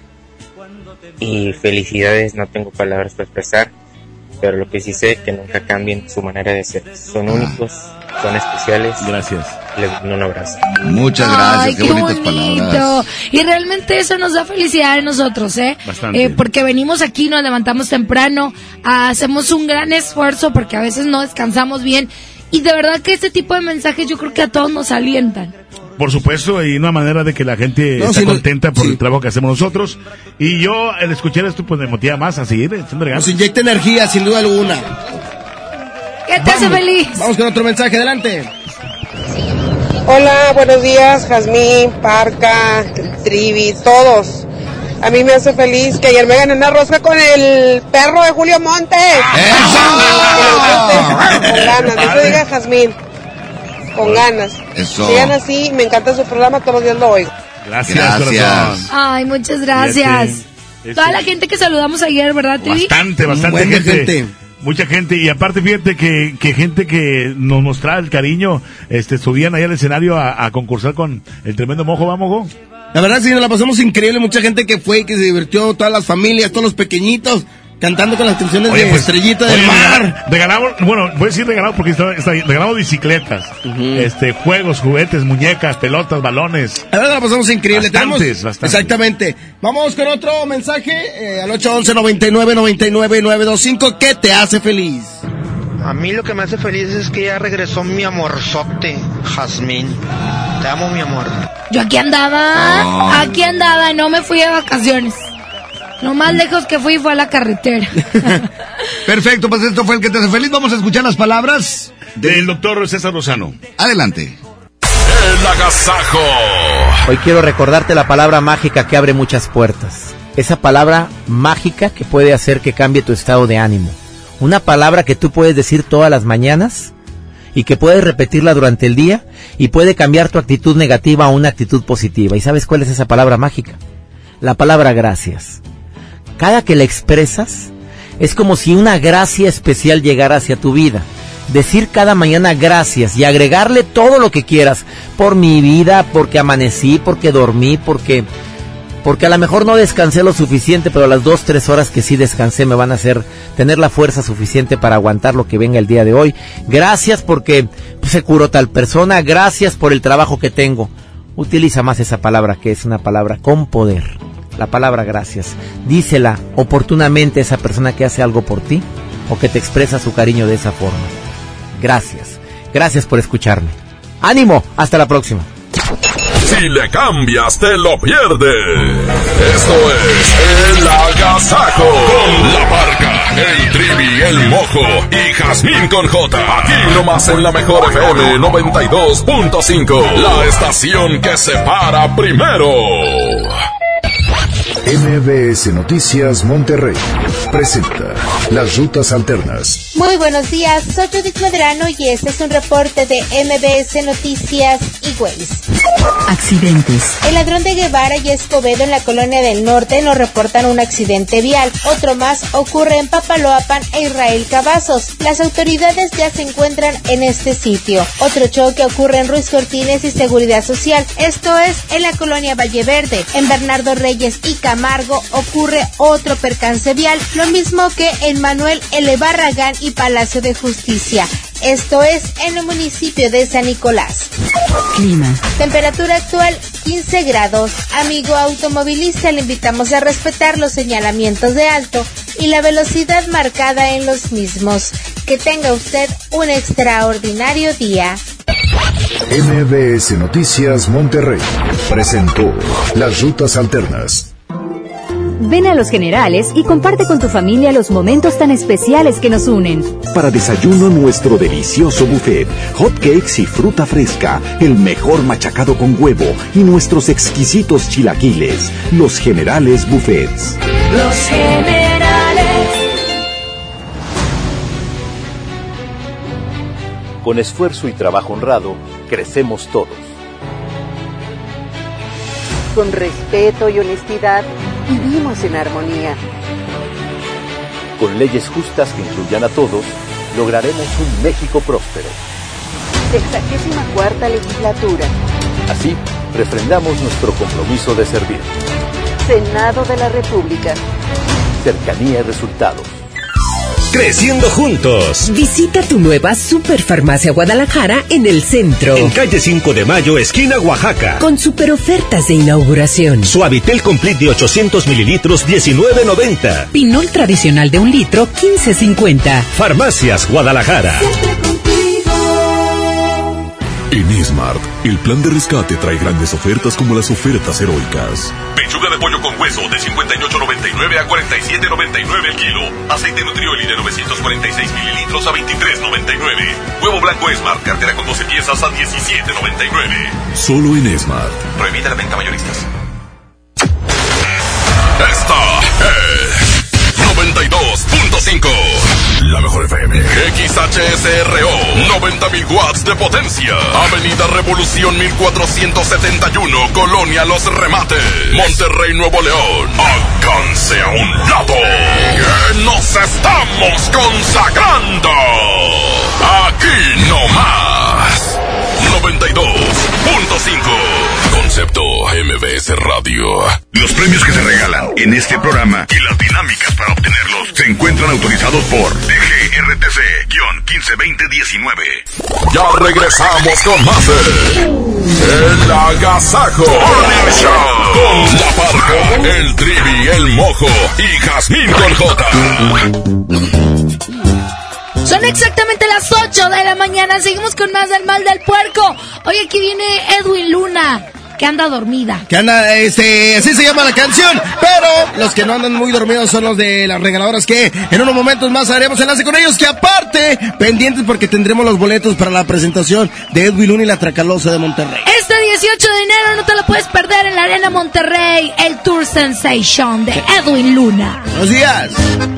Y felicidades, no tengo palabras para expresar, pero lo que sí sé es que nunca cambien su manera de ser. Son únicos, son especiales. Gracias. Les mando un abrazo. Muchas gracias, Ay, qué, qué bonitas bonito. palabras. Y realmente eso nos da felicidad a nosotros, ¿eh? Bastante. Eh, porque venimos aquí, nos levantamos temprano, ah, hacemos un gran esfuerzo porque a veces no descansamos bien. Y de verdad que este tipo de mensajes yo creo que a todos nos alientan. Por supuesto, y una manera de que la gente No, está si no- contenta por sí. el trabajo que hacemos nosotros. Y yo, al escuchar esto, pues me motiva más a seguir echando regalos. Nos inyecta energía, sin duda alguna. ¿Qué te hace feliz? Vamos con otro mensaje, adelante. Hola, buenos días, Jazmín, Parca, Trivi, todos. A mí me hace feliz que ayer me gané una rosca con el perro de Julio Montes. ¡Eso! Con ganas, eso diga Jazmín. Con ganas. Eso. Sigan así, me encanta su programa, todos los días lo oigo. Gracias, Gracias. corazón. Ay, muchas gracias. Fíjate, Toda este- la gente que saludamos ayer, ¿verdad, Trivi? Bastante, bastante Buena gente. gente. Mucha gente. Y aparte, fíjate que, que gente que nos mostraba el cariño, este, subían ahí al escenario a, a concursar con el tremendo Mojo, ¿va, Mojo? La verdad sí, nos la pasamos increíble, mucha gente que fue y que se divirtió, todas las familias, todos los pequeñitos, cantando con las canciones Oye, de pues, Estrellita oye, del Mar. regala- Regalamos, bueno, voy a decir regalamos porque está, está ahí, regalamos bicicletas, este, juegos, juguetes, muñecas, pelotas, balones. La verdad la pasamos increíble. Bastantes, Tenemos- bastantes. Exactamente. Vamos con otro mensaje eh, al ocho once, noventa y nueve, noventa y nueve, nueve dos cinco. ¿Qué te hace feliz? A mí lo que me hace feliz es que ya regresó mi amorzote, Jazmín. Te amo, mi amor. Yo aquí andaba, Oh. aquí andaba, no me fui de vacaciones. Lo más lejos que fui fue a la carretera. Perfecto, pues esto fue el que te hace feliz. Vamos a escuchar las palabras Del doctor César Lozano. Adelante. El agasajo. Hoy quiero recordarte la palabra mágica que abre muchas puertas. Esa palabra mágica que puede hacer que cambie tu estado de ánimo. Una palabra que tú puedes decir todas las mañanas y que puedes repetirla durante el día y puede cambiar tu actitud negativa a una actitud positiva. ¿Y sabes cuál es esa palabra mágica? La palabra gracias. Cada que la expresas es como si una gracia especial llegara hacia tu vida. Decir cada mañana gracias y agregarle todo lo que quieras. Por mi vida, porque amanecí, porque dormí, porque... Porque a lo mejor no descansé lo suficiente, pero las dos, tres horas que sí descansé me van a hacer tener la fuerza suficiente para aguantar lo que venga el día de hoy. Gracias porque pues, se curó tal persona. Gracias por el trabajo que tengo. Utiliza más esa palabra, que es una palabra con poder. La palabra gracias. Dísela oportunamente a esa persona que hace algo por ti o que te expresa su cariño de esa forma. Gracias. Gracias por escucharme. ¡Ánimo! Hasta la próxima. Si le cambias, te lo pierdes. Esto es El Agasajo. Con la Parca, el Trivi, el Mojo y Jazmín con J. Aquí nomás en la mejor F M noventa y dos punto cinco. La estación que se para primero. M B S Noticias Monterrey presenta Las Rutas Alternas. Muy buenos días, soy Judith Medrano y este es un reporte de M B S Noticias y Waze. Accidentes. El Ladrón de Guevara y Escobedo en la Colonia del Norte nos reportan un accidente vial. Otro más ocurre en Papaloapan e Israel Cavazos. Las autoridades ya se encuentran en este sitio. Otro choque ocurre en Ruiz Cortines y Seguridad Social. Esto es en la Colonia Valle Verde. En Bernardo Reyes y Camargo ocurre otro percance vial, lo mismo que en Manuel L. Barragán y Palacio de Justicia. Esto es en el municipio de San Nicolás. Clima. Temperatura actual quince grados. Amigo automovilista, le invitamos a respetar los señalamientos de alto y la velocidad marcada en los mismos. Que tenga usted un extraordinario día. M B S Noticias Monterrey presentó Las Rutas Alternas. Ven a Los Generales y comparte con tu familia los momentos tan especiales que nos unen. Para desayuno, nuestro delicioso buffet, hot cakes y fruta fresca, el mejor machacado con huevo y nuestros exquisitos chilaquiles. Los Generales Buffets. Los Generales. Con esfuerzo y trabajo honrado, crecemos todos. Con respeto y honestidad, vivimos en armonía. Con leyes justas que incluyan a todos, lograremos un México próspero. Sexagésima cuarta legislatura. Así, refrendamos nuestro compromiso de servir. Senado de la República. Cercanía y resultados. Creciendo juntos. Visita tu nueva Superfarmacia Guadalajara en el centro. En calle cinco de Mayo, esquina Oaxaca. Con super ofertas de inauguración. Suavitel Complete de ochocientos mililitros, diecinueve noventa. Pinol tradicional de un litro, quince cincuenta. Farmacias Guadalajara. En Esmart, el plan de rescate trae grandes ofertas como las ofertas heroicas. Pechuga de pollo con hueso de cincuenta y ocho noventa y nueve a cuarenta y siete noventa y nueve el kilo. Aceite Nutrioli de novecientos cuarenta y seis mililitros a veintitrés noventa y nueve. Huevo blanco Esmart, cartera con doce piezas a diecisiete noventa y nueve. Solo en Esmart. Prohibida la venta mayoristas. Esta es noventa y dos punto cinco. La mejor F M. X H S R O. noventa mil watts de potencia. Avenida Revolución mil cuatrocientos setenta y uno. Colonia Los Remates. Monterrey, Nuevo León. Alcance a un lado. Que nos estamos consagrando. Aquí no más. noventa y dos punto cinco. Concepto M B S Radio. Los premios que se regalan en este programa y las dinámicas para obtenerlos se encuentran autorizados por D G R T C quince veinte diecinueve. Ya regresamos con más de El Agasajo Morning Show con La Parca, el Trivi, el Mojo y Jazmín con J. Son exactamente las ocho de la mañana. Seguimos con más del Mal del Puerco. Hoy aquí viene Edwin Luna, que anda dormida. Que anda, este, así se llama la canción. Pero los que no andan muy dormidos son los de las regaladoras, que en unos momentos más haremos enlace con ellos. Que aparte, pendientes porque tendremos los boletos para la presentación de Edwin Luna y la Tracalosa de Monterrey. Este dieciocho de enero no te lo puedes perder en la Arena Monterrey. El Tour Sensation de Edwin Luna. Buenos días.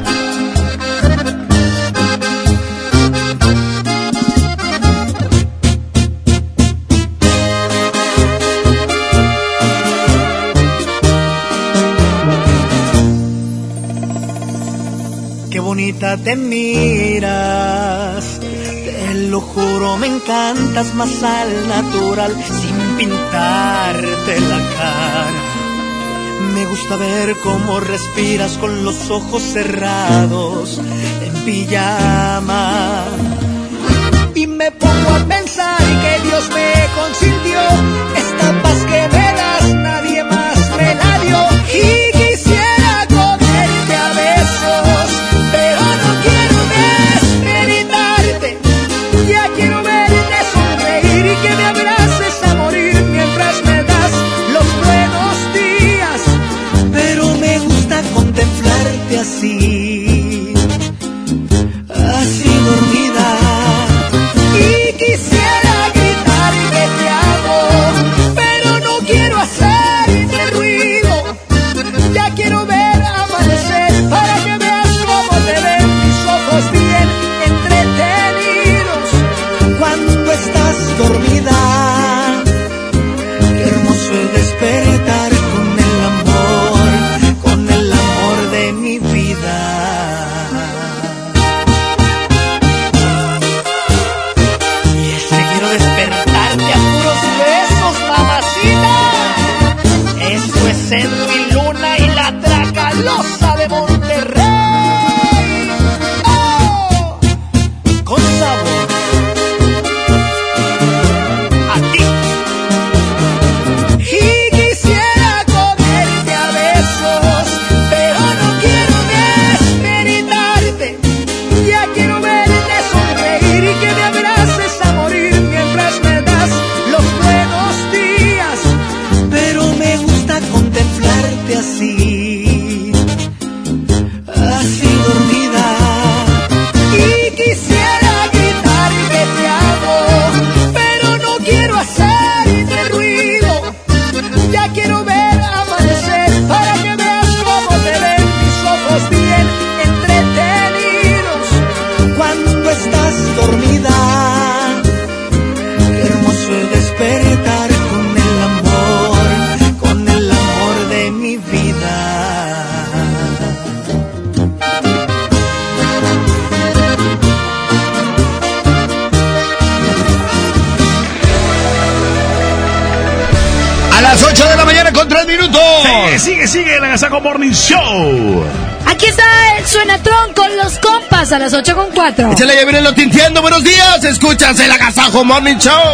Qué bonita te miras, te lo juro, me encantas más al natural, sin pintarte la cara. Me gusta ver cómo respiras con los ojos cerrados, en pijama. Y me pongo a pensar que Dios me consintió, esta paz que me das nadie más me la dio. Y quisiera cogerte a besos, pero no quiero desmeditarte. Ya quiero verte sonreír y que me abraces a morir mientras me das los buenos días. Pero me gusta contemplarte así, así dormida. Y quisiera gritar que te amo, pero no quiero hacerte ruido. Ya quiero ver amanecer para que veas cómo te ven mis ojos bien entretenidos cuando estás dormida. Qué hermoso es despertar con el amor, con el amor de mi vida. Edwin Luna y la Tracalosa de Monterrey. ¡Oh! Con sabor a ti. Y quisiera cogerte a besos, pero no quiero desmeditarte. Ya quiero verte sonreír y que me abraces a morir mientras me das los Las ocho de la mañana con tres minutos. Sigue, sigue, sigue el Agasajo Morning Show. Aquí está el Suenatron con los compas a las ocho con cuatro. Échale, ya viene lo tintiendo. Buenos días, escuchas el Agasajo Morning Show.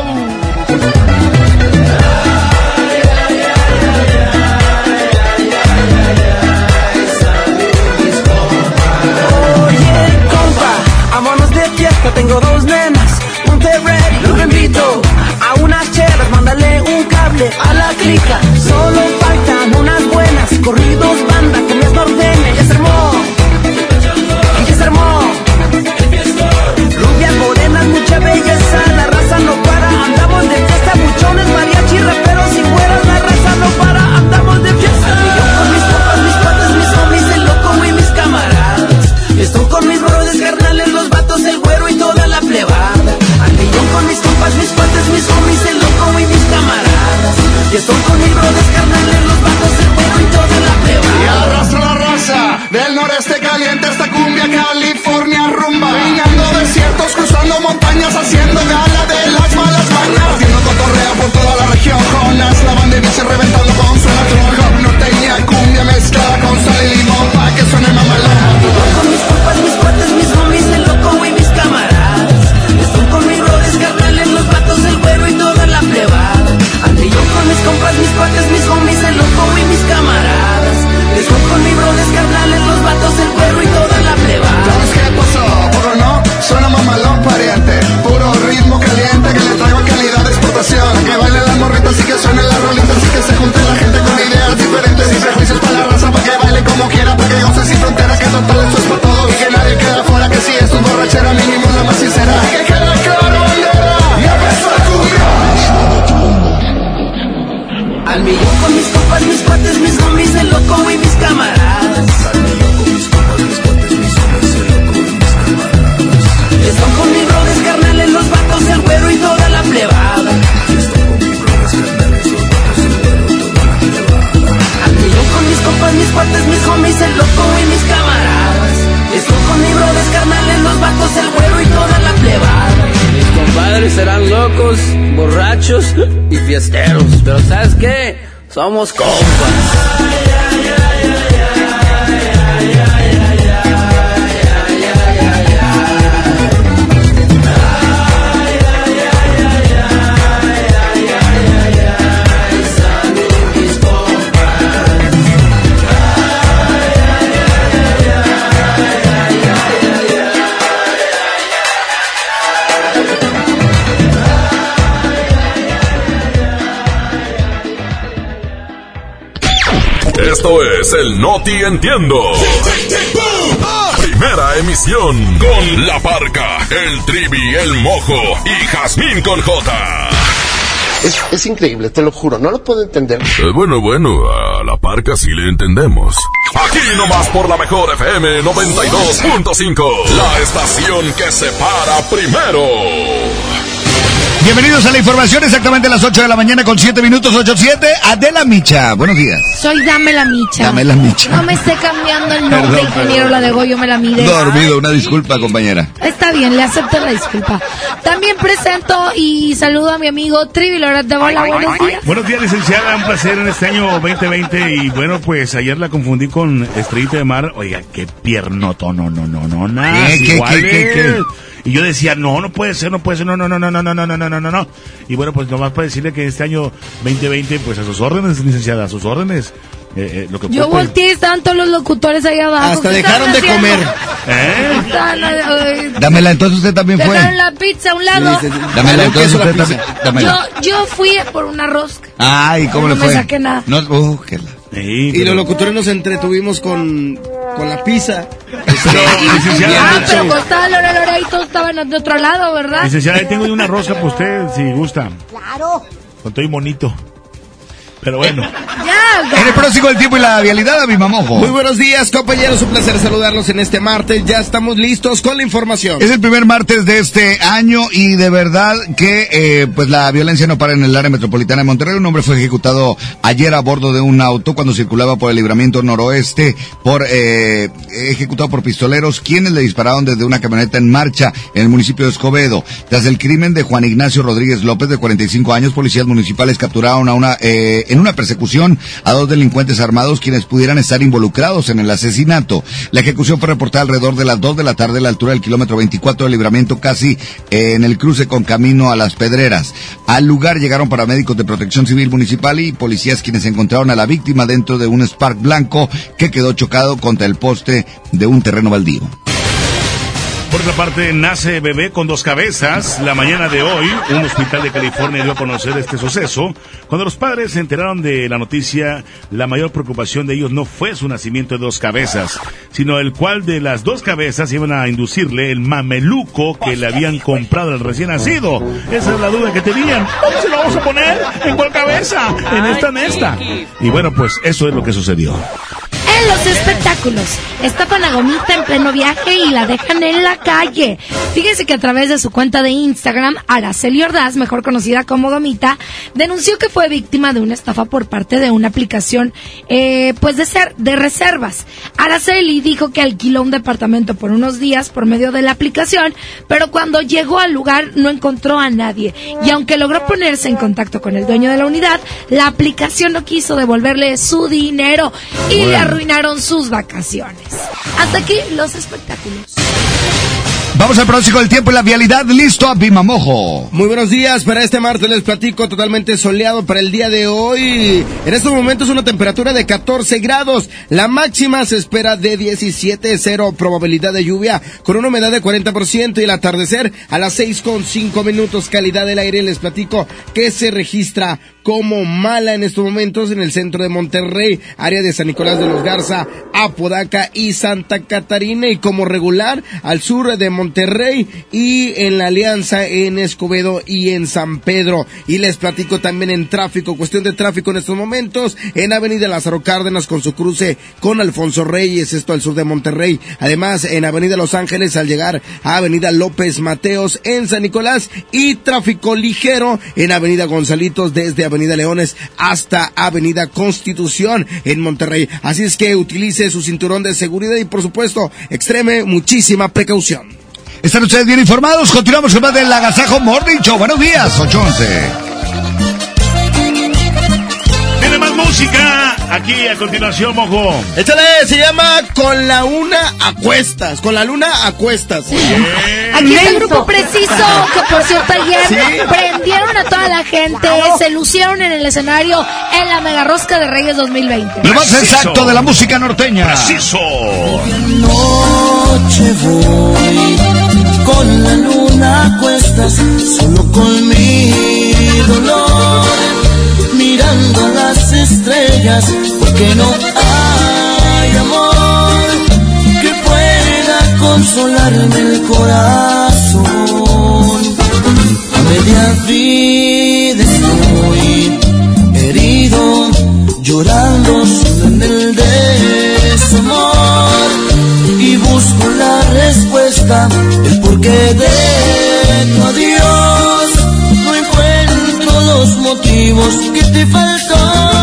Oye, compa, vámonos de fiesta, tengo dos nenas, un Ferrari, los invito a unas chelas, mándale un cable a la clica, solo faltan unas buenas, corridos, banda, con las norteñas, ya se armó, y ya se armó, rubias, morenas, mucha belleza, la raza no para, andamos de fiesta, buchones, mariachi, raperos y güeras, la raza no para, andamos de fiesta, yo con mis compas, mis cuates, mis homies, el loco y mis camaradas, estoy con mis brothers, carnales, los vatos, el güero y toda la plebada, al millón con mis compas, mis cuates, mis homies, el loco y mis camaradas, y estoy con mis brothers, carnales, los vatos, el güero y toda la plebada. Y arrastra la raza del noreste caliente hasta cumbia, California, rumba, viñando desiertos, cruzando montañas, haciendo gala de las malas mañas, haciendo cotorreo por toda la región, Jonas, la banda de bici reventando con su electrón, norteña, cumbia mezclada con sal y limón, pa' que suene mamalón. Con mis compas, mis cuates, mis homies, el loco y mis camaradas, estoy con mis brothers, carnales, los vatos, el güero y toda la plebada, ande yo con mis compas, mis cuates, mis homies, el loco y mis camaradas, estoy con mis brothers, carnales, los vatos, el güero y toda la plebada. ¿Sabes qué pasó? Puro no, suena mamalón pariente, puro ritmo caliente que le traigo calidad de exportación, que bailen las morritas y que suenen las rolitas y que se junte la gente con ideas diferentes y prejuicios para la raza, para que baile como quiera, para que goce sin fronteras, que total esto es para todos y que nadie queda fuera, que si esto es borrachera mínimo la más sincera, que quede claro bandera y empezó la cumbia. Al millón con mis compas, mis cuates, mis homies, el loco y mis camaradas, al millón con mis compas, mis cuates, mis homies, el loco y mis camaradas, estoy con mis brothers, carnales, los vatos, el güero y toda la plebada, estoy con mis brothers, carnales, los vatos, el güero y toda la plebada, al millón con mis compas, mis cuates, mis homies, el loco y mis camaradas, estoy con mis brothers, carnales, los vatos, el güero y toda la plebada. Mis compadres serán locos, borrachos y fiesteros, pero ¿sabes qué? Somos compas. Esto es el Noti Entiendo. Primera emisión con La Parca, el Trivi, el Mojo y Jazmín con J. Es, es increíble, te lo juro, no lo puedo entender. Eh, bueno, bueno, a La Parca sí le entendemos. Aquí nomás por la mejor F M noventa y dos punto cinco, la estación que se para primero. Bienvenidos a la información, exactamente a las ocho de la mañana con siete minutos, ocho siete. Adela Micha, buenos días. Soy Dame la Micha. Dame la Micha. No me esté cambiando el nombre, Perdón, ingeniero, perdón. la de Goyo me la mide. Dormido, una disculpa, compañera. Está bien, le acepto la disculpa. También presento y saludo a mi amigo Trivi Loret de Bola. Buenos días. Buenos días, licenciada. Un placer en este año veinte veinte. Y bueno, pues ayer la confundí con Estrellita de Mar. Oiga, qué piernoto, no, no, no, no, nada. ¿Qué, qué, qué, qué, qué? Y yo decía, no, no puede ser, no puede ser, no, no, no, no, no, no, no, no, no, no, no. Y bueno, pues nomás para decirle que este año veinte veinte, pues a sus órdenes, licenciada, a sus órdenes. Eh, eh, lo que Yo puedo, volteé, estaban todos los locutores ahí abajo. Hasta ¿Qué dejaron estaban de haciendo? comer. ¿Eh? Estaban, eh, Dámela, entonces usted también fue. dejaron la pizza a un lado. Sí, sí, sí. Dámela, Dale, entonces queso a la usted pizza. también. Dámela. Yo, yo fui por una rosca. Ay, ¿cómo No le me fue? saqué nada. No, uh, que la... Sí, Y pero- los locutores nos entretuvimos con, con la pizza. Pero, licenciada, Ah, pero costaba Lore Lore y todos estaban de otro lado, ¿verdad? licenciada, ahí tengo una rosca para usted, si gusta. Claro. Con todo y monito. Pero bueno. Ya, En el próximo El Tiempo y la Vialidad, a mi mamojo. Muy buenos días, compañeros. Un placer saludarlos en este martes. Ya estamos listos con la información. Es el primer martes de este año y de verdad que eh, pues la violencia no para en el área metropolitana de Monterrey. Un hombre fue ejecutado ayer a bordo de un auto cuando circulaba por el libramiento noroeste, por eh, ejecutado por pistoleros, quienes le dispararon desde una camioneta en marcha en el municipio de Escobedo. Tras el crimen de Juan Ignacio Rodríguez López, de cuarenta y cinco años, policías municipales capturaron a una eh, en una persecución a dos delincuentes armados quienes pudieran estar involucrados en el asesinato. La ejecución fue reportada alrededor de las dos de la tarde a la altura del kilómetro veinticuatro del libramiento, casi eh, en el cruce con camino a Las Pedreras. Al lugar llegaron paramédicos de Protección Civil Municipal y policías quienes encontraron a la víctima dentro de un Spark blanco que quedó chocado contra el poste de un terreno baldío. Por otra parte, nace bebé con dos cabezas. La mañana de hoy, un hospital de California dio a conocer este suceso. Cuando los padres se enteraron de la noticia, la mayor preocupación de ellos no fue su nacimiento de dos cabezas, sino el cual de las dos cabezas iban a inducirle el mameluco que le habían comprado al recién nacido. Esa es la duda que tenían. ¿Dónde se lo vamos a poner? ¿En cuál cabeza? ¿En esta, en esta? Y bueno, pues eso es lo que sucedió. En los espectáculos, estapan a Gomita en pleno viaje y la dejan en la calle. Fíjense que a través de su cuenta de Instagram, Araceli Ordaz, mejor conocida como Gomita, denunció que fue víctima de una estafa por parte de una aplicación eh, pues de ser de reservas. Araceli dijo que alquiló un departamento por unos días por medio de la aplicación, pero cuando llegó al lugar no encontró a nadie. Y aunque logró ponerse en contacto con el dueño de la unidad, la aplicación no quiso devolverle su dinero y bueno, le arruinaron sus vacaciones. Hasta aquí los espectáculos. Vamos al pronóstico del tiempo y la vialidad. Listo, a Pimamojo. Muy buenos días. Para este martes les platico, totalmente soleado para el día de hoy. En estos momentos una temperatura de catorce grados. La máxima se espera de diecisiete, cero probabilidad de lluvia con una humedad de cuarenta por ciento y el atardecer a las seis con cinco minutos. Calidad del aire les platico que se registra como mala en estos momentos en el centro de Monterrey, área de San Nicolás de los Garza, Apodaca y Santa Catarina, y como regular al sur de Monterrey y en la Alianza en Escobedo y en San Pedro. Y les platico también en tráfico, cuestión de tráfico en estos momentos en Avenida Lázaro Cárdenas con su cruce con Alfonso Reyes, esto al sur de Monterrey. Además en Avenida Los Ángeles al llegar a Avenida López Mateos en San Nicolás, y tráfico ligero en Avenida Gonzalitos desde Avenida Leones hasta Avenida Constitución en Monterrey. Así es que utilice su cinturón de seguridad y por supuesto extreme muchísima precaución. Están ustedes bien informados. Continuamos con más del Agasajo Morning Show. Buenos días, ocho once. Tiene más música aquí a continuación, mojo. Échale, se llama Con la Una Acuestas. Con la Luna Acuestas. Aquí está el grupo Preciso, que por cierto ayer ¿sí? prendieron a toda la gente, se lucieron en el escenario en la Mega Rosca de Reyes dos mil veinte. Lo más exacto de la música norteña. Preciso. Noche voy con la luna a cuestas, solo con mi dolor, mirando a las estrellas, porque no hay amor que pueda consolarme el corazón. A media vida estoy herido, llorando solo en el desamor, y busco la respuesta, el porqué de tu adiós. No encuentro los motivos que te faltó.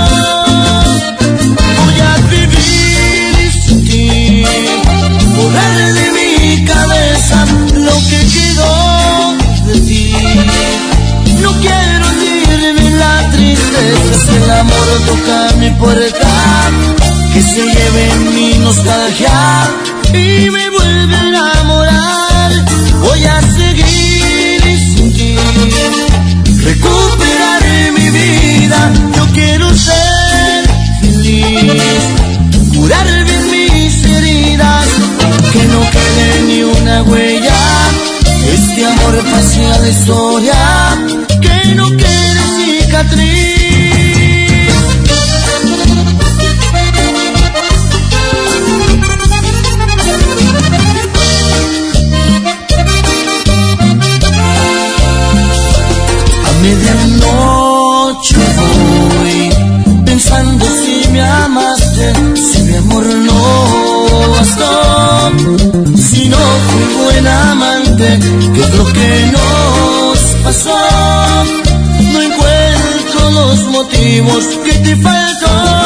Voy a vivir sin ti, borrar de mi cabeza lo que quedó de ti. No quiero sentirme la tristeza, si el amor toca mi puerta, que se lleve mi nostalgia y me vuelve a enamorar. Voy a seguir sin ti, recuperar mi vida. Yo quiero ser feliz, curar bien mis heridas, que no quede ni una huella. Este amor pase a la historia, que no quede cicatriz. Medianoche voy pensando los motivos que te faltó.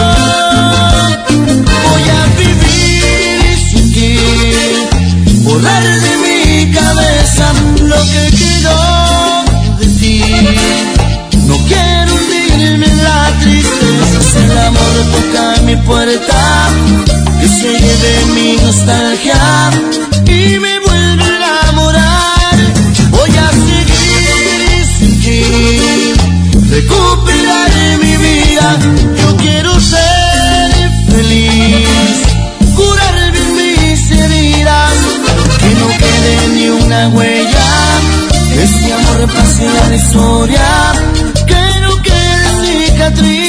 Voy a vivir sin ti, borrar de mi cabeza lo que quedó de ti. No quiero hundirme en la tristeza, si el amor toca mi puerta, que se lleve mi nostalgia y me vuelve a enamorar. Voy a seguir sin ti, recuperar mi vida, yo quiero ser feliz, curar bien mis heridas, que no quede ni una huella, ese amor pase a la historia, que no quede cicatriz.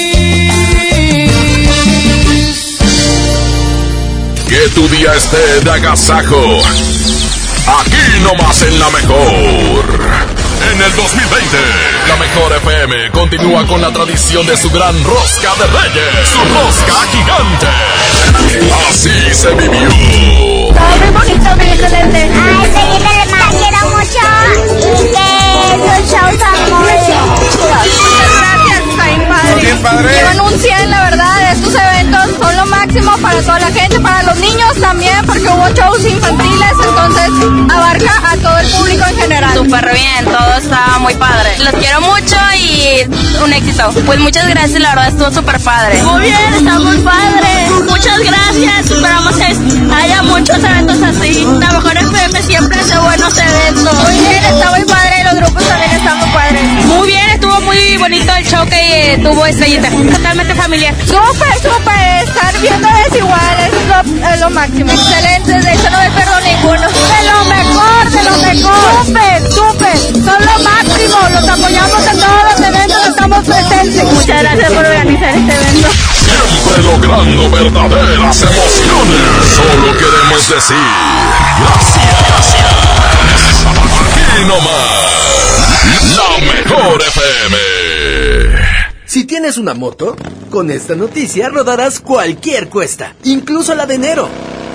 Que tu día esté de agasajo, aquí nomás en La Mejor. En el dos mil veinte, La Mejor F M continúa con la tradición de su gran rosca de Reyes, su rosca gigante. Así se vivió. Todo muy bonito, muy excelente. Ay, Felipe, les quiero mucho y que sus shows son muy chidos. Muchas gracias, está bien padre. Bien padre. Llevan un cien, la verdad, estos eventos son lo máximo para toda la gente, para los niños también, porque hubo shows infantiles, entonces abarca a todo el público en general. Súper bien, todo está muy padre. Los quiero mucho y un éxito. Pues muchas gracias, la verdad estuvo súper padre. Muy bien, está muy padre. Muchas gracias, esperamos que haya muchos eventos así. La Mejor F M siempre hace buenos eventos. Muy bien, está muy padre, los grupos también están muy padres. Muy bien, estuvo muy bonito el show que eh, tuvo Estrellita. Totalmente familiar. Súper, súper, estar viendo desiguales es lo, es lo máximo. Excelente, de hecho no me perdo ninguno. De lo mejor, de lo mejor. Súper, súper, son lo máximo, los apoyamos en todos los eventos, estamos presentes. Muchas gracias por organizar este evento. Siempre logrando verdaderas emociones. Solo queremos decir gracias, gracias. Aquí nomás, La Mejor F M. Si tienes una moto, con esta noticia rodarás cualquier cuesta, incluso la de enero.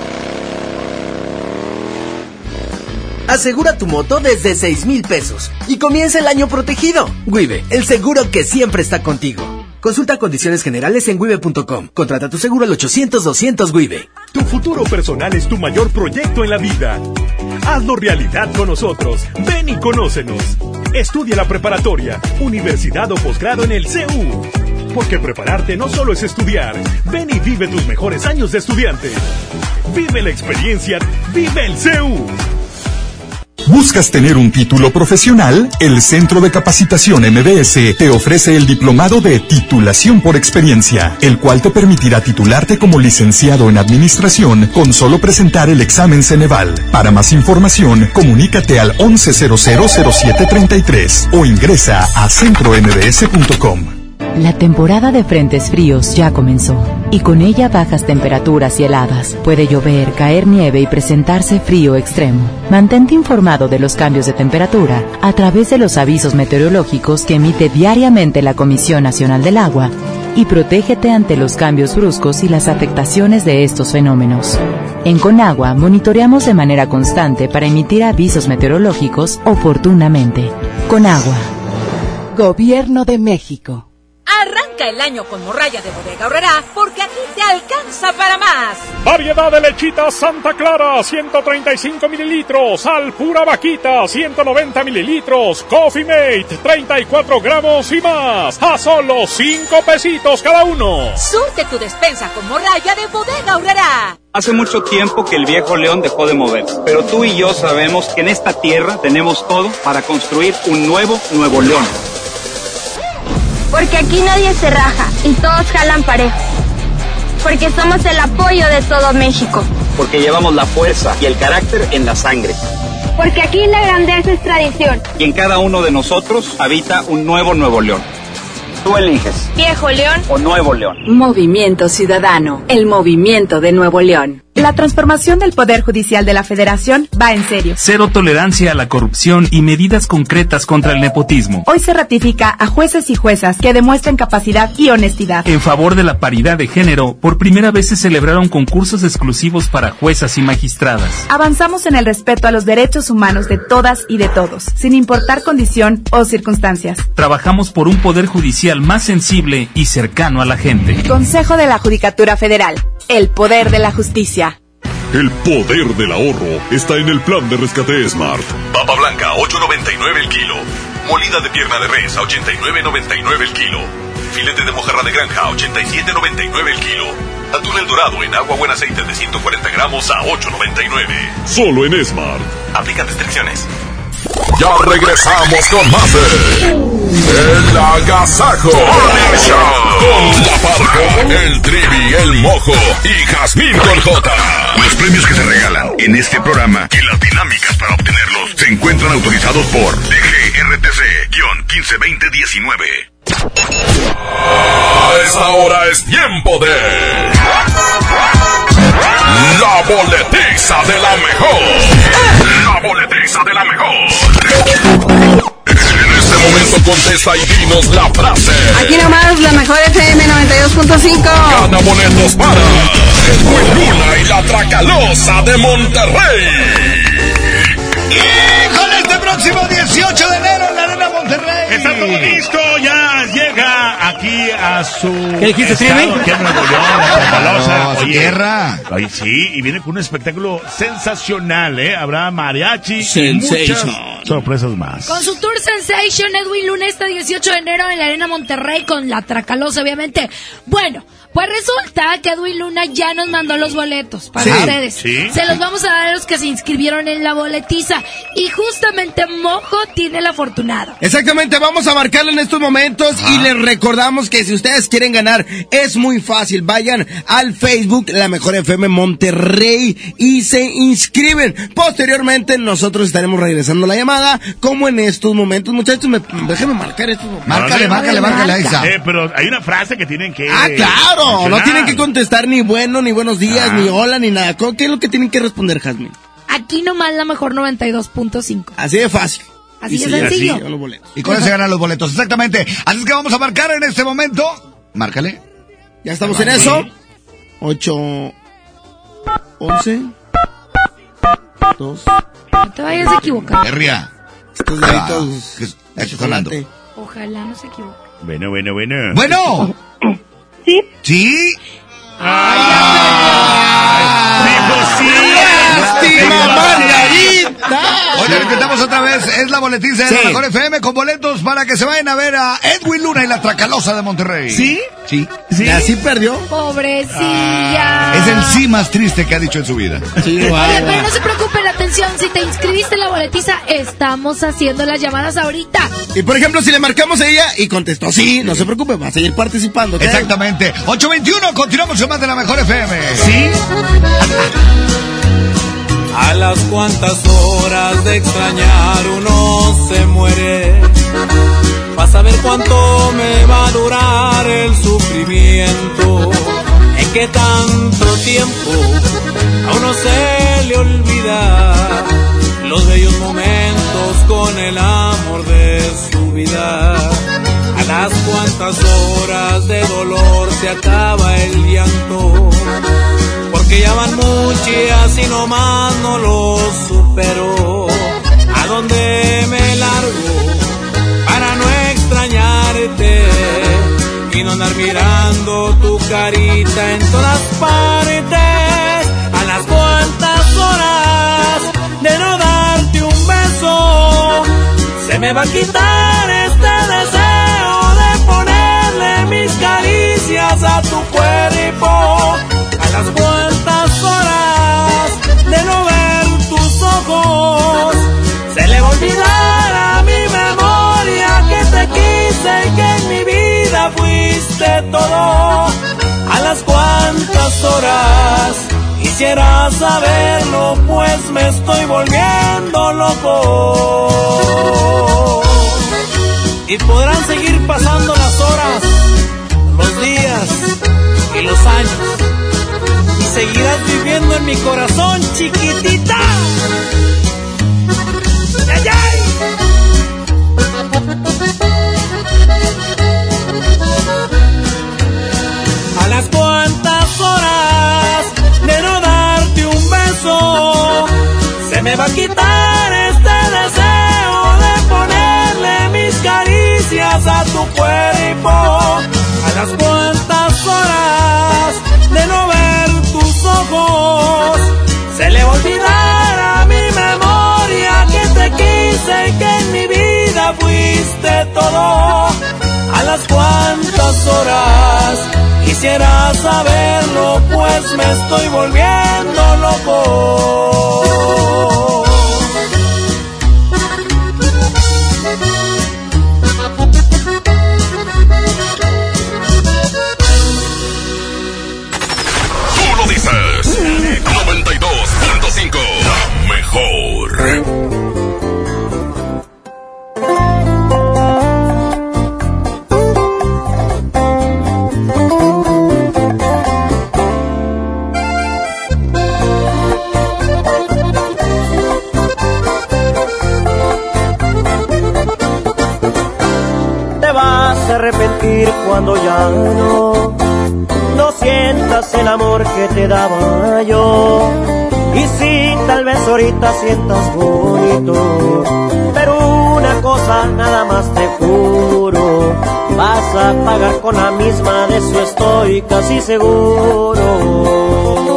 Asegura tu moto desde seis mil pesos y comienza el año protegido. Wibe, el seguro que siempre está contigo. Consulta condiciones generales en wibe punto com. Contrata tu seguro al ochocientos doscientos Wibe. Tu futuro personal es tu mayor proyecto en la vida. Hazlo realidad con nosotros. Ven y conócenos. Estudia la preparatoria, universidad o posgrado en el C U. Porque prepararte no solo es estudiar. Ven y vive tus mejores años de estudiante. Vive la experiencia. Vive el C U. ¿Buscas tener un título profesional? El Centro de Capacitación M B S te ofrece el diplomado de titulación por experiencia, el cual te permitirá titularte como licenciado en administración con solo presentar el examen Ceneval. Para más información, comunícate al once cero cero cero siete treinta y tres o ingresa a centro m b s punto com. La temporada de frentes fríos ya comenzó, y con ella bajas temperaturas y heladas. Puede llover, caer nieve y presentarse frío extremo. Mantente informado de los cambios de temperatura a través de los avisos meteorológicos que emite diariamente la Comisión Nacional del Agua y protégete ante los cambios bruscos y las afectaciones de estos fenómenos. En Conagua monitoreamos de manera constante para emitir avisos meteorológicos oportunamente. Conagua. Gobierno de México. Arranca el año con morralla de Bodega Aurrerá, porque aquí te alcanza para más. Variedad de lechitas Santa Clara, ciento treinta y cinco mililitros. Al pura vaquita, ciento noventa mililitros. Coffee Mate, treinta y cuatro gramos y más. A solo cinco pesitos cada uno. Surte tu despensa con morralla de Bodega Aurrerá. Hace mucho tiempo que el viejo león dejó de mover, pero tú y yo sabemos que en esta tierra tenemos todo para construir un nuevo Nuevo León. Porque aquí nadie se raja y todos jalan parejo. Porque somos el apoyo de todo México. Porque llevamos la fuerza y el carácter en la sangre. Porque aquí la grandeza es tradición. Y en cada uno de nosotros habita un nuevo Nuevo León. Tú eliges. Viejo León o Nuevo León. Movimiento Ciudadano, el movimiento de Nuevo León. La transformación del Poder Judicial de la Federación va en serio. Cero tolerancia a la corrupción y medidas concretas contra el nepotismo. Hoy se ratifica a jueces y juezas que demuestren capacidad y honestidad. En favor de la paridad de género, por primera vez se celebraron concursos exclusivos para juezas y magistradas. Avanzamos en el respeto a los derechos humanos de todas y de todos, sin importar condición o circunstancias. Trabajamos por un Poder Judicial más sensible y cercano a la gente. Consejo de la Judicatura Federal. El poder de la justicia. El poder del ahorro está en el plan de rescate Smart. Papa blanca a ocho noventa y nueve el kilo. Molida de pierna de res a ochenta y nueve noventa y nueve el kilo. Filete de mojarra de granja a ochenta y siete noventa y nueve el kilo. Atún El Dorado en agua buen aceite de ciento cuarenta gramos a ocho noventa y nueve. Solo en Smart. Aplican restricciones. Ya regresamos con más de El Agasajo con La Parca, el Trivi, el Mojo y Jazmín con J. Los premios que se regalan en este programa y las dinámicas para obtenerlos se encuentran autorizados por D G R T C quince veinte diecinueve. A esta hora es tiempo de La Boletiza de la Mejor. La Boletiza de la Mejor. En este momento contesta y dinos la frase. Aquí nomás la Mejor F M noventa y dos punto cinco. Gana boletos para Edwin Luna y la Tracalosa de Monterrey. Y con este próximo dieciocho de enero en la Arena Monterrey. Está todo listo, ya llega aquí a su... ¿Qué dijiste, estado, aquí en Nuevo León, la Tracalosa. No, a su tierra. Oye, sí, y viene con un espectáculo sensacional, ¿eh? Habrá mariachi y muchas sorpresas más. Con su Tour Sensation, Edwin Luna, este dieciocho de enero en la Arena Monterrey con la Tracalosa, obviamente. Bueno, pues resulta que Edwin Luna ya nos mandó los boletos para Sí, ustedes. sí. Se los vamos a dar a los que se inscribieron en la boletiza. Y justamente Mojo tiene el afortunado. Exactamente, vamos a marcarlo en estos momentos y les recordamos que si ustedes quieren ganar es muy fácil, vayan al Facebook La Mejor F M Monterrey y se inscriben. Posteriormente nosotros estaremos regresando la llamada como en estos momentos. Muchachos, me, déjenme marcar esto. Márcale, márcale, márcale a Isa. Eh, pero hay una frase que tienen que... Ah, claro, no mencionar. tienen que contestar ni bueno, ni buenos días, Ah. ni hola, ni nada. ¿Qué es lo que tienen que responder, Jazmín? Aquí nomás la Mejor noventa y dos punto cinco. Así de fácil. Así Y de sí, sencillo. así, los boletos. Y con eso se ganan los boletos, exactamente. Así es que vamos a marcar en este momento. Márcale. Ya estamos en eso. ocho, once, dos. No te vayas a equivocar. Herria. Estos Ah, deditos ¿qué es- qué está sonando? chocolate. Ojalá no se equivoque. Bueno, bueno, bueno. Bueno. Sí. ¿Sí? ¡Lástima, Margarita! Oye, lo intentamos otra vez. Es la boletiza de Sí. la Mejor F M con boletos para que se vayan a ver a Edwin Luna y la Tracalosa de Monterrey. ¿Sí? Sí. ¿Y así perdió? Pobrecilla. Es el sí más triste que ha dicho en su vida. Sí, Oye, guau. pero no se preocupen, atención, si te inscribiste en la boletiza, estamos haciendo las llamadas ahorita. Y por ejemplo, si le marcamos a ella y contestó sí, no se preocupe, va a seguir participando. ¿ok? Exactamente. ocho veintiuno, continuamos con más de la Mejor F M. ¿Sí? A las cuantas horas de extrañar uno se muere. Vas a ver cuánto me va a durar el sufrimiento. En qué tanto tiempo a uno se le olvida los bellos momentos con el amor de su vida. A las cuantas horas de dolor se acaba el llanto, porque ya van muchas y nomás no lo supero. ¿A dónde me largo para no extrañarte y no andar mirando tu carita en todas partes? A las cuantas horas de no darte un beso se me va a quitar este deseo de ponerle mis caricias a tu cuerpo. A las cuantas horas de no ver tus ojos se le va a olvidar a mi memoria que te quise y que en mi vida fuiste todo. A las cuantas horas quisiera saberlo, pues me estoy volviendo loco. Y podrán seguir pasando las horas, los días y los años, y seguirás viviendo en en mi corazón, chiquitita. ¡Ay, ay! A las cuantas horas de no darte un beso, se me va a quitar este deseo de ponerle mis caricias a tu cuerpo. A las cuantas horas de no ver tus ojos, se le va a olvidar a mi memoria que te quise y que en mi vida fuiste todo. A las cuantas horas quisiera saberlo, pues me estoy volviendo loco. Tú lo dices. noventa y dos punto cinco. La mejor. Arrepentir cuando ya no, no sientas el amor que te daba yo. Y si tal vez ahorita sientas bonito, pero una cosa nada más te juro, vas a pagar con la misma, de eso estoy casi seguro.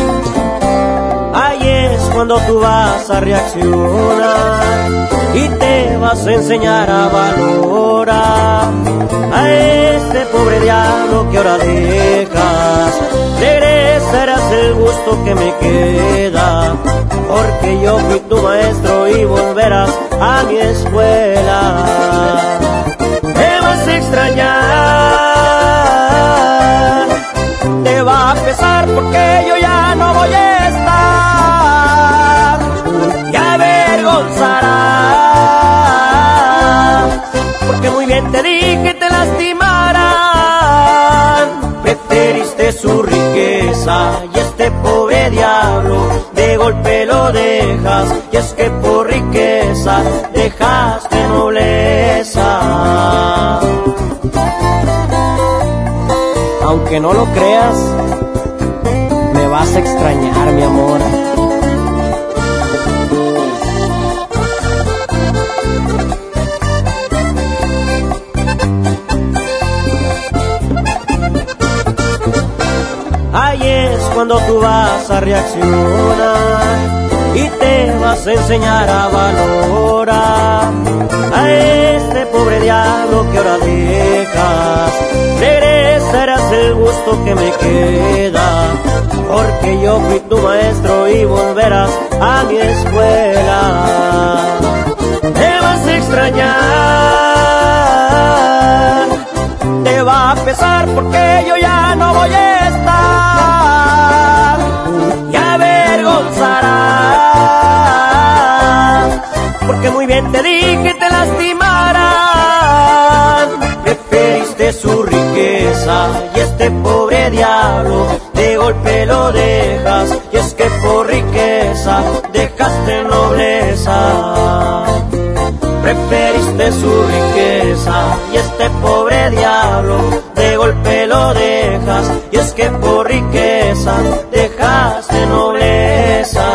Ahí es cuando tú vas a reaccionar y te vas a enseñar a valorar a este pobre diablo que ahora dejas. Regresarás el gusto que me queda, porque yo fui tu maestro y volverás a mi escuela. Te vas a extrañar, te va a pesar porque yo ya no voy a estar, y avergonzarás, porque muy bien te dije te lastimarán. Preferiste su riqueza y este pobre diablo de golpe lo dejas, y es que por riqueza dejaste nobleza. Aunque no lo creas, me vas a extrañar, mi amor. Ahí es cuando tú vas a reaccionar y te vas a enseñar a valorar a este pobre diablo que ahora dejas. Regresarás el gusto que me queda, porque yo fui tu maestro y volverás a mi escuela. Te vas a extrañar, te va a pesar porque yo ya no voy a estar, y avergonzarás, porque muy bien te dije te lastimarán. Preferiste su riqueza y este pobre diablo de golpe lo dejas, y es que por riqueza dejaste nobleza. Preferiste su riqueza y este pobre diablo de golpe lo dejas, y es que por riqueza dejaste nobleza.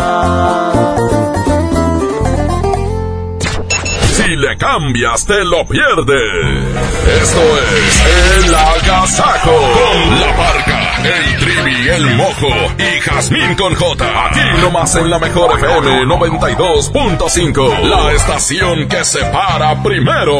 Si le cambias te lo pierdes. Esto es El Agasajo con La Parca, el Trivi, el Mojo y Jazmín con J. Aquí nomás en la mejor F M noventa y dos punto cinco, la estación que se para primero.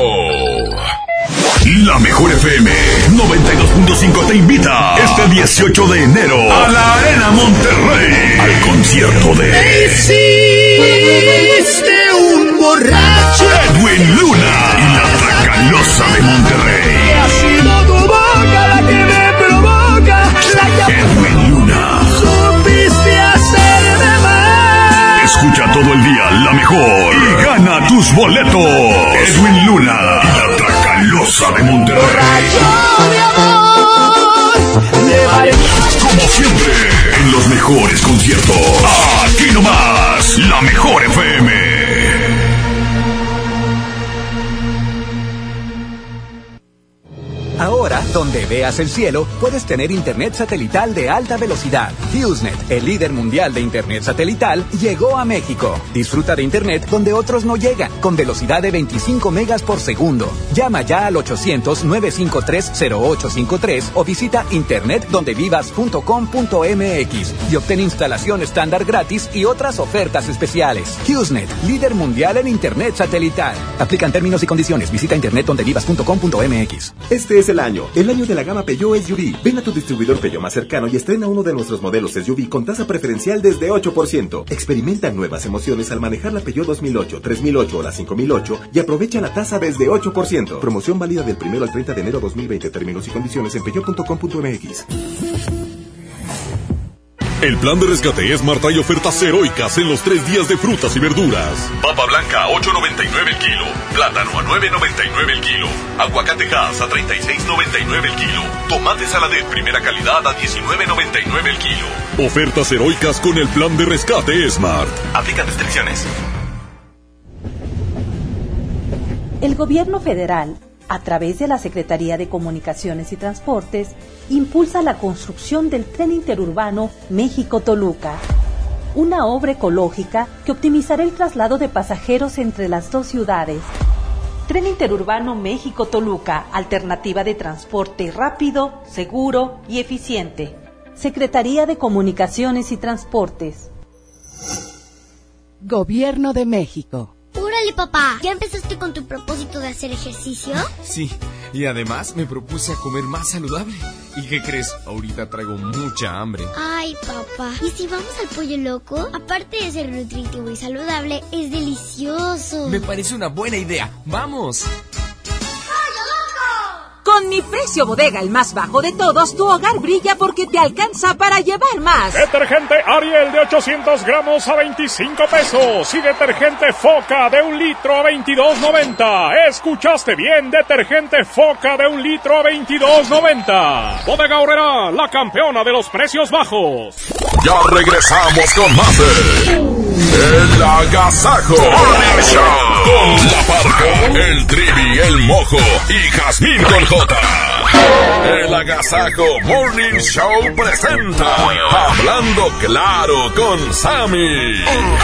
La mejor F M noventa y dos punto cinco te invita este dieciocho de enero a la Arena Monterrey al concierto de Me hiciste un borracho, Edwin Luna y la Tracalosa de Monterrey. Ha sido tu boca la que me provoca, la que Edwin Luna. Supiste hacerme mal. Escucha todo el día la mejor y gana tus boletos. Edwin Luna y la Tracalosa de Monterrey. Borracho de amor, de Como siempre, en los mejores concierto. Aquí nomás, la mejor F M. Ahora, donde veas el cielo, puedes tener internet satelital de alta velocidad. HughesNet, el líder mundial de internet satelital, llegó a México. Disfruta de internet donde otros no llegan, con velocidad de veinticinco megas por segundo. Llama ya al ochocientos, nueve cinco tres, cero ocho cinco tres o visita internet donde vivas punto com punto m x y obtén instalación estándar gratis y otras ofertas especiales. HughesNet, líder mundial en internet satelital. Aplican términos y condiciones. Visita internet donde vivas punto com punto m x. Este es el año, el año de la gama Peugeot S U V. Ven a tu distribuidor Peugeot más cercano y estrena uno de nuestros modelos S U V con tasa preferencial desde ocho por ciento. Experimenta nuevas emociones al manejar la Peugeot dos mil ocho, tres mil ocho o la cinco mil ocho y aprovecha la tasa desde ocho por ciento. Promoción válida del primero al treinta de enero dos mil veinte. Términos y condiciones en peugeot punto com punto m x. El plan de rescate Smart trae ofertas heroicas en los tres días de frutas y verduras. Papa blanca a ocho noventa y nueve el kilo, plátano a nueve noventa y nueve el kilo, aguacate Hass a treinta y seis noventa y nueve el kilo, tomate Saladet primera calidad a diecinueve noventa y nueve el kilo. Ofertas heroicas con el plan de rescate Smart. Aplican restricciones. El gobierno federal, a través de la Secretaría de Comunicaciones y Transportes, impulsa la construcción del Tren Interurbano México-Toluca, una obra ecológica que optimizará el traslado de pasajeros entre las dos ciudades. Tren Interurbano México-Toluca, alternativa de transporte rápido, seguro y eficiente. Secretaría de Comunicaciones y Transportes. Gobierno de México. ¡Órale, papá! ¿Ya empezaste con tu propósito de hacer ejercicio? Sí, y además me propuse a comer más saludable. ¿Y qué crees? Ahorita traigo mucha hambre. Ay, papá. ¿Y si vamos al Pollo Loco? Aparte de ser nutritivo y saludable, es delicioso. Me parece una buena idea. ¡Vamos! Con mi precio bodega, el más bajo de todos, tu hogar brilla porque te alcanza para llevar más. Detergente Ariel de ochocientos gramos a veinticinco pesos y detergente Foca de un litro a veintidós noventa. ¿Escuchaste bien? Detergente Foca de un litro a veintidós noventa. Bodega Aurrerá, la campeona de los precios bajos. Ya regresamos con más de El Agasajo Morning Show con La Parca, el Trivi, el Mojo y Jazmín con J. El Agasajo Morning Show presenta Hablando Claro con Sammy.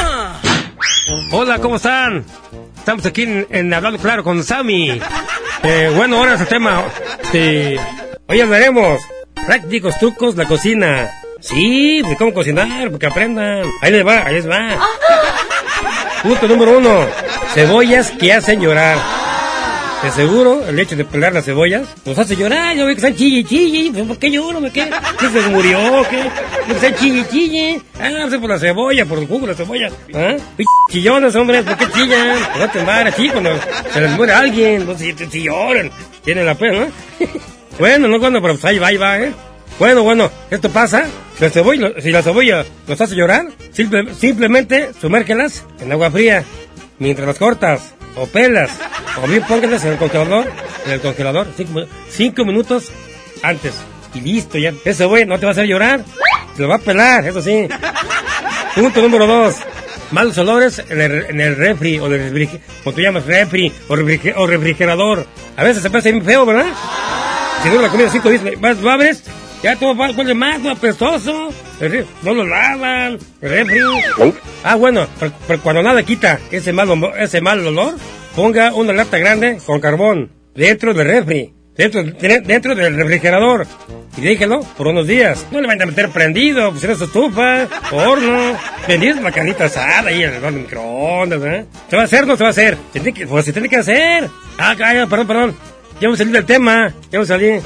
Hola, ¿cómo están? Estamos aquí en, en Hablando Claro con Sammy. Eh, bueno, ahora es el tema. Eh, hoy hablaremos prácticos trucos de la cocina. Sí, de cómo cocinar, porque aprendan. Ahí les va, ahí les va. Punto número uno. Cebollas que hacen llorar. De seguro, el hecho de pelar las cebollas nos hace llorar. Yo veo que están chille, chille. ¿Por qué lloro? ¿Qué? ¿Qué se murió? ¿Qué? ¿Por qué están chille, chille? Ah, no sé, por la cebolla, por el jugo de la cebolla. ¿Ah? P chillones, hombre, ¿por qué chillan? No te embaras, así cuando se les muere alguien. No sé, si lloran. Tienen la pena, ¿no? Bueno, no cuando, pero pues ahí va, ahí va, ¿eh? Bueno, bueno, esto pasa. Si la cebolla, si la cebolla los hace llorar, simple, simplemente sumérgelas en agua fría mientras las cortas o pelas, o bien pónganlas en el congelador, en el congelador, cinco, cinco minutos antes y listo ya. Esa cebolla no te va a hacer llorar, te lo va a pelar, eso sí. Punto número dos. Malos olores en el, en el refri o del refri, como tú llamas refri o, refri, o refrigerador. A veces se puede ser bien feo, ¿verdad? Si no la comida cinco días, vas, lo abres. Ya todo huele más, no apestoso. No lo lavan. El refri. Ah, bueno, pero, pero cuando nada quita ese mal, ese mal olor, ponga una lata grande con carbón dentro del refri, dentro, dentro del refrigerador. Y déjelo por unos días. No le vayan a meter prendido, pues en su estufa, horno. Prendido la carnita asada ahí en el microondas, ¿eh? ¿Se va a hacer o no se va a hacer? Se tiene que, pues se tiene que hacer. Ah, calla, perdón, perdón. Ya vamos a salir del tema. Ya vamos a salir.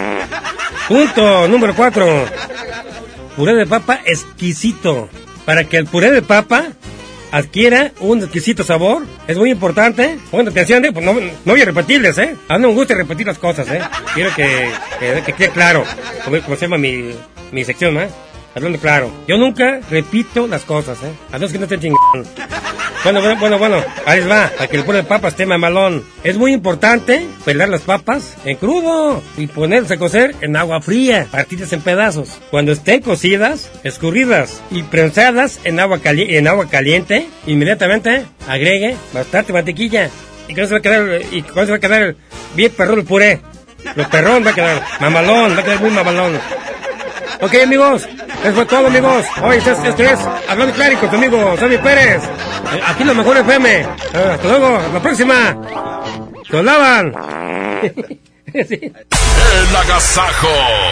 Punto número cuatro. Puré de papa exquisito. Para que el puré de papa adquiera un exquisito sabor, es muy importante. Pongan atención, ¿eh? Pues no, no voy a repetirles, ¿eh? A mí no me gusta repetir las cosas, ¿eh? Quiero que, que, que quede claro. Como, como se llama mi, mi sección, ¿eh? Hablando claro. Yo nunca repito las cosas, ¿eh? A los que no estén chingando. Bueno, bueno, bueno, bueno, ahí les va, para que el puré de papas esté mamalón. Es muy importante pelar las papas en crudo y ponerse a cocer en agua fría, partidas en pedazos. Cuando estén cocidas, escurridas y prensadas en agua, cali en agua caliente, inmediatamente agregue bastante mantequilla. Y con eso va a quedar, y con eso va a quedar bien perrón el puré. Lo perrón va a quedar, mamalón, va a quedar muy mamalón. Ok, amigos, eso fue todo, amigos. Hoy esto, esto es Hablando Claro con tu amigo Sammy Pérez. Aquí lo mejor F M. Hasta luego, hasta la próxima. ¡Se los lavan! Sí. El agasajo.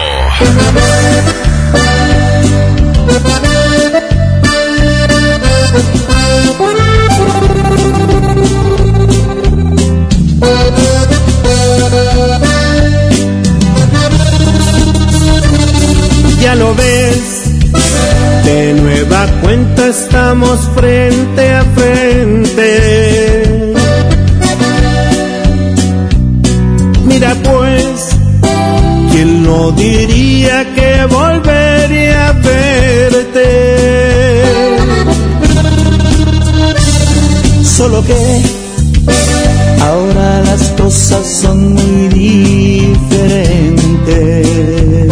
Ya lo ves, de nueva cuenta estamos frente a frente. Mira pues, ¿quién no diría que volvería a verte? Solo que ahora las cosas son muy diferentes.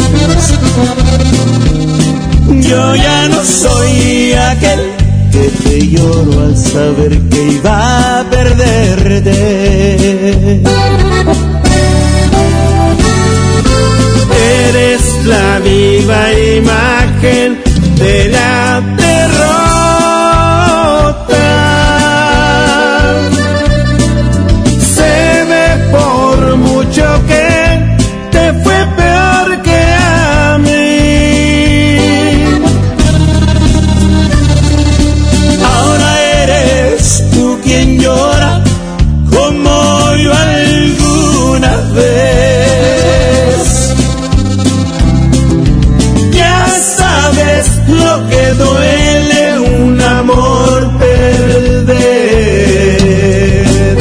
Yo ya no soy aquel que te lloro al saber que iba a perderte. Eres la viva imagen de la derrota. Se ve por mucho que te fue peor que a mí. Ahora eres tú quien llora como yo alguna vez. Ya sabes lo que duele un amor perder.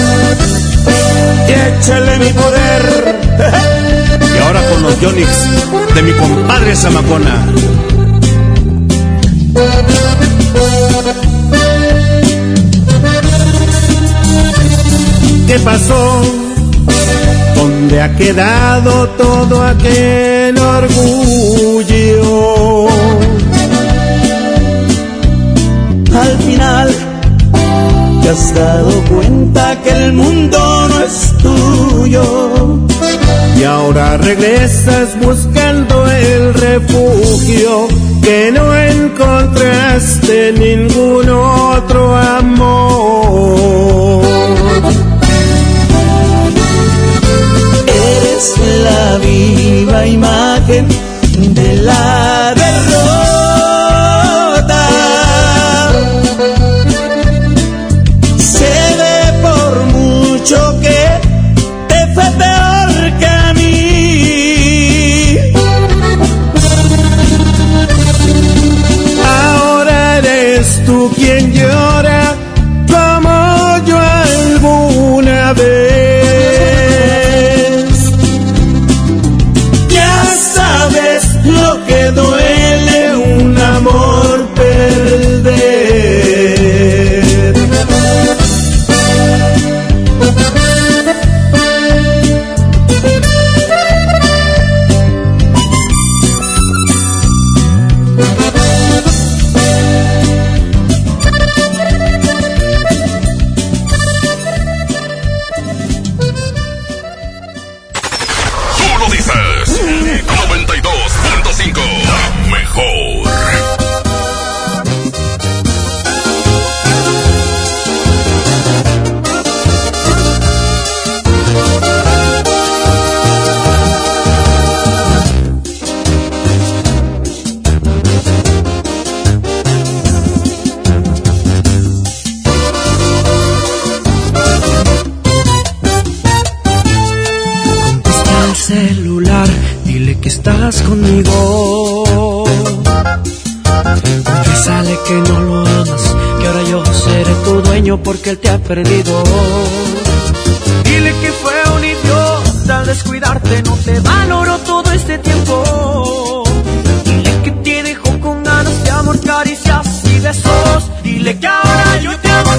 Y échale mi poder. Y ahora con los Yonix de mi compadre Zamacona. ¿Qué pasó? ¿Dónde ha quedado todo aquel orgullo? Al final te has dado cuenta que el mundo no es tuyo. Y ahora regresas buscando el refugio que no encontraste ningún otro amor. Eres la viva imagen de la derrota. Se ve por mucho que te fue peor que a mí. Ahora eres tú quien llora como yo alguna vez. Ya sabes lo que duele un amor perder. Estás conmigo. Confiésale que no lo amas, que ahora yo seré tu dueño porque él te ha perdido. Dile que fue un idiota al descuidarte, no te valoró todo este tiempo. Dile que te dejó con ganas de amor, caricias y besos. Dile que ahora yo te amo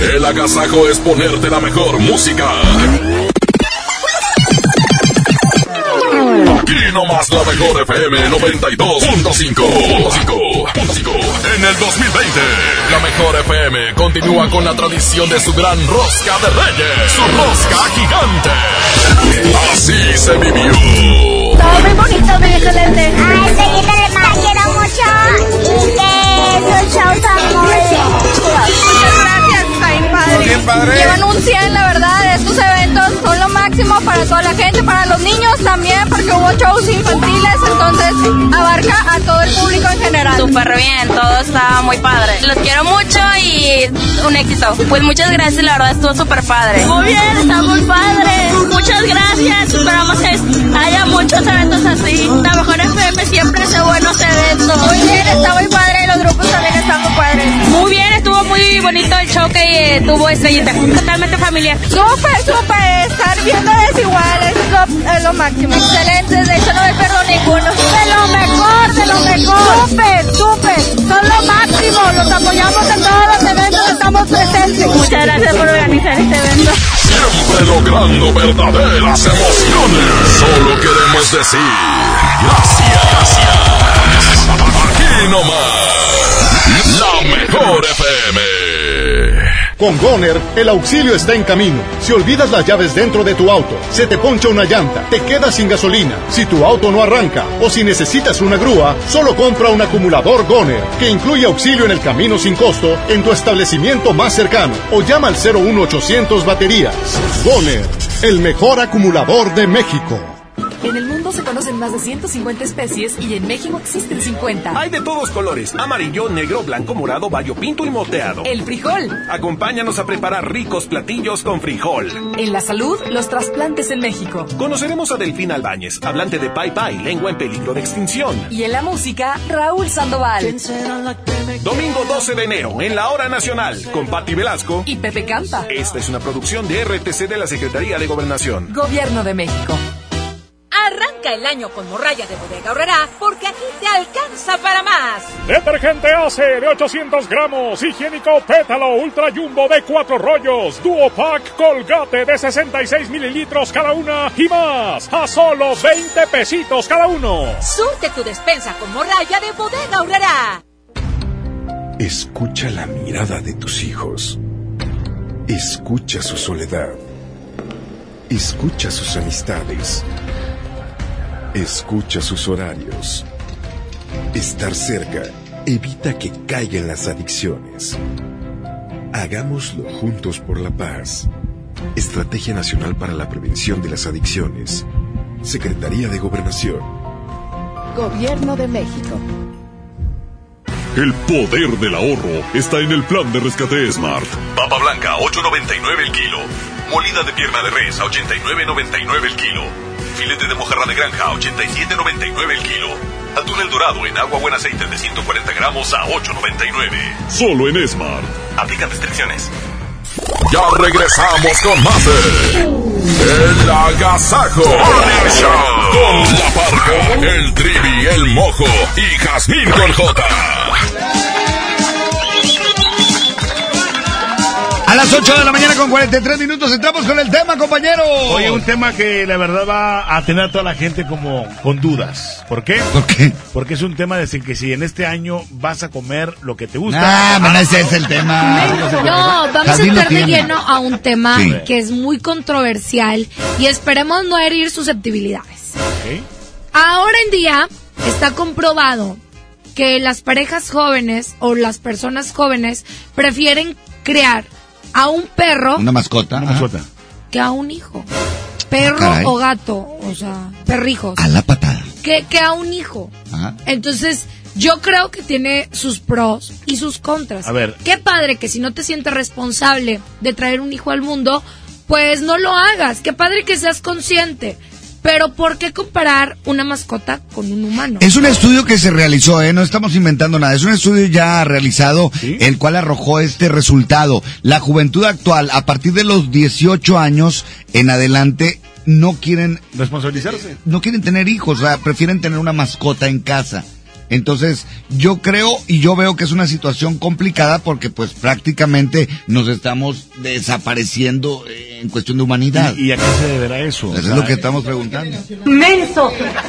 El agasajo es ponerte la mejor música. Aquí nomás la mejor F M noventa y dos punto cinco. En el dos mil veinte, la mejor F M continúa con la tradición de su gran rosca de Reyes, su rosca gigante. Así se vivió. Todo muy bonito, muy excelente. Ay, Pequita, les quiero mucho y que sus shows son muy Muchas gracias, está bien padre. Bien padre. Llevan un cien, la verdad, estos eventos son lo máximo para toda la gente, para los niños también, porque hubo shows infantiles, entonces abarca a todo el público en general. Súper bien, todo está muy padre. Los quiero mucho y un éxito. Pues muchas gracias, la verdad estuvo súper padre. Muy bien, está muy padre. Muchas gracias. Esperamos que haya muchos eventos así. La mejor F M siempre hace buenos eventos. Muy bien, está muy padre. Los grupos también están muy padres. Muy bien, estuvo muy bonito el show que eh, tuvo Estrellita. Totalmente familiar. Súper, súper. Estar viendo desiguales es lo, es lo máximo. Excelente, de hecho no me perdo ninguno. De lo mejor, de lo mejor. Súper, súper. Son lo máximo. Los apoyamos en todos los eventos, estamos presentes. Muchas gracias por organizar este evento. Siempre logrando verdaderas emociones. Solo queremos decir gracias. Aquí nomás, la mejor F M. Con Goner, el auxilio está en camino. Si olvidas las llaves dentro de tu auto, se te poncha una llanta, te quedas sin gasolina, si tu auto no arranca o si necesitas una grúa, solo compra un acumulador Goner, que incluye auxilio en el camino sin costo en tu establecimiento más cercano o llama al cero uno ochocientos baterías. Goner, el mejor acumulador de México. En el mundo se conocen más de ciento cincuenta especies y en México existen cincuenta. Hay de todos colores: amarillo, negro, blanco, morado, variopinto y moteado. El frijol. Acompáñanos a preparar ricos platillos con frijol. En la salud, los trasplantes en México. Conoceremos a Delfín Albáñez, hablante de Pai Pai, lengua en peligro de extinción. Y en la música, Raúl Sandoval. Domingo doce de enero, en la Hora Nacional, con Patti Velasco y Pepe Campa. Esta es una producción de R T C de la Secretaría de Gobernación. Gobierno de México. Arranca el año con morralla de Bodega Aurrerá, porque aquí te alcanza para más. Detergente Ace de ochocientos gramos, higiénico Pétalo Ultra Jumbo de cuatro rollos, Duo Pack Colgate de sesenta y seis mililitros cada una y más, a solo veinte pesitos cada uno. Surte tu despensa con morralla de Bodega Aurrerá. Escucha la mirada de tus hijos. Escucha su soledad. Escucha sus amistades. Escucha sus horarios. Estar cerca evita que caigan las adicciones. Hagámoslo juntos por la paz. Estrategia Nacional para la Prevención de las Adicciones. Secretaría de Gobernación. Gobierno de México. El poder del ahorro está en el plan de rescate Smart. Papa blanca, ocho noventa y nueve el kilo. Molida de pierna de res, a ochenta y nueve noventa y nueve el kilo. Filete de mojarra de granja, ochenta y siete noventa y nueve el kilo. Atún El Dorado en agua buen aceite de ciento cuarenta gramos a ocho noventa y nueve. Solo en Smart. Aplican restricciones. Ya regresamos con más de El Agasajo Morning Show, con La Parca, el Trivi, el Mojo y Jazmín con J. A las ocho de la mañana con cuarenta y tres minutos entramos con el tema, compañero. Oye, un tema que la verdad va a tener a toda la gente como con dudas. ¿Por qué? ¿Por qué? Porque es un tema de decir que si en este año vas a comer lo que te gusta. Ah, man, ese es el tema. No, vamos Jazmín a lo entrar de tiene. lleno a un tema Sí. que es muy controversial y esperemos no herir susceptibilidades. ¿Okay? Ahora en día está comprobado que las parejas jóvenes o las personas jóvenes prefieren crear a un perro Una mascota. Una ajá. mascota. que a un hijo. Perro Ah, caray. o gato, o sea, perrijos. A la patada. Que, que a un hijo. Ajá. Entonces, yo creo que tiene sus pros y sus contras. A ver. Qué padre que si no te sientes responsable de traer un hijo al mundo, pues no lo hagas. Qué padre que seas consciente. Pero ¿por qué comparar una mascota con un humano? Es un estudio que se realizó, ¿eh? No estamos inventando nada. Es un estudio ya realizado, ¿sí?, el cual arrojó este resultado. La juventud actual, a partir de los dieciocho años en adelante, no quieren... ¿Responsabilizarse? No quieren tener hijos, o sea, prefieren tener una mascota en casa. Entonces, yo creo y yo veo que es una situación complicada porque pues prácticamente nos estamos desapareciendo en cuestión de humanidad. ¿Y, y a qué se deberá eso? Eso es lo que estamos preguntando. ¡Menso!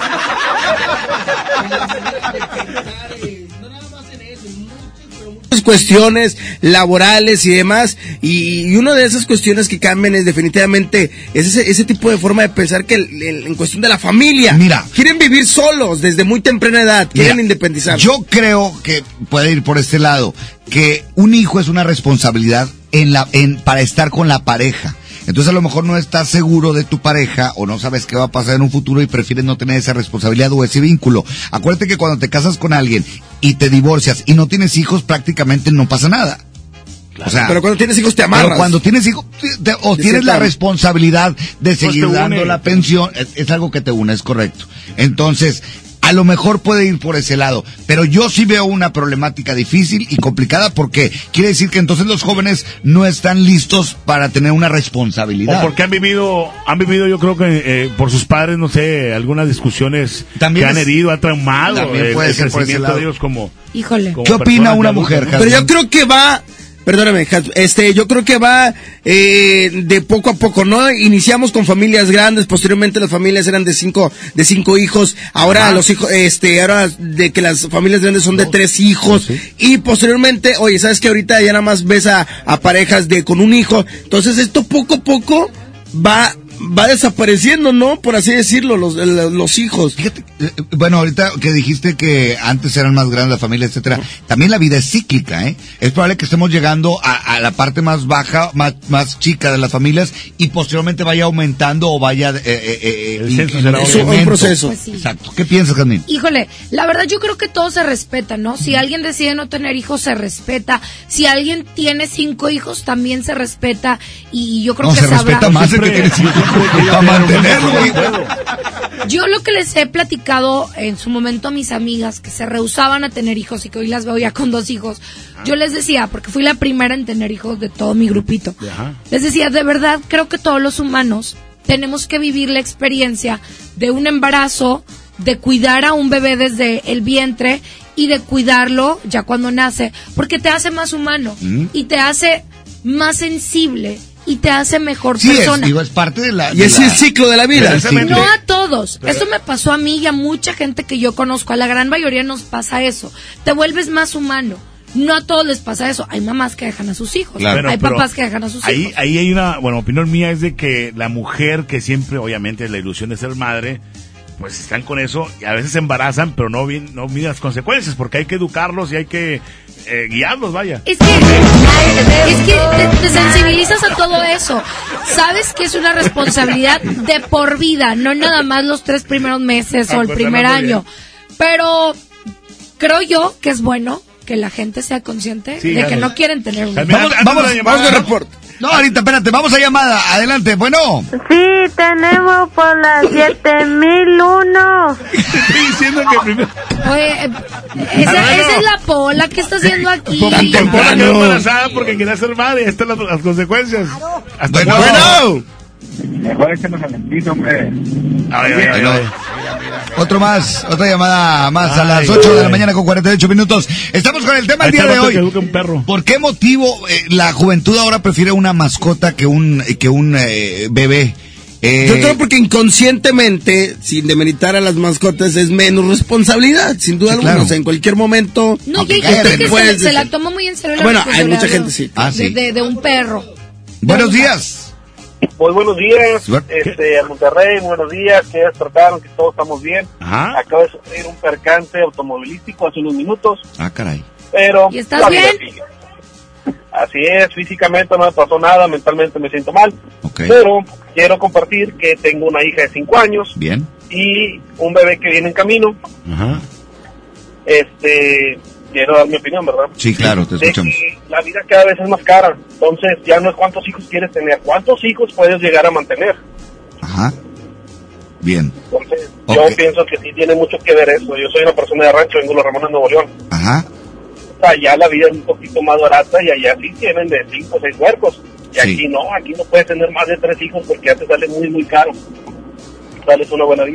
Cuestiones laborales y demás, y, y una de esas cuestiones que cambian es definitivamente es ese, ese tipo de forma de pensar que el, el, en cuestión de la familia, mira, quieren vivir solos desde muy temprana edad, quieren mira, independizar. Yo creo que puede ir por este lado, que un hijo es una responsabilidad en la, en, para estar con la pareja. Entonces a lo mejor no estás seguro de tu pareja o no sabes qué va a pasar en un futuro y prefieres no tener esa responsabilidad o ese vínculo. Acuérdate que cuando te casas con alguien y te divorcias y no tienes hijos, prácticamente no pasa nada. Claro. O sea, pero cuando tienes hijos te amarras. Pero cuando tienes hijos te, o tienes la responsabilidad de seguir pues dando la pensión, es, es algo que te une, es correcto. Entonces, a lo mejor puede ir por ese lado, pero yo sí veo una problemática difícil y complicada porque quiere decir que entonces los jóvenes no están listos para tener una responsabilidad. O porque han vivido, han vivido yo creo que eh, por sus padres, no sé, algunas discusiones también que es, han herido, han traumado. También puede el, ser el por ese lado. de ellos como, Híjole. como ¿Qué opina una mujer, Jasmine? Pero yo creo que va... Perdóname, este, yo creo que va eh, de poco a poco, ¿no? Iniciamos con familias grandes, posteriormente las familias eran de cinco, de cinco hijos, ahora ah. los hijos, este, ahora de que las familias grandes son de Dos. tres hijos, ¿Sí? y posteriormente, oye, ¿sabes que ahorita ya nada más ves a, a parejas de con un hijo? Entonces esto poco a poco va... va desapareciendo, ¿no? Por así decirlo, los, los hijos. Fíjate, bueno, ahorita que dijiste que antes eran más grandes las familias, etcétera, también la vida es cíclica, ¿eh? Es probable que estemos llegando a, a la parte más baja, más, más chica de las familias y posteriormente vaya aumentando o vaya... Eh, eh, eh, El censo será un proceso. Pues sí. Exacto. ¿Qué piensas, Jasmine? Híjole, la verdad yo creo que todo se respeta, ¿no? Si alguien decide no tener hijos, se respeta. Si alguien tiene cinco hijos, también se respeta. Y yo creo no, que se sabrá... respeta más el que tiene cinco. Para mantenerlo. Yo lo que les he platicado en su momento a mis amigas que se rehusaban a tener hijos y que hoy las veo ya con dos hijos, yo les decía, porque fui la primera en tener hijos de todo mi grupito, les decía, de verdad creo que todos los humanos tenemos que vivir la experiencia de un embarazo, de cuidar a un bebé desde el vientre y de cuidarlo ya cuando nace, porque te hace más humano ¿Mm? y te hace más sensible y te hace mejor sí, persona. Es, digo, es parte de la... Y es el ciclo de la vida. No a todos. Pero... Esto me pasó a mí y a mucha gente que yo conozco. A la gran mayoría nos pasa eso. Te vuelves más humano. No a todos les pasa eso. Hay mamás que dejan a sus hijos. Claro. Hay Pero, papás que dejan a sus ahí, hijos. Ahí hay una... Bueno, opinión mía es de que la mujer que siempre, obviamente, es la ilusión de ser madre... pues están con eso y a veces se embarazan, pero no, bien, no miden las consecuencias, porque hay que educarlos y hay que eh, guiarlos, vaya. Es que, es que te, te sensibilizas a todo eso. Sabes que es una responsabilidad de por vida, no nada más los tres primeros meses ah, o el pues primer año. Bien. Pero creo yo que es bueno que la gente sea consciente sí, de que no quieren tener un hijo. Vamos, vamos, vamos de report. No, ahorita, espérate, vamos a llamada. Adelante, bueno. Sí, tenemos por las siete mil uno. Estoy diciendo que primero... Oye, esa, esa es la Pola que está haciendo aquí. Tan Pola quedó embarazada porque quería ser madre. Ahí están las, las consecuencias. Hasta bueno, bueno. Mejor échenos al piso, hombre. Ay, ay, ay, ay. Otro más, otra llamada más ay, a las ocho ay, de la mañana con cuarenta y ocho minutos. Estamos con el tema el día de hoy. Un perro. ¿Por qué motivo eh, la juventud ahora prefiere una mascota que un que un eh, bebé? Eh, Yo creo porque inconscientemente, sin demeritar a las mascotas, es menos responsabilidad, sin duda sí, alguna. Claro. O sea, en cualquier momento. No, yo creo que se, se la toma muy en serio. La bueno, hay mucha gente, sí. Ah, sí. De, de, de un perro. Buenos días. Muy buenos días, este, a Monterrey, buenos días, que ya despertaron, que todos estamos bien. Ajá. Acabo de sufrir un percance automovilístico hace unos minutos. Ah, caray. Pero ¿y estás bien? Sigue. Así es, físicamente no me pasó nada, mentalmente me siento mal. Okay. Pero quiero compartir que tengo una hija de cinco años. Bien. Y un bebé que viene en camino. Ajá. Este... Quiero dar mi opinión, ¿verdad? Sí, claro, te escuchamos. La vida cada vez es más cara, entonces ya no es cuántos hijos quieres tener, cuántos hijos puedes llegar a mantener. Ajá. Bien. Entonces, okay. yo pienso que sí tiene mucho que ver eso. Yo soy una persona de rancho, vengo de Los Ramones, Nuevo León. Ajá. Allá la vida es un poquito más barata y allá sí tienen de cinco o seis huercos. Y sí. Aquí no, aquí no puedes tener más de tres hijos porque ya te sale muy, muy caro. Sales una buena vida.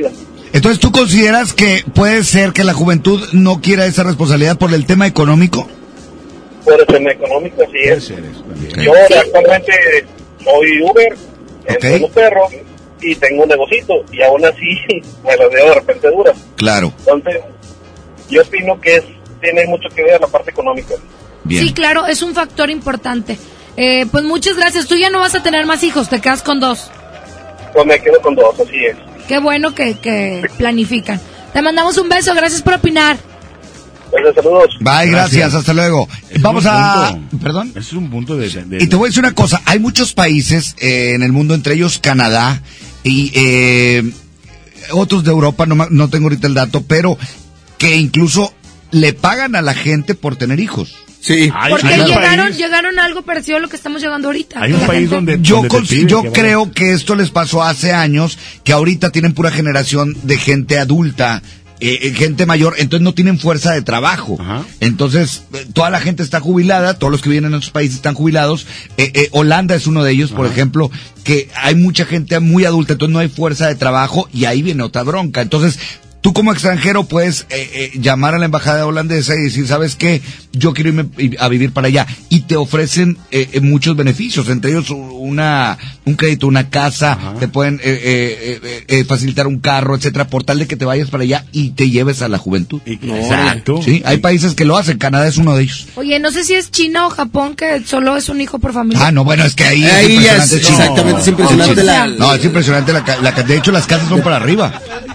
Entonces, ¿tú consideras que puede ser que la juventud no quiera esa responsabilidad por el tema económico? Por el tema económico, así es. Yo actualmente soy Uber, okay. soy un perro y tengo un negocito y aún así me las veo de repente duras. Claro. Entonces, yo opino que es, tiene mucho que ver la parte económica. Bien. Sí, claro, es un factor importante. Eh, pues muchas gracias. Tú ya no vas a tener más hijos, te quedas con dos. Pues me quedo con dos, así es. Qué bueno que, que planifican. Te mandamos un beso, gracias por opinar. Bueno, saludos. Bye, gracias, gracias. Hasta luego. Es Vamos a... Punto. ¿Perdón? Ese es un punto de... de... Y te voy a decir una cosa, hay muchos países eh, en el mundo, entre ellos Canadá y eh, otros de Europa, no, no tengo ahorita el dato, pero que incluso le pagan a la gente por tener hijos. Sí. Porque llegaron, llegaron a algo parecido a lo que estamos llegando ahorita. Hay un país donde... Yo, donde con, piden, yo que creo bueno. que esto les pasó hace años, que ahorita tienen pura generación de gente adulta, eh, gente mayor, entonces no tienen fuerza de trabajo. Ajá. Entonces, eh, toda la gente está jubilada, todos los que viven en otros países están jubilados. Eh, eh, Holanda es uno de ellos, por Ajá. ejemplo, que hay mucha gente muy adulta, entonces no hay fuerza de trabajo y ahí viene otra bronca. Entonces, tú como extranjero puedes eh, eh, llamar a la embajada holandesa y decir, ¿sabes qué? Yo quiero irme a vivir para allá. Y te ofrecen eh, eh, muchos beneficios, entre ellos una un crédito, una casa, Ajá. te pueden eh, eh, eh, eh, facilitar un carro, etcétera, por tal de que te vayas para allá y te lleves a la juventud. Y, no, exacto. Sí, hay países que lo hacen, Canadá es uno de ellos. Oye, no sé si es China o Japón que solo es un hijo por familia. Ah, no, bueno, es que ahí, ahí es ya es, es exactamente, no, es impresionante la... No, es impresionante la, la... De hecho, las casas son para arriba.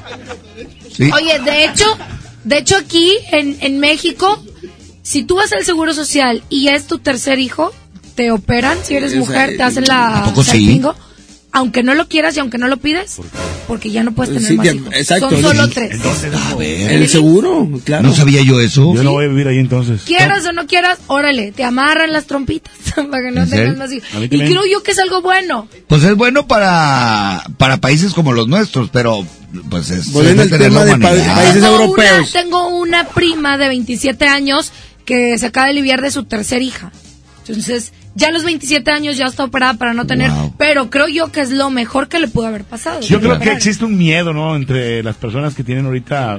Sí. Oye, de hecho, de hecho aquí en, en México, si tú vas al Seguro Social y es tu tercer hijo, te operan, si eres mujer, te hacen la salpingo, sí? Aunque no lo quieras y aunque no lo pides, porque ya no puedes tener sí, más ya, hijos. Exacto. Son solo tres. Entonces, a ver. ¿El seguro? Claro. No sabía yo eso. Yo no voy a vivir ahí entonces. Quieras no. o no quieras, órale, te amarran las trompitas para que no tengas más hijos. Y creo yo que es algo bueno. Pues es bueno para para países como los nuestros, pero pues es... Volviendo al tema de pa países tengo europeos. Una, tengo una prima de veintisiete años que se acaba de aliviar de su tercer hija. Entonces, ya a los veintisiete años ya está operada para no tener, wow. pero creo yo que es lo mejor que le pudo haber pasado. Yo creo que existe un miedo, ¿no? Entre las personas que tienen ahorita,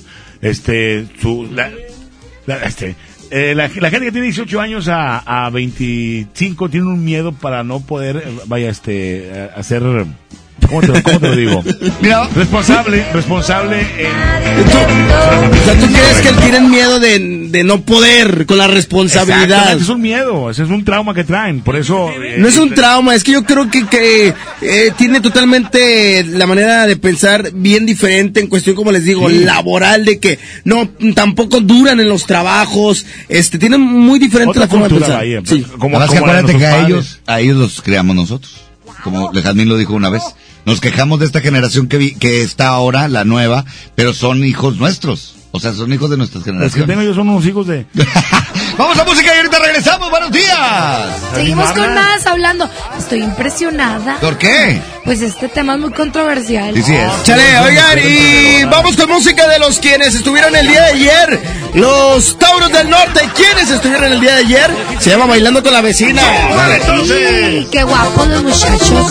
este, su, la, la, este, eh, la, la gente que tiene dieciocho años a, a veinticinco tiene un miedo para no poder, vaya, este, hacer... ¿Cómo te, ¿Cómo te lo digo? Mira, responsable, responsable en... ¿Tú, o sea, ¿tú crees que tienen miedo de, de no poder con la responsabilidad? Es un miedo, ese es un trauma que traen, por eso... Eh, no es un trauma, es que yo creo que, que eh, tiene totalmente la manera de pensar bien diferente en cuestión, como les digo, sí. laboral, de que no, tampoco duran en los trabajos, este, tienen muy diferente Otra la forma de pensar. Vaya, sí. como, Además, como que acuérdate que a padres. ellos, a ellos los creamos nosotros. Como Jazmín lo dijo una vez. Nos quejamos de esta generación que, vi, que está ahora, la nueva, pero son hijos nuestros. O sea, son hijos de nuestras generaciones. Los que tengo yo son unos hijos de... Vamos a música y ahorita regresamos. ¡Buenos días! Seguimos con más hablando. Estoy impresionada. ¿Por qué? Pues este tema es muy controversial. Sí, sí es. Chale, oigan, y vamos con música de los quienes estuvieron el día de ayer. Los Tauros del Norte, quienes estuvieron el día de ayer. Se llama Bailando con la Vecina. Vale, entonces. Sí, qué guapos los muchachos.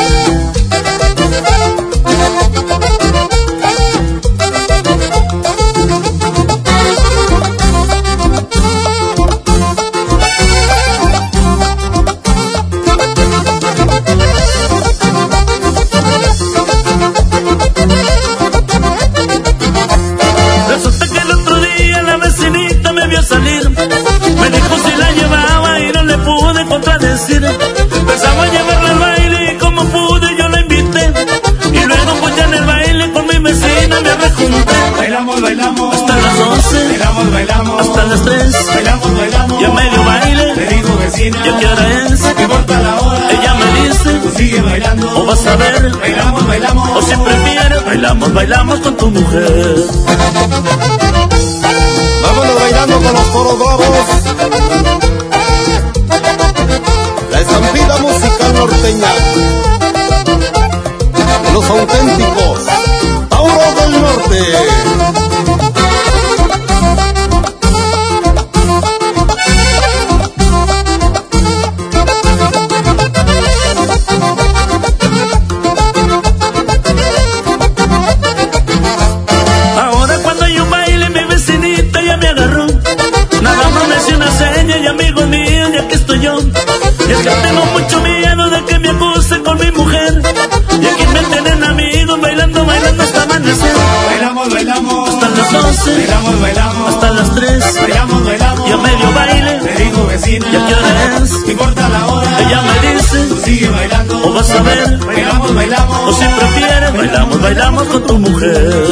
Resulta que el otro día la vecinita me vio salir. Me dijo si la llevaba y no le pude contradecir. Pensaba llevarla al baile y como pude yo la invité. Y luego pues ya en el baile con mi vecina me rejunté. Bailamos, bailamos hasta las once. Bailamos, bailamos hasta las tres. Bailamos, bailamos y a medio baile me dijo vecina, ¿y a qué hora es? ¿Qué importa la hora? Ella me dice, tú sigue bailando. O vas a ver, bailamos, bailamos. O si prefieres, bailamos, bailamos con tu mujer. Vámonos bailando con los toros bravos. La estampida musical norteña. Los auténticos Tauros del Norte. bailamos, bailamos, hasta las tres, bailamos, bailamos, y a medio baile, le digo vecina, ¿y a qué hora es? No importa la hora, ella me dice, tú sigue bailando, o vas a ver, bailamos, bailamos, o si prefieres, bailamos, bailamos con tu mujer.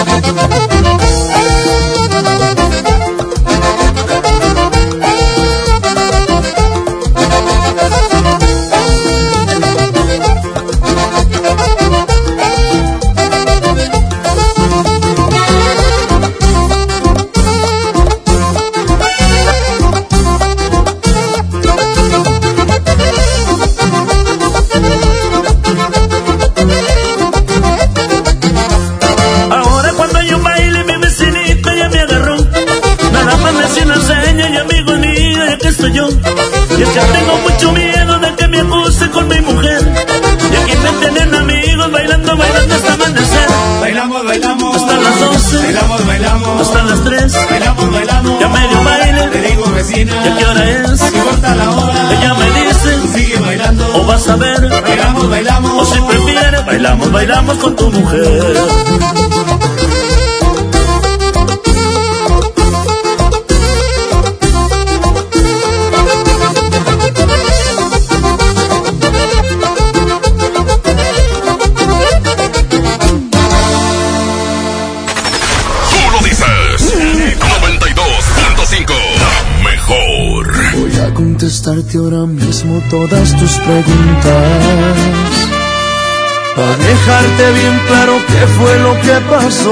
Yo. Y es que tengo mucho miedo de que me acuse con mi mujer. Y aquí me tienen amigos bailando, bailando hasta amanecer. Bailamos, bailamos, hasta las doce. Bailamos, bailamos, hasta las tres. Bailamos, bailamos, y a medio baile. Le digo vecina, ¿y a qué hora es? No importa la hora, ella me dice, tú sigue bailando, o vas a ver, bailamos, bailamos, o si prefieres, bailamos, bailamos con tu mujer. Voy a contestarte ahora mismo todas tus preguntas, para dejarte bien claro qué fue lo que pasó.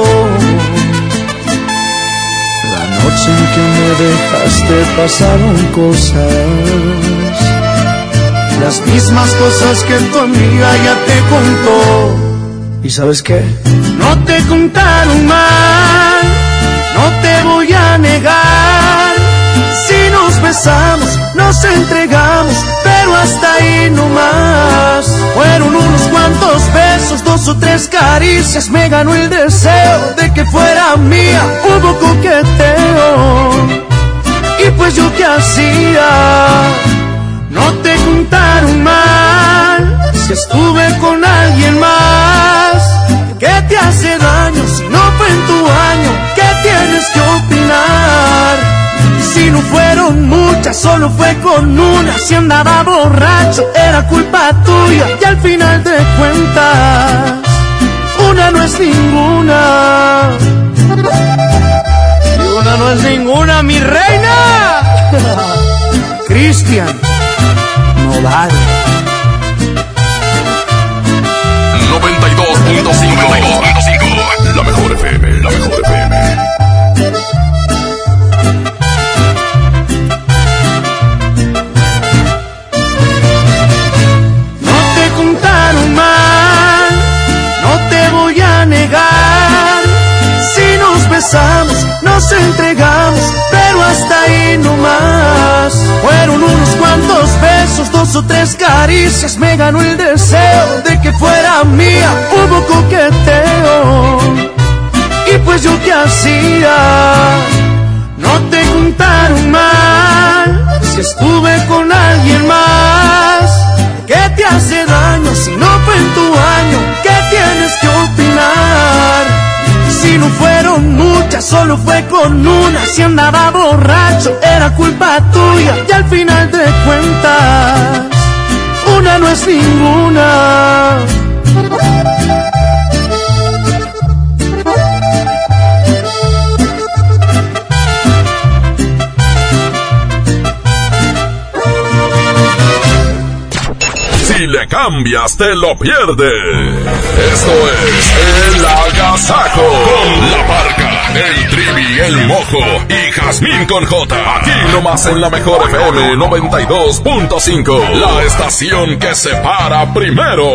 La noche en que me dejaste pasaron cosas, las mismas cosas que tu amiga ya te contó. ¿Y sabes qué? No te contaron mal, no te voy a negar. Si nos besamos, nos entregamos, pero hasta ahí no más. Fueron unos cuantos besos, dos o tres caricias, me ganó el deseo de que fuera mía. Hubo coqueteo, y pues yo qué hacía. No te contaron mal, si estuve con alguien más. ¿Qué te hace daño si no fue en tu año? ¿Qué tienes que opinar? Si no fueron muchas, solo fue con una. Si andaba borracho, era culpa tuya. Y al final de cuentas, una no es ninguna. Y una no es ninguna, mi reina. Cristian Nodal. noventa y dos punto cinco. La mejor F M, la mejor F M. Si nos besamos, nos entregamos, pero hasta ahí no más. Fueron unos cuantos besos, dos o tres caricias, me ganó el deseo de que fuera mía. Hubo coqueteo, y pues yo qué hacía. No te contaron mal, si estuve con alguien más. ¿Qué te hace daño si no fue en tu año? ¿Qué tienes que opinar? Si no fueron muchas, solo fue con una. Si andaba borracho, era culpa tuya. Y al final de cuentas, una no es ninguna. Si le cambias, te lo pierdes. Esto es El Agasajo con La Parca, el Trivi, el Mojo y Jazmín con J. Aquí nomás en la mejor F M noventa y dos punto cinco. La estación que se para primero.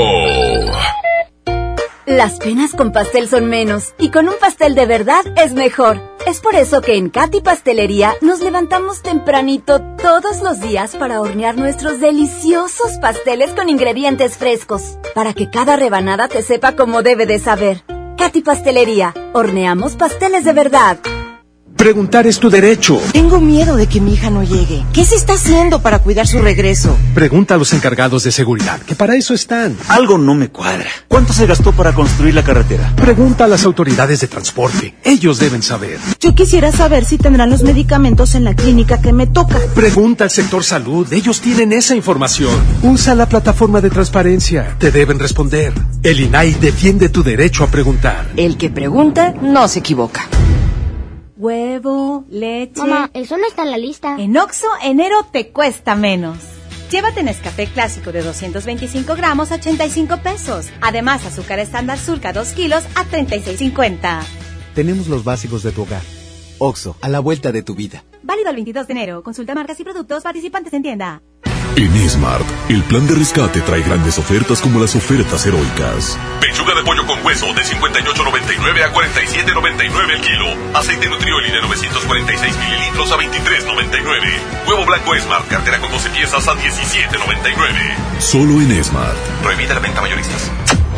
Las penas con pastel son menos y con un pastel de verdad es mejor. Es por eso que en Katy Pastelería nos levantamos tempranito todos los días para hornear nuestros deliciosos pasteles con ingredientes frescos, para que cada rebanada te sepa como debe de saber. Katy Pastelería, horneamos pasteles de verdad. Preguntar es tu derecho. Tengo miedo de que mi hija no llegue. ¿Qué se está haciendo para cuidar su regreso? Pregunta a los encargados de seguridad, que para eso están. Algo no me cuadra. ¿Cuánto se gastó para construir la carretera? Pregunta a las autoridades de transporte. Ellos deben saber. Yo quisiera saber si tendrán los medicamentos en la clínica que me toca. Pregunta al sector salud. Ellos tienen esa información. Usa la plataforma de transparencia. Te deben responder. El I N A I defiende tu derecho a preguntar. El que pregunta no se equivoca. Huevo, leche... Mamá, eso no está en la lista. En Oxxo, enero te cuesta menos. Llévate Nescafé clásico de doscientos veinticinco gramos a ochenta y cinco pesos. Además, azúcar estándar Sulca dos kilos a treinta y seis cincuenta. Tenemos los básicos de tu hogar. Oxxo, a la vuelta de tu vida. Válido el veintidós de enero. Consulta marcas y productos participantes en tienda. En Smart, el plan de rescate trae grandes ofertas como las ofertas heroicas. Pechuga de pollo con hueso de cincuenta y ocho noventa y nueve a cuarenta y siete noventa y nueve el kilo. Aceite Nutrioli de novecientos cuarenta y seis mililitros a veintitrés noventa y nueve. Huevo blanco Smart, cartera con doce piezas a diecisiete noventa y nueve. Solo en Smart. Prohibida la venta mayoristas.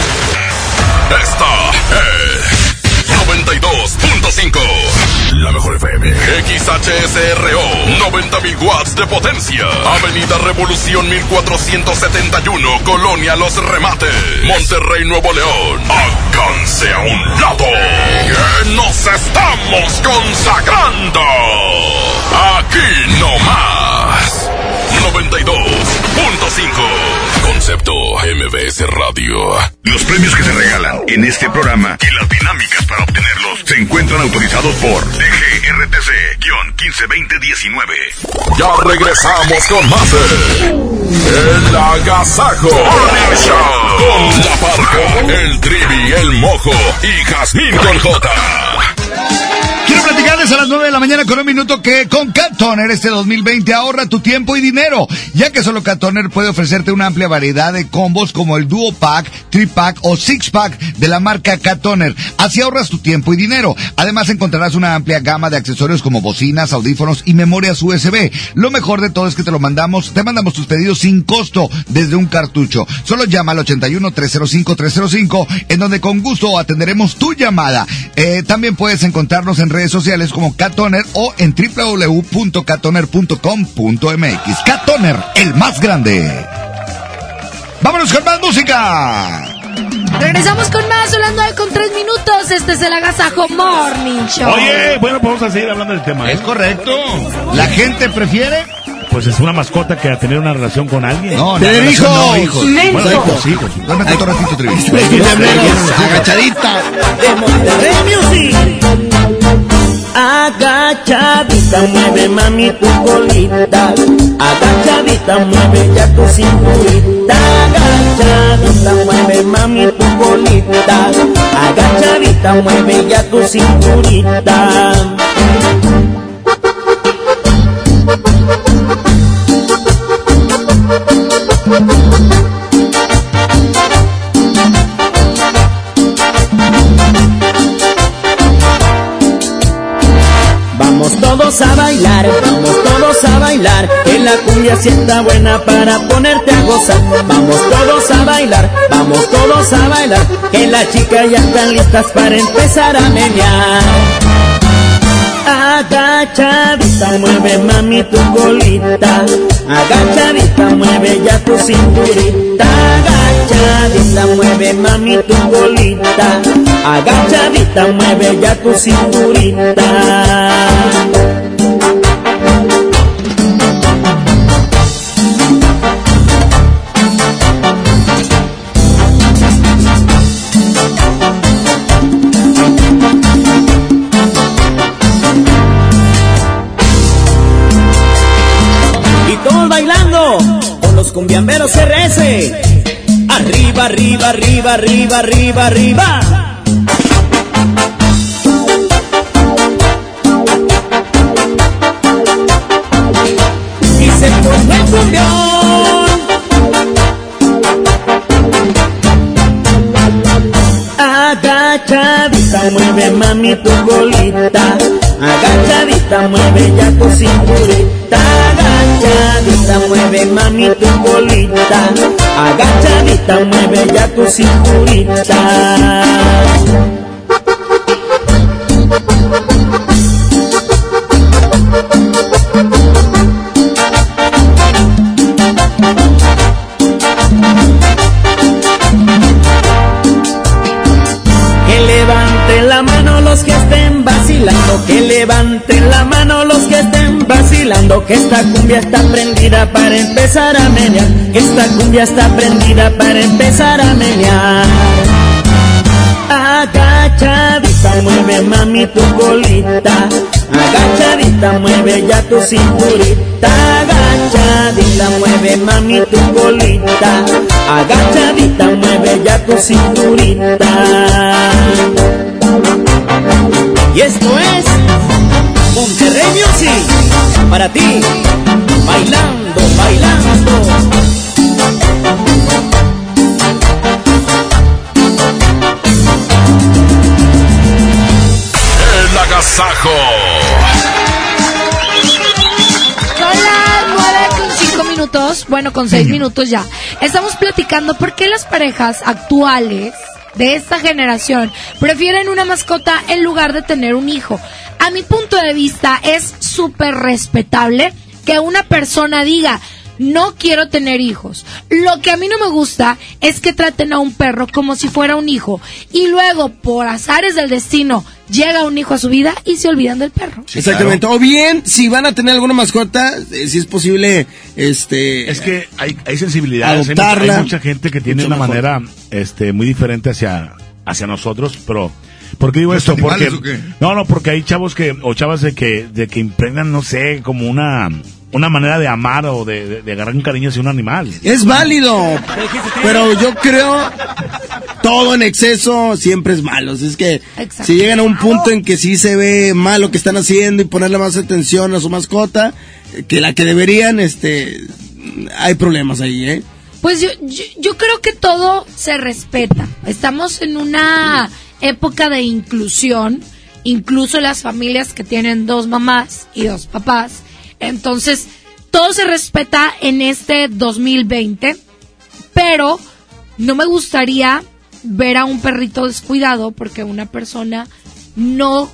Esta es noventa y dos punto cinco. La mejor F M. X H S R O. noventa mil watts de potencia. Avenida Revolución mil cuatrocientos setenta y uno. Colonia Los Remates. Monterrey, Nuevo León. Háganse a un lado. Que nos estamos consagrando. Aquí no más. noventa y dos punto cinco. Concepto M V S Radio. Los premios que se regalan en este programa y las dinámicas para obtenerlos se encuentran autorizados por D G R T C quince veinte diecinueve. Ya regresamos con más de El Agasajo Morning Show con La Parca, el Trivi, el Mojo y Jazmín con J. Quiero platicarles a las nueve de la mañana con un minuto que con Cat Toner este dos mil veinte ahorra tu tiempo y dinero, ya que solo Cat Toner puede ofrecerte una amplia variedad de combos como el Duo Pack, Tri Pack o Six Pack de la marca Cat Toner. Así ahorras tu tiempo y dinero. Además encontrarás una amplia gama de accesorios como bocinas, audífonos y memorias U S B. Lo mejor de todo es que te lo mandamos, te mandamos tus pedidos sin costo desde un cartucho. Solo llama al ochenta y uno, trescientos cinco, trescientos cinco, en donde con gusto atenderemos tu llamada. Eh, también puedes encontrarnos en redes sociales como Cat Toner o en doble u doble u doble u punto cat toner punto com punto m x. Cat Toner, el más grande. ¡Vámonos con más música! Regresamos con más, son las nueve con tres minutos. Este es el Agasajo Morning Show. Oye, bueno, pues vamos a seguir hablando del tema. Es correcto. La gente prefiere... Pues es una mascota que a tener una relación con alguien. No, tener hijos. No, hijos. Bueno, hijos, hijos. Duérmete otro ratito, Trivi. Agachadita. De Monterrey Music. Agachadita, mueve mami tu colita. Agachadita, mueve ya tu cinturita. Agachadita, mueve mami tu colita. Agachadita, mueve ya tu cinturita. Vamos todos a bailar, vamos todos a bailar, que la cumbia sienta buena para ponerte a gozar. Vamos todos a bailar, vamos todos a bailar, que las chicas ya están listas para empezar a menear. Agachadita, mueve mami tu colita. Agachadita, mueve ya tu cinturita. Agachadita, mueve mami tu colita. Agachadita, mueve ya tu cinturita. Bailando con los cumbiamberos R S. Arriba, arriba, arriba, arriba, arriba, arriba. Y se pone el cumbión. Agachadita, mueve mami tu colita. Agachadita, mueve ya tu cinturita. Agachadita, mueve mami tu colita. Agachadita, mueve ya tu cinturita. levanten la mano los que estén vacilando, que levanten la mano los que estén vacilando, que esta cumbia está prendida para empezar a menear, que esta cumbia está prendida para empezar a menear. Agachadita mueve mami tu colita, agachadita mueve ya tu cinturita, agachadita mueve mami tu colita, agachadita mueve ya tu cinturita. Y esto es Monterrey Music para ti, bailando, bailando. Agasajo. Son las nueve con cinco minutos, bueno, con seis minutos ya. Estamos platicando por qué las parejas actuales de esta generación prefieren una mascota en lugar de tener un hijo. A mi punto de vista es súper respetable que una persona diga: no quiero tener hijos. Lo que a mí no me gusta es que traten a un perro como si fuera un hijo y luego, por azares del destino, llega un hijo a su vida y se olvidan del perro. Sí, exactamente. Claro. O bien, si van a tener alguna mascota, eh, si es posible, este... Es que hay, hay sensibilidades. Hay, hay mucha gente que tiene una mejor. manera este, muy diferente hacia, hacia nosotros, pero... ¿Por qué digo esto? Porque... No, no, porque hay chavos que, o chavas de que, de que impregnan, no sé, como una... una manera de amar o de, de, de agarrar un cariño hacia un animal. Es válido, pero yo creo todo en exceso siempre es malo. Es que Exacto. si llegan a un punto en que sí se ve mal lo que están haciendo y ponerle más atención a su mascota que la que deberían, este, hay problemas ahí, ¿eh? Pues yo, yo, yo creo que todo se respeta. Estamos en una época de inclusión, incluso las familias que tienen dos mamás y dos papás. Entonces, todo se respeta en este dos mil veinte, pero no me gustaría ver a un perrito descuidado porque una persona no,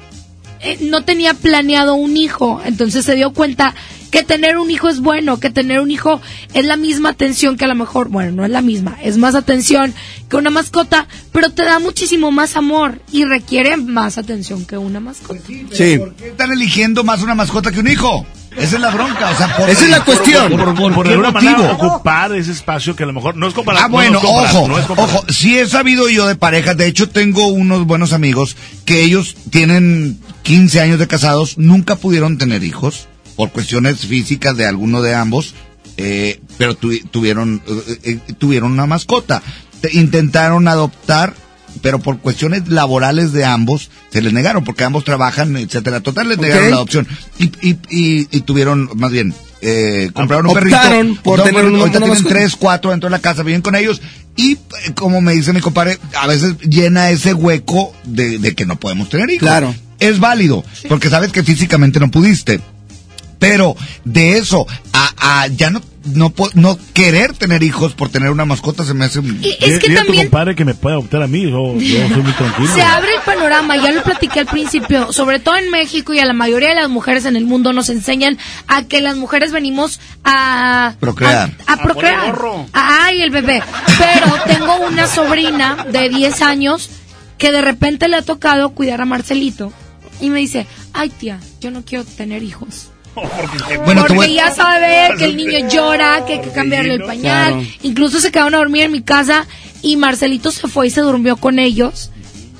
eh, no tenía planeado un hijo. Entonces se dio cuenta que tener un hijo es bueno, que tener un hijo es la misma atención que a lo mejor, bueno, no es la misma, es más atención que una mascota, pero te da muchísimo más amor y requiere más atención que una mascota. Pues sí, sí. ¿Por qué están eligiendo más una mascota que un hijo? Esa es la bronca, o sea, por esa es la cuestión. Por, por, por, por de alguna manera ocupar ese espacio que a lo mejor no es comparado. Ah, bueno, no es comparar, ojo, no es ojo, sí he sabido yo de parejas, de hecho tengo unos buenos amigos que ellos tienen quince años de casados, nunca pudieron tener hijos por cuestiones físicas de alguno de ambos, eh, pero tu, tuvieron eh, eh, tuvieron una mascota, Te, intentaron adoptar, pero por cuestiones laborales de ambos se les negaron porque ambos trabajan, etcétera. Total, les negaron okay. la adopción y, y, y, y tuvieron, más bien, eh, compraron un Optaron perrito. por tener un ahorita tienen tres, cuatro dentro de la casa, viven con ellos y, eh, como me dice mi compadre, a veces llena ese hueco de, de que no podemos tener hijos. Claro. Es válido, sí. porque sabes que físicamente no pudiste. Pero de eso a, a ya no no no querer tener hijos por tener una mascota se me hace... Y es que Dile también... a tu compadre que me pueda adoptar a mí, yo, yo soy muy tranquilo. Se abre el panorama, ya lo platiqué al principio, sobre todo en México y a la mayoría de las mujeres en el mundo nos enseñan a que las mujeres venimos a... Procrear. A, a procrear. A, ay, el bebé. Pero tengo una sobrina de diez años que de repente le ha tocado cuidar a Marcelito y me dice, ay tía, yo no quiero tener hijos. Porque, bueno, porque voy... ya sabe que el niño llora, que hay que cambiarle el pañal. Claro. Incluso se quedaron a dormir en mi casa y Marcelito se fue y se durmió con ellos.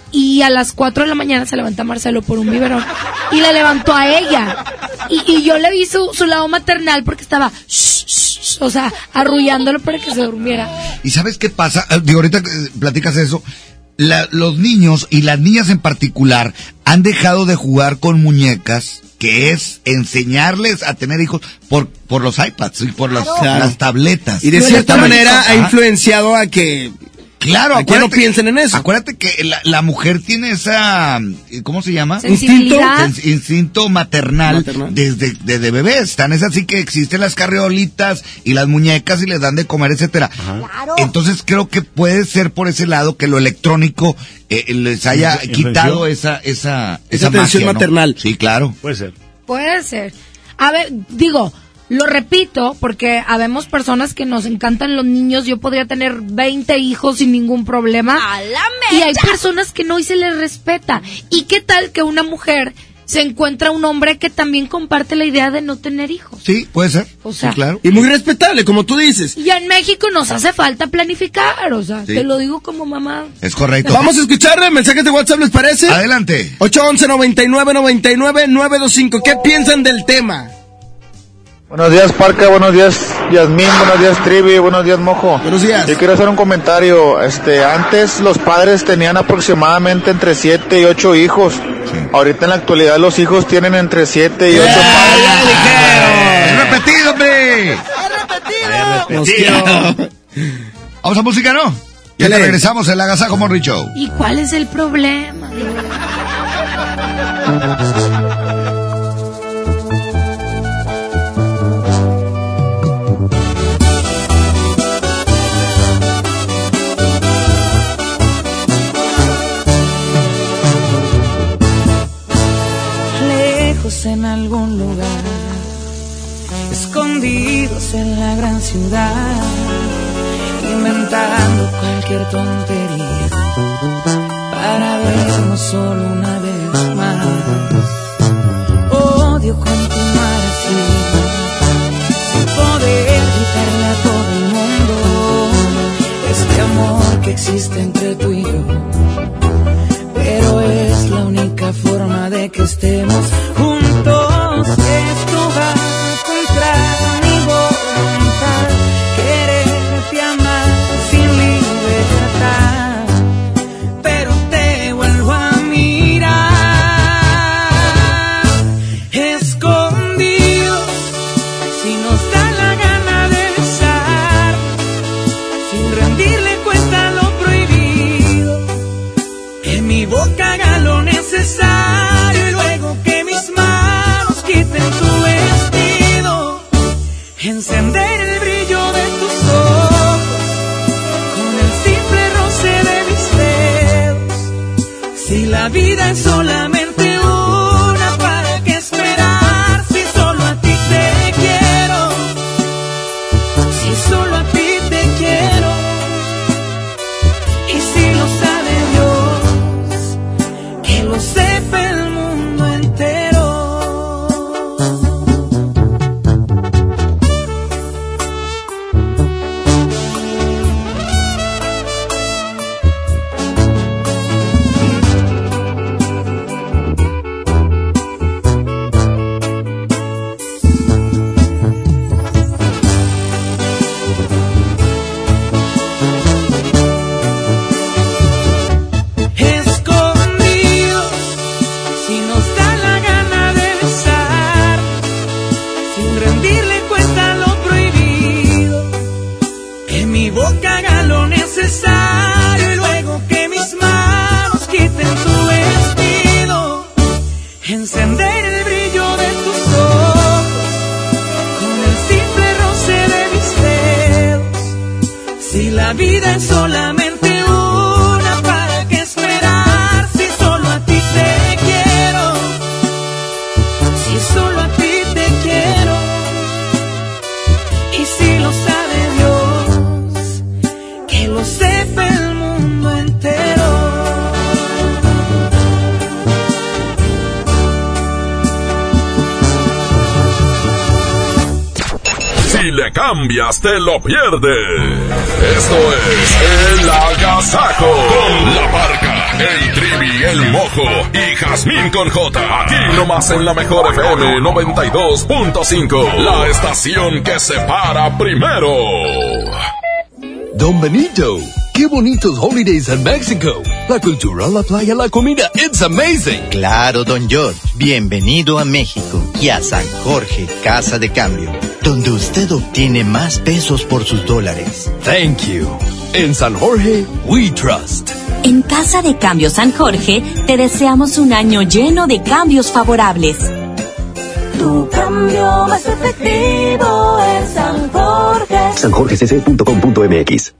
Y a las cuatro de la mañana se levanta Marcelo por un biberón y la levantó a ella. Y, y yo le vi su, su lado maternal porque estaba, shh, shh, shh, o sea, arrullándolo para que se durmiera. ¿Y sabes qué pasa? Digo, ahorita platicas eso. La, los niños y las niñas en particular han dejado de jugar con muñecas, que es enseñarles a tener hijos por por los iPads y por las, claro. las tabletas. Y de cierta manera ha influenciado a que... Claro, a que no piensen en eso. Acuérdate que la, la mujer tiene esa, ¿cómo se llama? Instinto, instinto maternal, maternal. desde desde bebés. Están es así que existen las carriolitas y las muñecas y les dan de comer, etcétera. Claro. Entonces creo que puede ser por ese lado que lo electrónico eh, les haya ¿Influenció? quitado esa esa esa, esa atención magia, maternal. ¿no? Sí, claro. Puede ser. Puede ser. A ver, digo, Lo repito, porque habemos personas que nos encantan los niños. Yo podría tener veinte hijos sin ningún problema. ¡A la y mecha! hay personas que no y se les respeta. ¿Y qué tal que una mujer se encuentra un hombre que también comparte la idea de no tener hijos? Sí, puede ser. O sea, sí, claro. Y muy respetable, como tú dices. Y en México nos hace falta planificar, o sea, Sí. te lo digo como mamá. Es correcto. Vamos a escucharle mensajes de WhatsApp, ¿les parece? Adelante. ocho once, noventa y nueve, noventa y nueve, nueve dos cinco. ¿Qué piensan del tema? Buenos días, Parca, buenos días, Yasmín, buenos días, Trivi, buenos días, Mojo. Buenos días. Yo quiero hacer un comentario. Este, antes los padres tenían aproximadamente entre siete y ocho hijos. Sí. Ahorita en la actualidad los hijos tienen entre siete y ocho padres. ¡Es repetido, hombre! ¡Es repetido! Vamos a música, ¿no? Ya te regresamos en el Agasajo Morning Show. ¿Y cuál es el problema? En algún lugar, escondidos en la gran ciudad, inventando cualquier tontería para vernos solo una vez más. Odio continuar así, sin poder gritarle a todo el mundo este amor que existe entre tú y yo, pero es la única forma de que estemos juntos. Esto va contra mi voluntad, quererte amar sin libertad, pero te vuelvo a mirar, escondidos, si nos da la gana de besar, sin rendirle cuenta lo prohibido, en mi boca haga lo necesario y luego que mis manos quiten tu vestido, encender el brillo de tus ojos con el simple roce de mis dedos. Si la vida es solamente una, ¿para qué esperar? Si solo a ti te quiero, si solo a ti te quiero, y si lo sabe Dios, que lo sepa el mundo entero. Escondidos, si nos da la gana de besar, sin rendirle cuenta lo prohibido, en mi boca haga lo necesario y luego que mis manos quiten tu vestido, encender el brillo de tus ojos con el simple roce de mis dedos. Si la vida es solamente una, ¿para qué esperar? Si solo a ti te quiero, si solo a ti te quiero, y si lo sabe Dios, que lo sepa el mundo entero. Si le cambias, te lo pierdes. Esto es El Agasajo con La Parca, el Trivi, el Mojo y Jazmín con J. Aquí nomás en la mejor F M noventa y dos punto cinco. La estación que se para primero. Don Benito, qué bonitos holidays en México. La cultura, la playa, la comida, it's amazing. Claro, don George. Bienvenido a México y a San Jorge, Casa de Cambio, donde usted obtiene más pesos por sus dólares. Thank you. En San Jorge, we trust. En Casa de Cambio San Jorge, te deseamos un año lleno de cambios favorables. Tu cambio más efectivo es San Jorge. san jorge c c punto com punto m x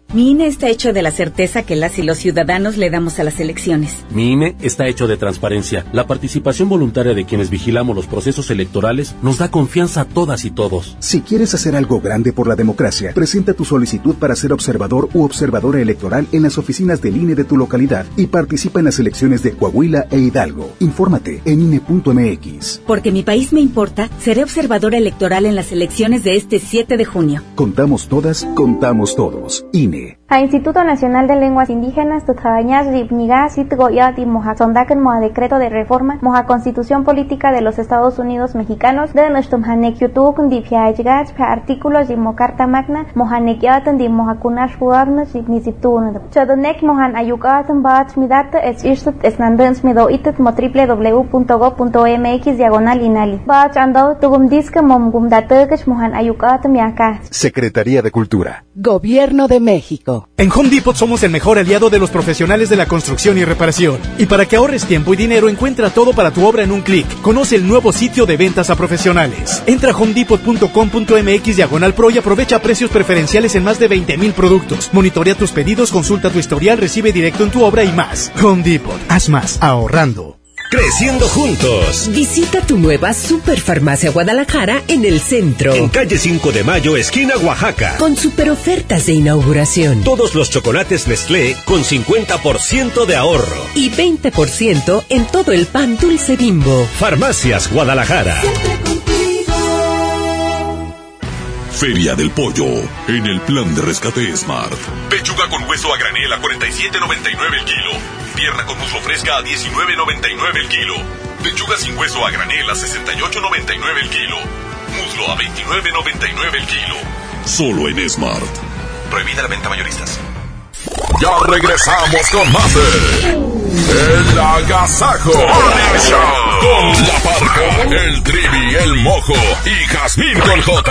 Mi I N E está hecho de la certeza que las y los ciudadanos le damos a las elecciones. Mi I N E está hecho de transparencia. La participación voluntaria de quienes vigilamos los procesos electorales nos da confianza a todas y todos. Si quieres hacer algo grande por la democracia, presenta tu solicitud para ser observador u observadora electoral en las oficinas del I N E de tu localidad y participa en las elecciones de Coahuila e Hidalgo. Infórmate en I N E punto M X. Porque mi país me importa, seré observadora electoral en las elecciones de este siete de junio. Contamos todas, contamos todos. I N E. A Instituto Nacional de Lenguas Indígenas, Tutjañas, Ripniga, Sitgoyat y Moja Sondaken Moja Decreto de Reforma, Moja Constitución Política de los Estados Unidos Mexicanos, de Nustumhanek YouTube, Dipiaigach, Artículos y Mocarta Magna, Mojanekiatan, Di Moja Kunash Huabnas, Ripniziptun. Chodonek Mojan Ayukatan, Bach Midat, es Irsut, es Nandens Mido Itet, Mo w w w punto go punto m x diagonal Inali. Bach Ando, Tugum Disca, Mom Gumdatekesh, Mojan Ayukatan, Miaka. Secretaría de Cultura. Gobierno de México. En Home Depot somos el mejor aliado de los profesionales de la construcción y reparación. Y para que ahorres tiempo y dinero, encuentra todo para tu obra en un clic. Conoce el nuevo sitio de ventas a profesionales. Entra a home depot punto com punto m x diagonal pro y aprovecha precios preferenciales en más de veinte mil productos. Monitorea tus pedidos, consulta tu historial, recibe directo en tu obra y más. Home Depot. Haz más ahorrando. Creciendo juntos. Visita tu nueva Superfarmacia Guadalajara en el centro. En calle cinco de mayo, esquina Oaxaca. Con super ofertas de inauguración. Todos los chocolates Nestlé con cincuenta por ciento de ahorro. Y veinte por ciento en todo el pan dulce Bimbo. Farmacias Guadalajara. Feria del Pollo, en el plan de rescate Smart. Pechuga con hueso a granel a cuarenta y siete noventa y nueve el kilo. Pierna con muslo fresca a diecinueve noventa y nueve el kilo. Pechuga sin hueso a granel a sesenta y ocho noventa y nueve el kilo. Muslo a veintinueve noventa y nueve el kilo. Solo en Smart. Prohibida la venta mayoristas. Ya regresamos con más de El Agasajo Morning Show con La Parca, el Trivi, el Mojo y Jazmín con J.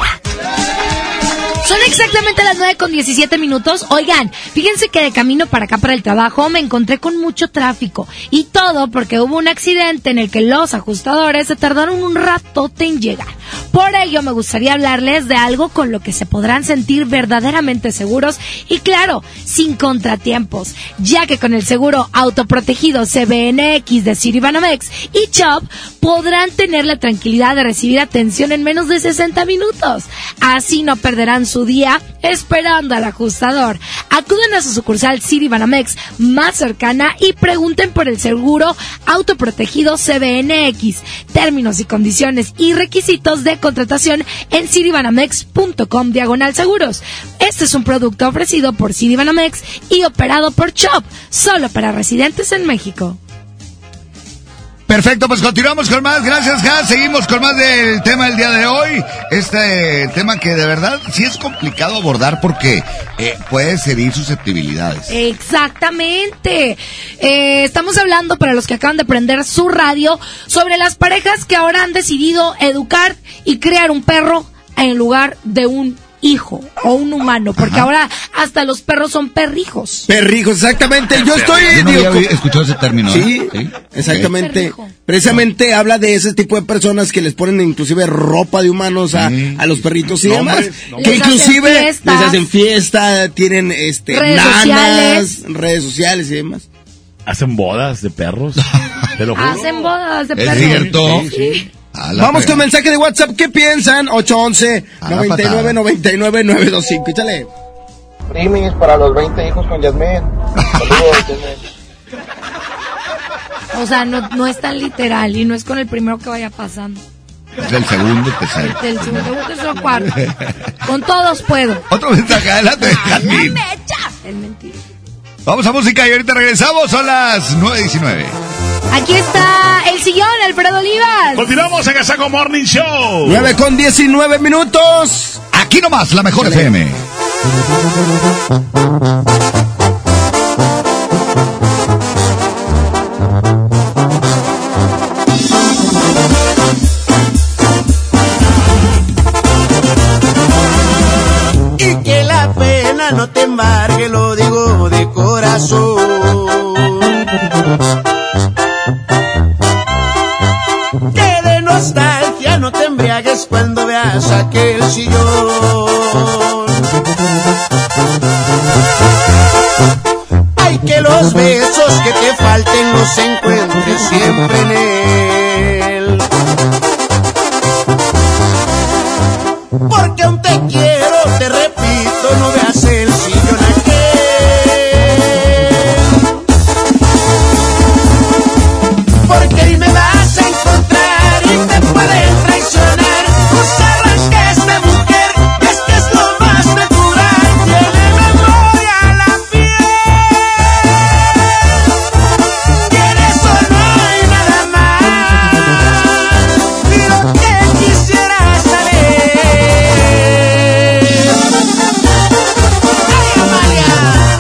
Son exactamente las nueve con diecisiete minutos. Oigan, fíjense que de camino para acá, para el trabajo, me encontré con mucho tráfico. Y todo porque hubo un accidente en el que los ajustadores se tardaron un ratote en llegar. Por ello, me gustaría hablarles de algo con lo que se podrán sentir verdaderamente seguros y, claro, sin contratiempos. Ya que con el seguro autoprotegido C B N X de Citibanamex y Chop, podrán tener la tranquilidad de recibir atención en menos de sesenta minutos. Así no perderán su día esperando al ajustador. Acuden a su sucursal Citibanamex más cercana y pregunten por el seguro autoprotegido C B N X. Términos y condiciones y requisitos de contratación en citibanamex punto com diagonal seguros. Este es un producto ofrecido por Citibanamex y operado por Chop, solo para residentes en México. Perfecto, pues continuamos con más. Gracias, Gas. Seguimos con más del tema del día de hoy. Este tema que de verdad sí es complicado abordar porque eh, puede herir susceptibilidades. Exactamente. Eh, estamos hablando, para los que acaban de prender su radio, sobre las parejas que ahora han decidido educar y crear un perro en lugar de un hijo o un humano, porque Ajá. ahora hasta los perros son perrijos. Perrijos, exactamente. Yo estoy... Yo no digo, había escuchado ese término. Sí, ¿eh? exactamente. Precisamente habla de ese tipo de personas que les ponen inclusive ropa de humanos a, sí. a los perritos y demás. No, que les inclusive hacen les hacen fiesta, tienen este redes nanas, sociales. redes sociales y demás. ¿Hacen bodas de perros? ¿Te lo juro? Hacen bodas de perros. ¿Es cierto? Sí, sí. Vamos con mensaje de WhatsApp. ¿Qué piensan? ocho once, noventa y nueve, noventa y nueve, nueve dos cinco. Échale. Primis para los veinte hijos con Yasmín. Saludos, Yasmín. O sea, no, no es tan literal y no es con el primero que vaya pasando. Es el segundo, tercero. Del segundo, tercero, cuarto. Con todos puedo. Otro mensaje, adelante, Jazmín. Es mentira. Vamos a música y ahorita regresamos. Son las nueve diecinueve. Aquí está el sillón, Alfredo Olivas. Continuamos en Agasajo Morning Show. nueve con diecinueve minutos. Aquí nomás, la mejor F M. Y que la pena no te embargue, lo digo de corazón. Que de nostalgia no te embriagues cuando veas aquel sillón. momentos que te falten los encuentres siempre en él. Porque aún te quiero, te repito, no veas el sillón aquel. Porque ahí me vas a encontrar y te pueden traicionar. No se arranques de mujer, es que es lo más natural. Tiene memoria la piel. Y en eso no hay nada más. Y lo que quisiera saber. ¡Ay, Amalia!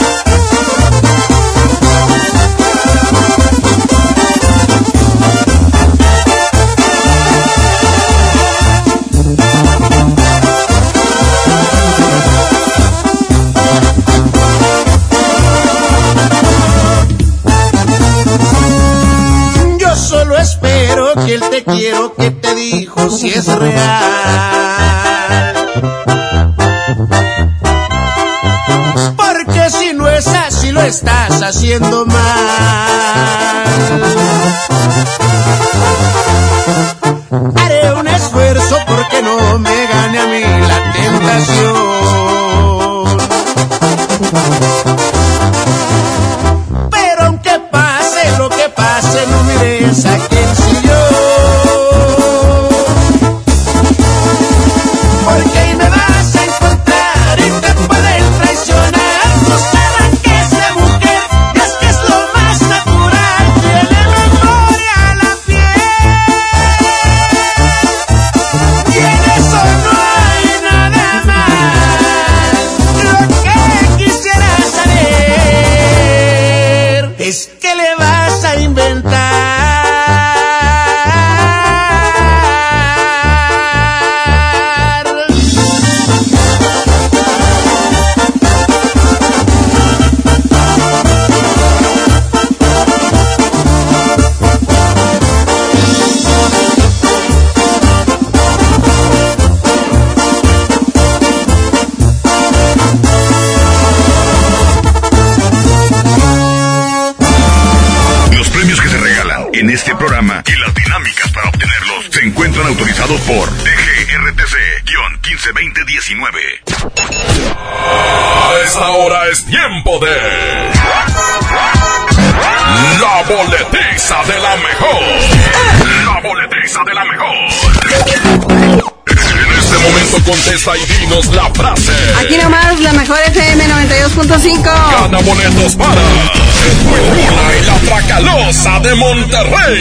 Yo solo espero que el te quiero que te dijo si es real. Porque si no es así lo estás haciendo mal. Haré un esfuerzo porque no me gane a mí la tentación. Pero aunque pase lo que pase, no mires a aquel sillón. Porque ahí me vas a encontrar y te pueden traicionar. No se arranques de mujer, y es que es lo más natural. Tiene memoria la piel. Y en eso no hay nada más. Lo que quisiera saber es que le vas a inventar. Los premios que se regalan en este programa y las dinámicas para obtenerlos se encuentran autorizados por D G R T C quince veinte diecinueve. A esta hora es tiempo de la boletiza de la mejor. La boletiza de la mejor. En este momento contesta y dinos la frase. Aquí nomás la mejor F M noventa y dos punto cinco. Gana boletos para Edwin Luna y la Tracalosa de Monterrey.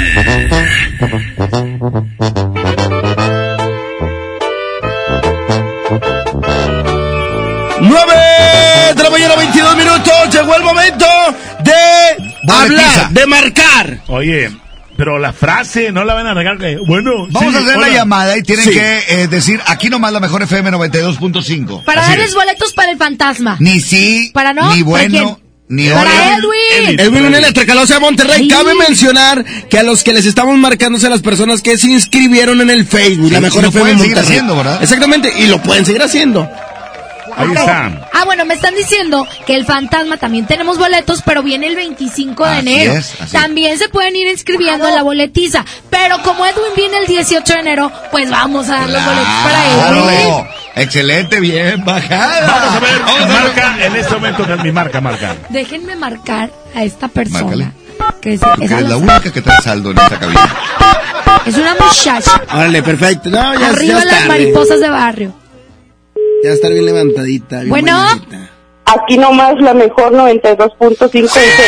nueve de la mañana, veintidós minutos. Llegó el momento de hablar, de marcar. Oye, pero la frase no la van a regar. Que, bueno, vamos sí, a hacer hola. la llamada y tienen Sí. que eh, decir aquí nomás la mejor F M noventa y dos punto cinco. Para Así darles es. boletos para el fantasma. Ni sí, ¿Para no? ni ¿Para bueno, quién? ni Para hola. Edwin. Edwin Luna, la Tracalosa de Monterrey. Ay. Cabe mencionar que a los que les estamos marcando son las personas que se inscribieron en el Facebook, Sí, la mejor lo F M pueden seguir Monterrey. haciendo, ¿verdad? Exactamente, y lo pueden seguir haciendo. Ahí Ok. está. Ah, bueno, me están diciendo que el fantasma también tenemos boletos, pero viene el veinticinco de Así enero. es, así También se pueden ir inscribiendo en la boletiza. Pero como Edwin viene el dieciocho de enero, pues vamos a dar los boletos para Edwin. Claro. Excelente, bien bajada. Vamos a ver, Vamos a ver. marca en este momento, mi marca, marca. Déjenme marcar a esta persona. Márcale. Que es, Porque esa es la la- única que trae saldo en esta cabina. es una muchacha. Órale, perfecto. No, ya, Arriba ya las está, mariposas de barrio. Ya está bien levantadita. Bien Bueno. bonita. Aquí nomás la mejor noventa y dos punto cinco F M.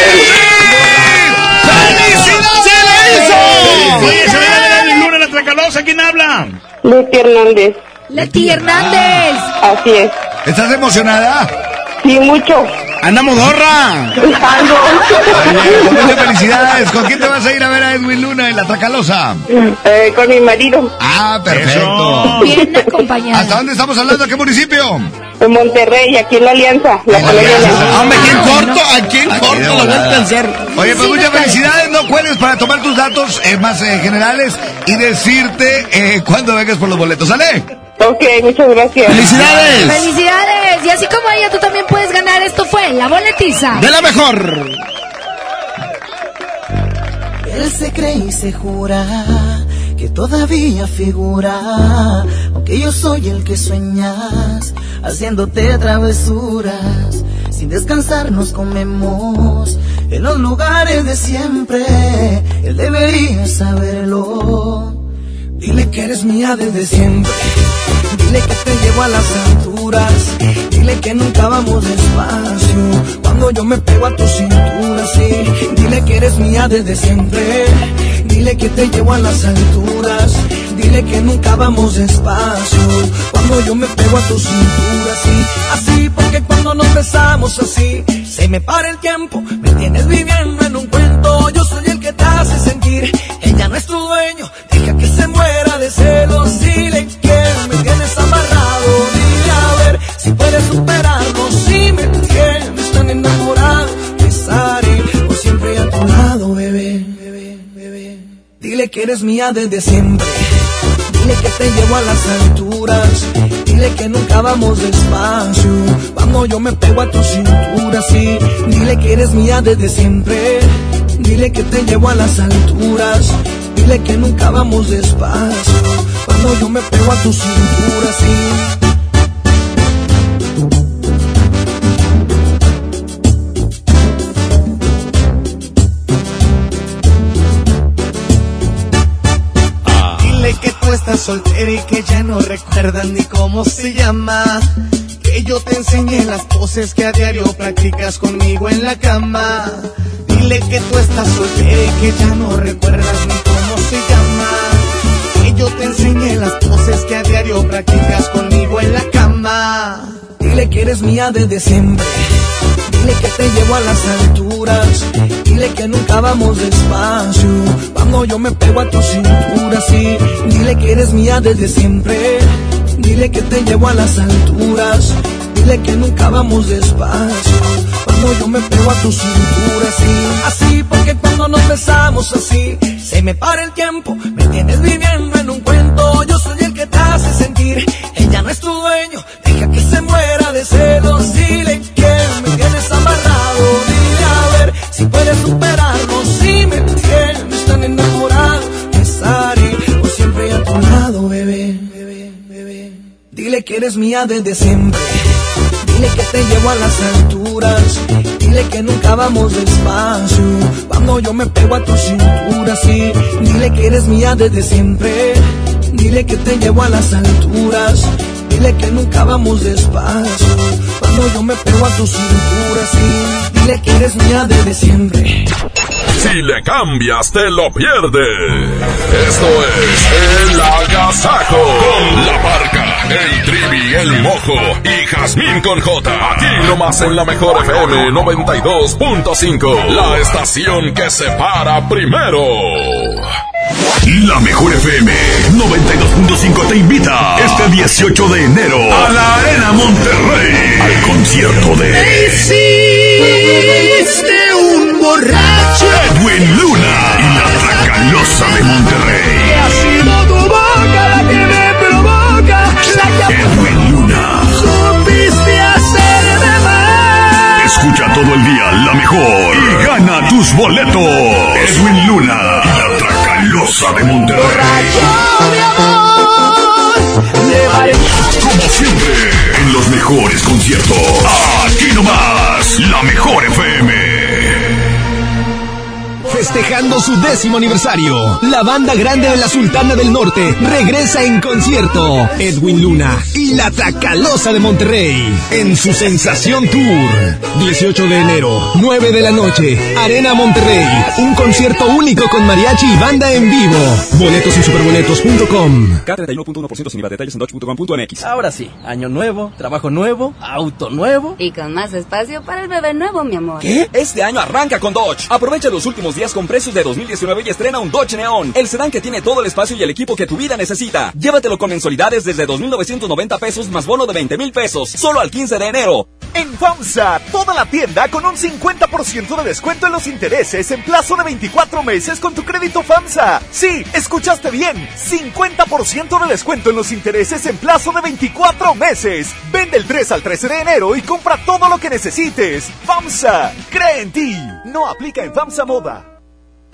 Oye, se viene Edwin Luna, la Tracalosa. ¿Quién habla? Leti Hernández. Leti Hernández. Así es. ¿Estás emocionada? Sí, mucho. ¡Anda modorra! Ando. Oye, muchas felicidades. ¿Con quién te vas a ir a ver a Edwin Luna en la Tracalosa? Eh, con mi marido. Ah, perfecto. Bien acompañada. ¿Hasta dónde estamos hablando? ¿A qué municipio? En Monterrey, aquí en la Alianza. La En colonia Alianza. Alianza. Hombre, ¿quién corto? ¿A quién Aquí corto de lo voy a volada. alcanzar? Oye, pues Sí, muchas me felicidades. No cuelgues para tomar tus datos eh, más eh, generales y decirte eh, cuándo vengas por los boletos. ¿Sale? Ok, muchas gracias. ¡Felicidades! ¡Felicidades! Y así como ella, tú también puedes ganar. Esto fue La Boletiza. ¡De la mejor! Él se cree y se jura que todavía figura, aunque yo soy el que sueñas, haciéndote travesuras. Sin descansar nos comemos en los lugares de siempre. Él debería saberlo. Dile que eres mía desde siempre. Dile que te llevo a las alturas. Dile que nunca vamos despacio cuando yo me pego a tu cintura, sí. Dile que eres mía desde siempre. Dile que te llevo a las alturas. Dile que nunca vamos despacio cuando yo me pego a tu cintura, sí. Así, porque cuando nos besamos así se me para el tiempo. Me tienes viviendo en un cuento. Yo soy el que te hace sentir. Ella no es tu dueño. Deja que se muera de celos. Dile que me tienes amarrado. Dile a ver si puedes superarlo. Si me tienes tan enamorado, estaré por siempre a tu lado, bebé. Dile que eres mía desde siempre. Dile que te llevo a las alturas. Dile que nunca vamos despacio cuando yo me pego a tu cintura, sí. Dile que eres mía desde siempre. Dile que te llevo a las alturas. Dile que nunca vamos despacio cuando yo me pego a tu cintura, sí. Que tú estás soltera y que ya no recuerdas ni cómo se llama. Que yo te enseñé las poses que a diario practicas conmigo en la cama. Dile que tú estás soltera y que ya no recuerdas ni cómo se llama. Que yo te enseñé las poses que a diario practicas conmigo en la cama. Dile que eres mía desde siempre. Dile que te llevo a las alturas. Dile que nunca vamos despacio cuando yo me pego a tu cintura, sí. Dile que eres mía desde siempre. Dile que te llevo a las alturas. Dile que nunca vamos despacio cuando yo me pego a tu cintura, sí. Así, porque cuando nos besamos así se me para el tiempo. Me tienes viviendo en un cuento. Yo soy el que te hace sentir. Ella no es tu dueño. Deja que se muera de celos. Dile que me tienes amarrado. Dile a ver si puedes superarlo. Si me tienes tan enamorado, estaré por siempre a tu lado, bebé. Dile que eres mía desde siempre. Dile que te llevo a las alturas. Dile que nunca vamos despacio cuando yo me pego a tu cintura, sí. Dile que eres mía desde siempre. Dile que te llevo a las alturas. Dile que nunca vamos despacio cuando yo me pego a tu cintura, sí. Dile que eres mía desde siempre. Si le cambias, te lo pierdes. Esto es El Agasajo con La Parca, el Trivi, el Mojo y Jazmín con J. Aquí nomás en la mejor F M noventa y dos punto cinco, la estación que se para primero. La mejor F M noventa y dos punto cinco te invita este dieciocho de enero a la Arena Monterrey al concierto de Me hiciste un borracho, Edwin Luna y la Tracalosa de Monterrey. ha sido tu boca la que me provoca, la que Edwin Luna. supiste hacerme mal. Escucha todo el día la mejor y gana tus boletos. Edwin Luna y la Tracalosa de Monterrey. Como siempre, en los mejores conciertos. Aquí nomás, la mejor F M. Festejando su décimo aniversario, la banda grande de la Sultana del Norte regresa en concierto. Edwin Luna y la Tracalosa de Monterrey en su Sensación Tour. dieciocho de enero, nueve de la noche, Arena Monterrey. Un concierto único con mariachi y banda en vivo. Boletos en superboletos punto com. K treinta y uno punto uno por ciento sin I V A. Detalles en dodge punto com punto m x. Ahora sí, año nuevo, trabajo nuevo, auto nuevo. Y con más espacio para el bebé nuevo, mi amor. ¿Qué? Este año arranca con Dodge. Aprovecha los últimos días con precios de dos mil diecinueve y estrena un Dodge Neon, el sedán que tiene todo el espacio y el equipo que tu vida necesita. Llévatelo con mensualidades desde dos mil novecientos noventa pesos más bono de veinte mil pesos, solo al quince de enero. En FAMSA, toda la tienda con un cincuenta por ciento de descuento en los intereses en plazo de veinticuatro meses con tu crédito FAMSA. Sí, escuchaste bien, cincuenta por ciento de descuento en los intereses en plazo de veinticuatro meses. Vende el tres al trece de enero y compra todo lo que necesites. FAMSA, cree en ti. No aplica en FAMSA Moda.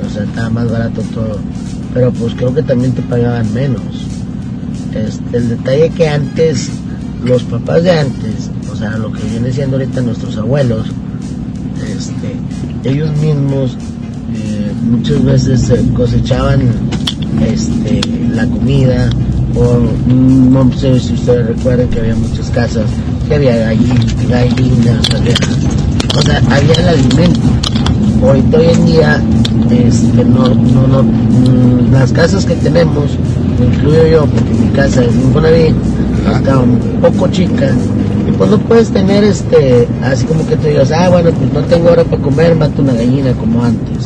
o sea, estaba más barato todo, pero pues creo que también te pagaban menos. Este, el detalle que antes, los papás de antes, o sea, lo que viene siendo ahorita nuestros abuelos, este, ellos mismos eh, muchas veces eh, cosechaban este, la comida, o no sé si ustedes recuerdan que había muchas casas, que había gallinas, gallinas había, o sea, había el alimento. Ahorita hoy en día, este, no, no, no, mm, las casas que tenemos, me incluyo yo, porque mi casa es un Infonavit, está un poco chica, y pues no puedes tener, este, así como que te digas, ah, bueno, pues no tengo hora para comer, mato una gallina como antes.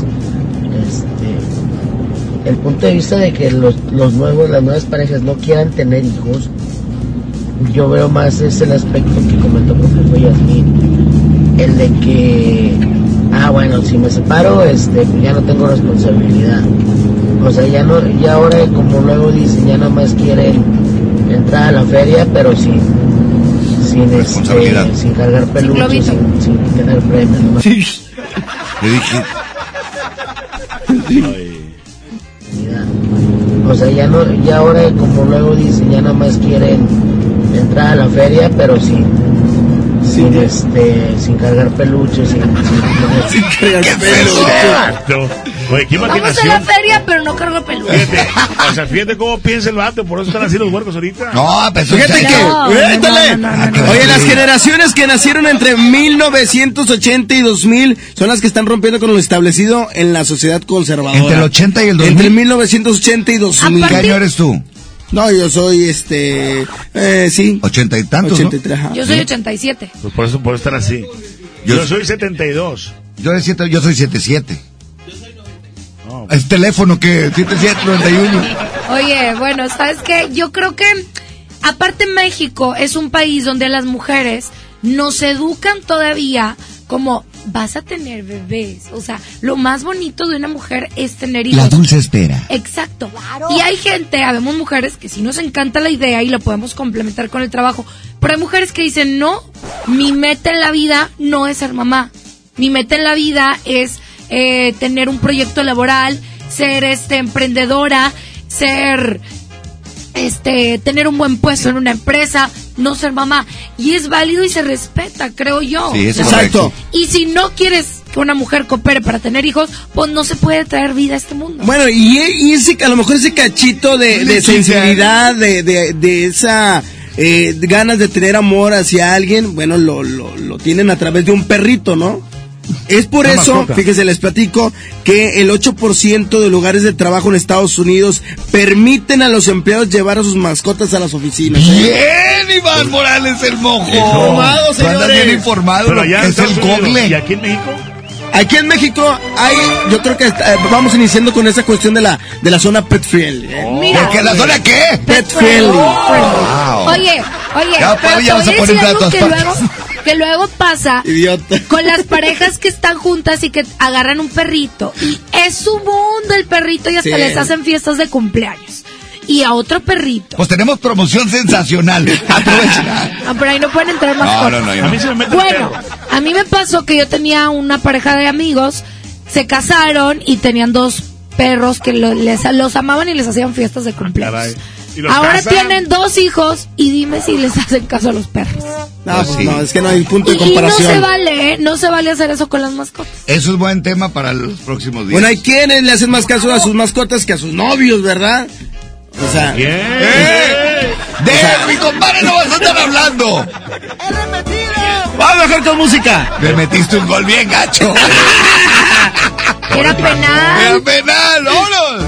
Este, el punto de vista de que los, los nuevos, las nuevas parejas no quieran tener hijos, yo veo más es el aspecto que comentó por ejemplo Yasmín, el de que, ah, bueno, si me separo, este, pues ya no tengo responsabilidad. O sea, ya no, ya ahora, como luego dicen, ya nomás quieren entrar a la feria, pero sin, sin, este, sin cargar peluches, sin, sin tener premios. ¿No? Sí. Le dije. O sea, ya no, ya ahora, como luego dicen, ya nomás quieren entrar a la feria, pero sin, sin sí, este, sin cargar peluches, sin, sin, sin cargar peluches. Oye, ¿qué Vamos a la feria, pero no cargo peluches. Fíjate, o sea, fíjate cómo piensa el vato, por eso están así los huercos ahorita. No, pero fíjate que, no, no, no, no, no, oye, las generaciones que nacieron entre mil novecientos ochenta y dos mil son las que están rompiendo con lo establecido en la sociedad conservadora. Entre el ochenta y el dos mil. Entre mil novecientos ochenta y dos mil. ¿Qué año eres tú? No, yo soy, este, eh, sí. Ochenta y tantos, ochenta y tres, ¿no? Yo soy ochenta y siete. Pues por eso, por eso están así. Yo, yo soy setenta y dos. Yo, de siete, yo soy setenta y siete. Oh. Es teléfono que setenta y siete, noventa y uno. Oye, bueno, ¿sabes qué? Yo creo que, aparte México es un país donde las mujeres nos educan todavía como vas a tener bebés. O sea, lo más bonito de una mujer es tener hijos. La dulce espera. Exacto. Claro. Y hay gente, habemos mujeres que sí nos encanta la idea y lo podemos complementar con el trabajo. Pero hay mujeres que dicen, no, mi meta en la vida no es ser mamá. Mi meta en la vida es eh, tener un proyecto laboral, ser este emprendedora, ser este tener un buen puesto en una empresa, no ser mamá. Y es válido y se respeta, creo yo. Sí, es exacto. Y si no quieres que una mujer coopere para tener hijos, pues no se puede traer vida a este mundo. Bueno, y, y ese, a lo mejor ese cachito de, de sensibilidad, de, de, de esa eh, ganas de tener amor hacia alguien, bueno, lo, lo, lo tienen a través de un perrito, ¿no? Es por Una eso, mascota. fíjese, les platico que el ocho por ciento de lugares de trabajo en Estados Unidos permiten a los empleados llevar a sus mascotas a las oficinas. ¿eh? Bien, Iván Morales, el mojo. Informado, Tú andas bien informado. Pero Lo allá que en es el Estados Unidos, Google. ¿y aquí en México? Aquí en México hay, yo creo que está, eh, vamos iniciando con esa cuestión de la de la zona pet friendly. ¿eh? Mira. ¿De qué? ¿La zona qué? Pet friendly. Wow. Oye, oye, Ya, pero ya vas te a voy a poner decir algo datos que para- luego, que luego pasa Idiota. con las parejas que están juntas y que agarran un perrito y es su mundo el perrito y hasta Sí. les hacen fiestas de cumpleaños. Y a otro perrito. Pues tenemos promoción sensacional. Aprovecha. Ah, pero ahí no pueden entrar más No, cosas. no, no, A no. mí se me mete el Bueno, perro. a mí me pasó que yo tenía una pareja de amigos, se casaron y tenían dos perros que lo- les, los amaban y les hacían fiestas de cumpleaños. Caray. ¿Y los Ahora casan? tienen dos hijos y dime si les hacen caso a los perros. No, Pues pues sí. no, es que no hay punto Y, de y no comparación. se vale, ¿eh? No se vale hacer eso con las mascotas. Eso es buen tema para los próximos días. Bueno, hay quienes le hacen más caso a sus mascotas que a sus novios, ¿verdad? O sea, Bien. ¡Eh! ¡De mi compadre no vas a estar hablando! vamos a dejar con música. Me metiste un gol bien gacho. Era penal. ¡Era penal! ¡Vámonos!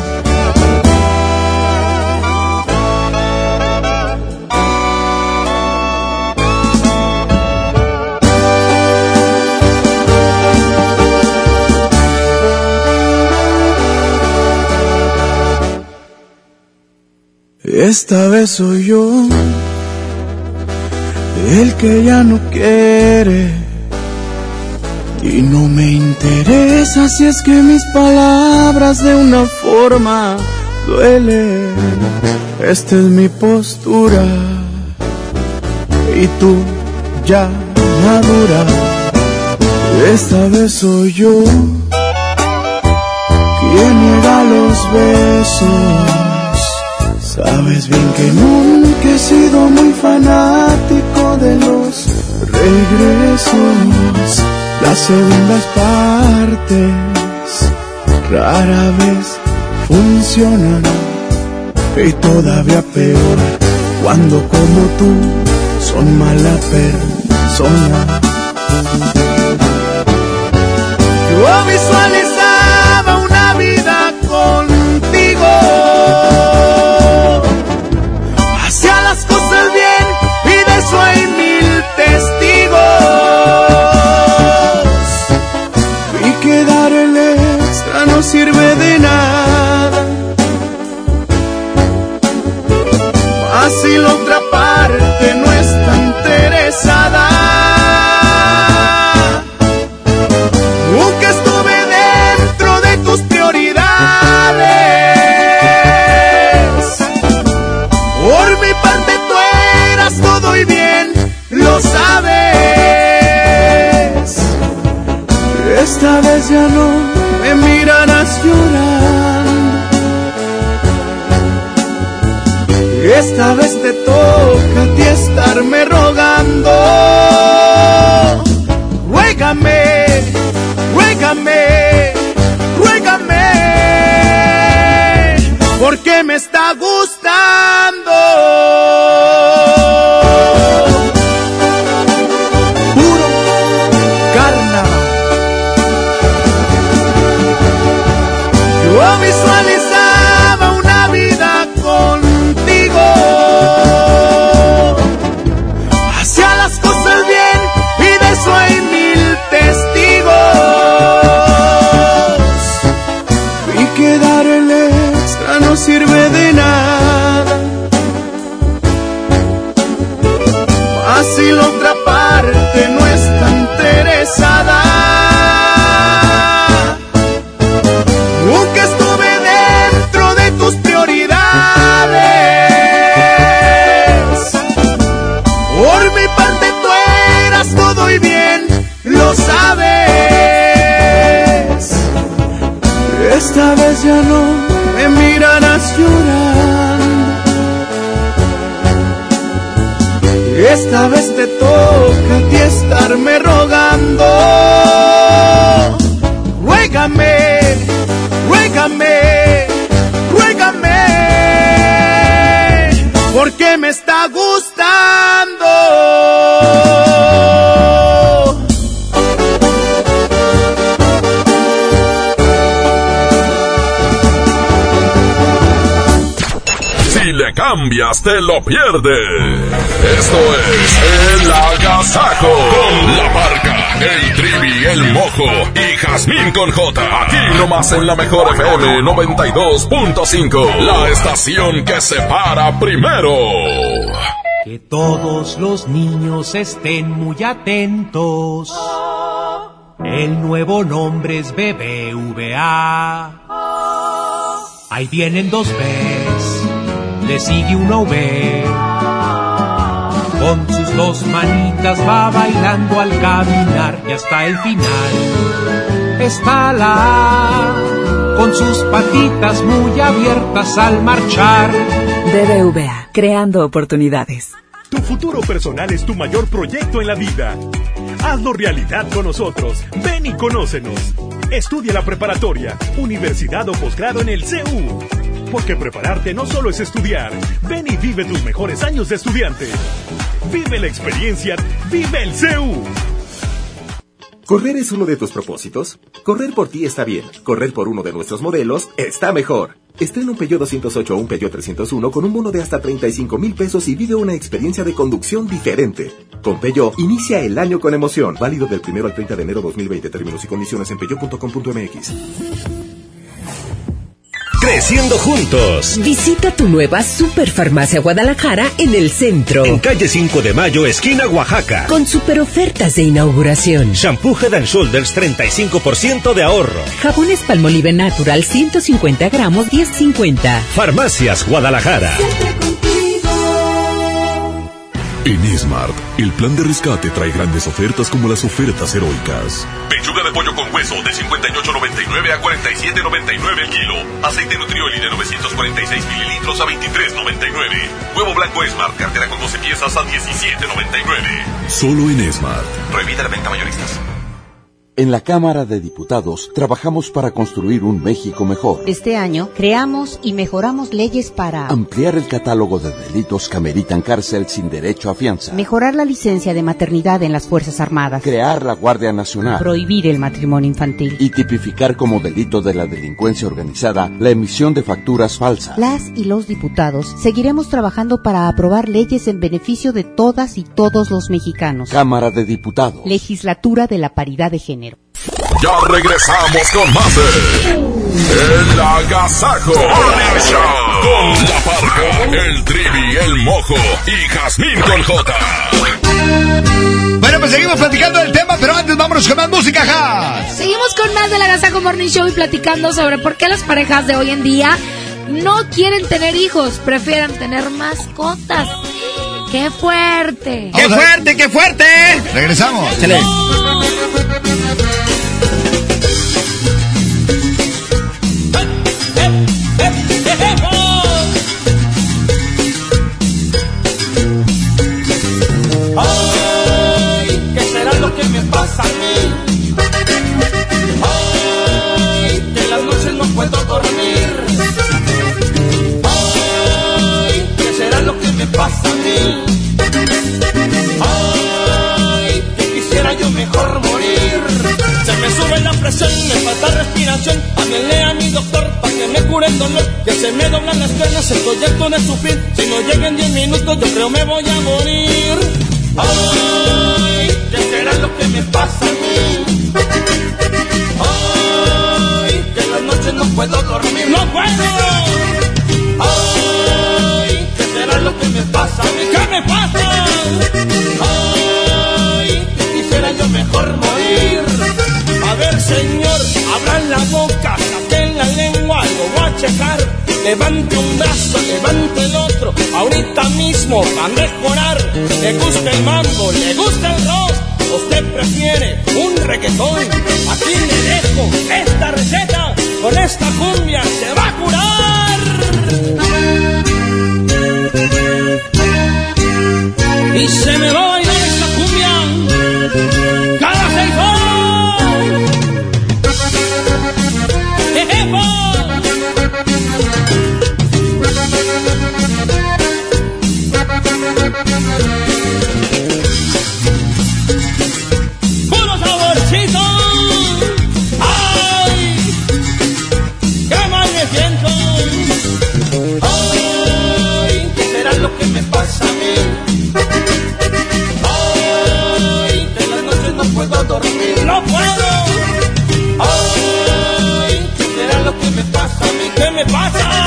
Esta vez soy yo el que ya no quiere y no me interesa si es que mis palabras de una forma duelen. Esta es mi postura y tú ya madura. Esta vez soy yo ¿Quién niega los besos? Sabes bien que nunca he sido muy fanático de los regresos. Las segundas partes rara vez funcionan, y todavía peor cuando como tú son mala persona. Yo visualizaba una vida contigo, hacía las cosas bien y de eso hay mil testigos, y quedar el extra no sirve de nada. Si la otra parte no está interesada, nunca estuve dentro de tus prioridades. Por mi parte tú eras todo y bien lo sabes. Esta vez ya no me mirarás llorar, esta vez te toca a ti estarme rogando. Ruégame, ruégame, ruégame, porque me está gustando. Puro carnaval. Yo visualizaba una vida con hacía las cosas bien y de eso hay mil testigos, y quedar el extra no sirve de nada. Así la otra parte no está interesada, nunca estuve dentro de tus prioridades. Por mi parte tú eras todo y bien lo sabes. Esta vez ya no me mirarás llorando, esta vez te toca a ti estarme rogando. Ruégame, ruégame, ruégame, porque me está gustando. Si le cambias, te lo pierdes. Esto es El Agasajo con La Parca, el Trivi, el Mojo y Jazmín con J. Aquí nomás en la mejor F M noventa y dos punto cinco, la estación que se para primero. Que todos los niños estén muy atentos. El nuevo nombre es B B V A. Ahí vienen dos B's, le sigue una V. Con sus dos manitas va bailando al caminar y hasta el final está la A, con sus patitas muy abiertas al marchar. B B V A, creando oportunidades. Tu futuro personal es tu mayor proyecto en la vida. Hazlo realidad con nosotros. Ven y conócenos. Estudia la preparatoria, universidad o posgrado en el C U. Porque prepararte no solo es estudiar. Ven y vive tus mejores años de estudiante. Vive la experiencia, vive el C U. ¿Correr es uno de tus propósitos? Correr por ti está bien. Correr por uno de nuestros modelos está mejor. Estrena un Peugeot doscientos ocho o un Peugeot trescientos uno con un bono de hasta treinta y cinco mil pesos y vive una experiencia de conducción diferente. Con Peugeot, inicia el año con emoción. Válido del primero al treinta de enero dos mil veinte. Términos y condiciones en peugeot punto com punto m x. Creciendo juntos. Visita tu nueva Superfarmacia Guadalajara en el centro. En calle cinco de mayo, esquina Oaxaca. Con super ofertas de inauguración. Shampoo Head and Shoulders, treinta y cinco por ciento de ahorro. Jabones Palmolive Natural, ciento cincuenta gramos, diez cincuenta. Farmacias Guadalajara. En Esmart, el plan de rescate trae grandes ofertas como las ofertas heroicas. Pechuga de pollo con hueso de cincuenta y ocho noventa y nueve a cuarenta y siete noventa y nueve el kilo. Aceite Nutrioli de novecientos cuarenta y seis mililitros a veintitrés noventa y nueve. Huevo blanco Esmart, cartera con doce piezas a diecisiete noventa y nueve. Solo en Esmart. Prohibida la venta mayoristas. En la Cámara de Diputados trabajamos para construir un México mejor. Este año creamos y mejoramos leyes para ampliar el catálogo de delitos que ameritan cárcel sin derecho a fianza, mejorar la licencia de maternidad en las Fuerzas Armadas, crear la Guardia Nacional, prohibir el matrimonio infantil y tipificar como delito de la delincuencia organizada la emisión de facturas falsas. Las y los diputados seguiremos trabajando para aprobar leyes en beneficio de todas y todos los mexicanos. Cámara de Diputados. Legislatura de la Paridad de Género. Ya regresamos con más de El Agasajo Morning Show con La Parca, el Trivi, el Mojo y Jazmín con J. Bueno, pues seguimos platicando del tema, pero antes vámonos con más música, Jazz. Seguimos con más del Agasajo Morning Show y platicando sobre por qué las parejas de hoy en día no quieren tener hijos, prefieren tener mascotas. ¡Qué fuerte! ¡Qué fuerte, qué fuerte! Regresamos. Chale. Ay, ¿qué será lo que me pasa a mí? Ay, que las noches no puedo dormir. Ay, ¿qué será lo que me pasa a mí? Ay, que quisiera yo mejor morir. Se me sube la presión, me falta respiración. Háblenle a mi doctor para que me cure el dolor. Que se me doblan las piernas, estoy harto de sufrir. Si no llegan diez minutos, yo creo me voy a morir. Ay, ¿qué será lo que me pasa a mí? Ay, que en las noches no puedo dormir. ¡No puedo! Ay, ¿qué será lo que me pasa a mí? ¿Qué me pasa? Ay, que quisiera yo mejor morir. A ver, señor, abran la boca, saquen la lengua, lo voy a checar. Levante un brazo, levante el otro, ahorita mismo va a mejorar. Le gusta el mambo, le gusta el rock, usted prefiere un reggaetón. Aquí le dejo esta receta, con esta cumbia se va a curar. Y se me va a bailar esta cumbia cada seis horas. ¡Puro saborcito! ¡Ay! ¡Qué mal me siento! ¡Ay! ¿Qué será lo que me pasa a mí? ¡Ay! Que en las noches no puedo dormir. ¡No puedo! ¡Ay! ¿Qué será lo que me pasa a mí? ¿Qué me pasa?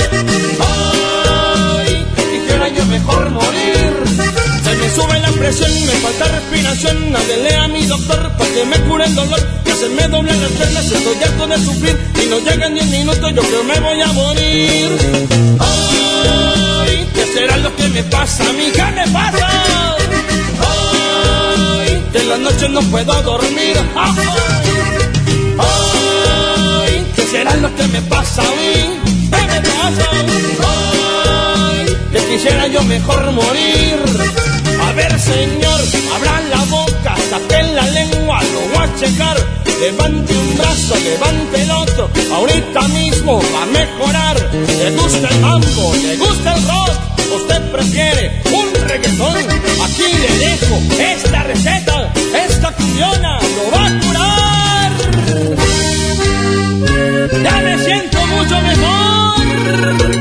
¡Ay! Que quisiera yo mejor morir. Se me sube la presión, me falta respiración. Háblenle a mi doctor para que me cure el dolor. Que se me doblan las piernas, estoy harto de sufrir. Y no llegan diez minutos, yo creo me voy a morir. Ay, ¿qué será lo que me pasa a mí? ¿Qué me pasa? Ay, que en las noches no puedo dormir. Ay, ay, ¿qué será lo que me pasa a mí? ¿Qué me pasa? Ay, que quisiera yo mejor morir. A ver, señor, abran la boca, saquen la lengua, lo voy a checar. Levante un brazo, levante el otro, ahorita mismo va a mejorar. Le gusta el mambo, le gusta el rock, usted prefiere un reggaetón. Aquí le dejo esta receta, esta cumbiona lo va a curar. Ya me siento mucho mejor.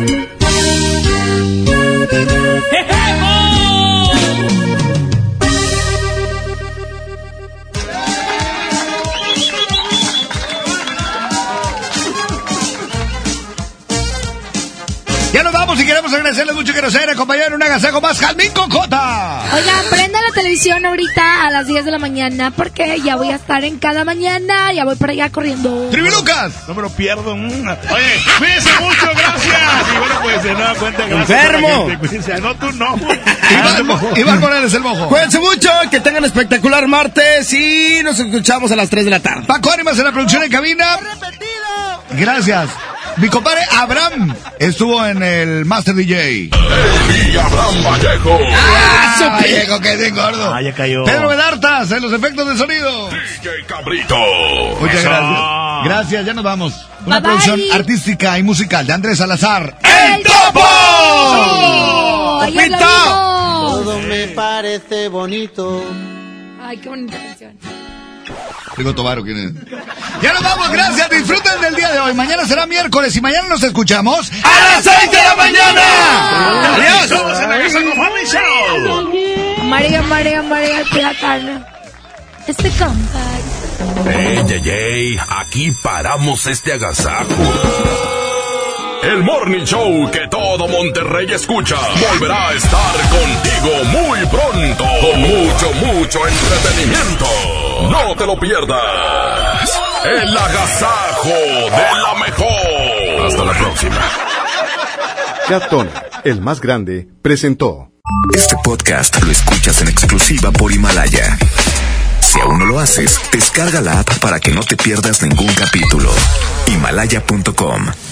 Ya nos vamos y queremos agradecerles mucho que nos hayan acompañado en un agasajo más. Jazmín con J. Oigan, prenda la televisión ahorita a las diez de la mañana porque ya voy a estar en cada mañana. Ya voy para allá corriendo. ¡Trivi Lucas! No me lo pierdo. Oye, cuídense mucho, gracias. Y bueno, pues nueva cuenta. ¡Enfermo! No, tú no. Iván, Iván Morales, el mojo. Cuídense mucho, que tengan espectacular martes y nos escuchamos a las tres de la tarde. Paco Ánimas en la producción en cabina. Gracias. Mi compadre Abraham estuvo en el Master D J. Y Abraham Vallejo. ¡Ah, su Vallejo, que es gordo! Ah, ya cayó. Pedro Vedartas en los efectos de sonido. D J Cabrito. Muchas Eso. gracias. Gracias, ya nos vamos. Una Bye, producción bye. artística y musical de Andrés Salazar. ¡El Topo! ¡Ay, ¡Topito! Todo me parece bonito. Ay, qué bonita canción. Digo Tobaro, ¿quién es? Ya nos vamos, gracias, disfruten del día de hoy. Mañana será miércoles y mañana nos escuchamos ¡a las seis de la mañana! ¡Adiós! Somos en la Casa con Family Show. María, María, María, tía Carmen. Este compa. Ey, ey, ey, aquí paramos este agasajo. El Morning Show que todo Monterrey escucha volverá a estar contigo muy pronto con mucho, mucho entretenimiento. No te lo pierdas. El agasajo de la mejor. Hasta la próxima. Catón, el más grande, presentó. Este podcast lo escuchas en exclusiva por Himalaya. Si aún no lo haces, descarga la app para que no te pierdas ningún capítulo. Himalaya punto com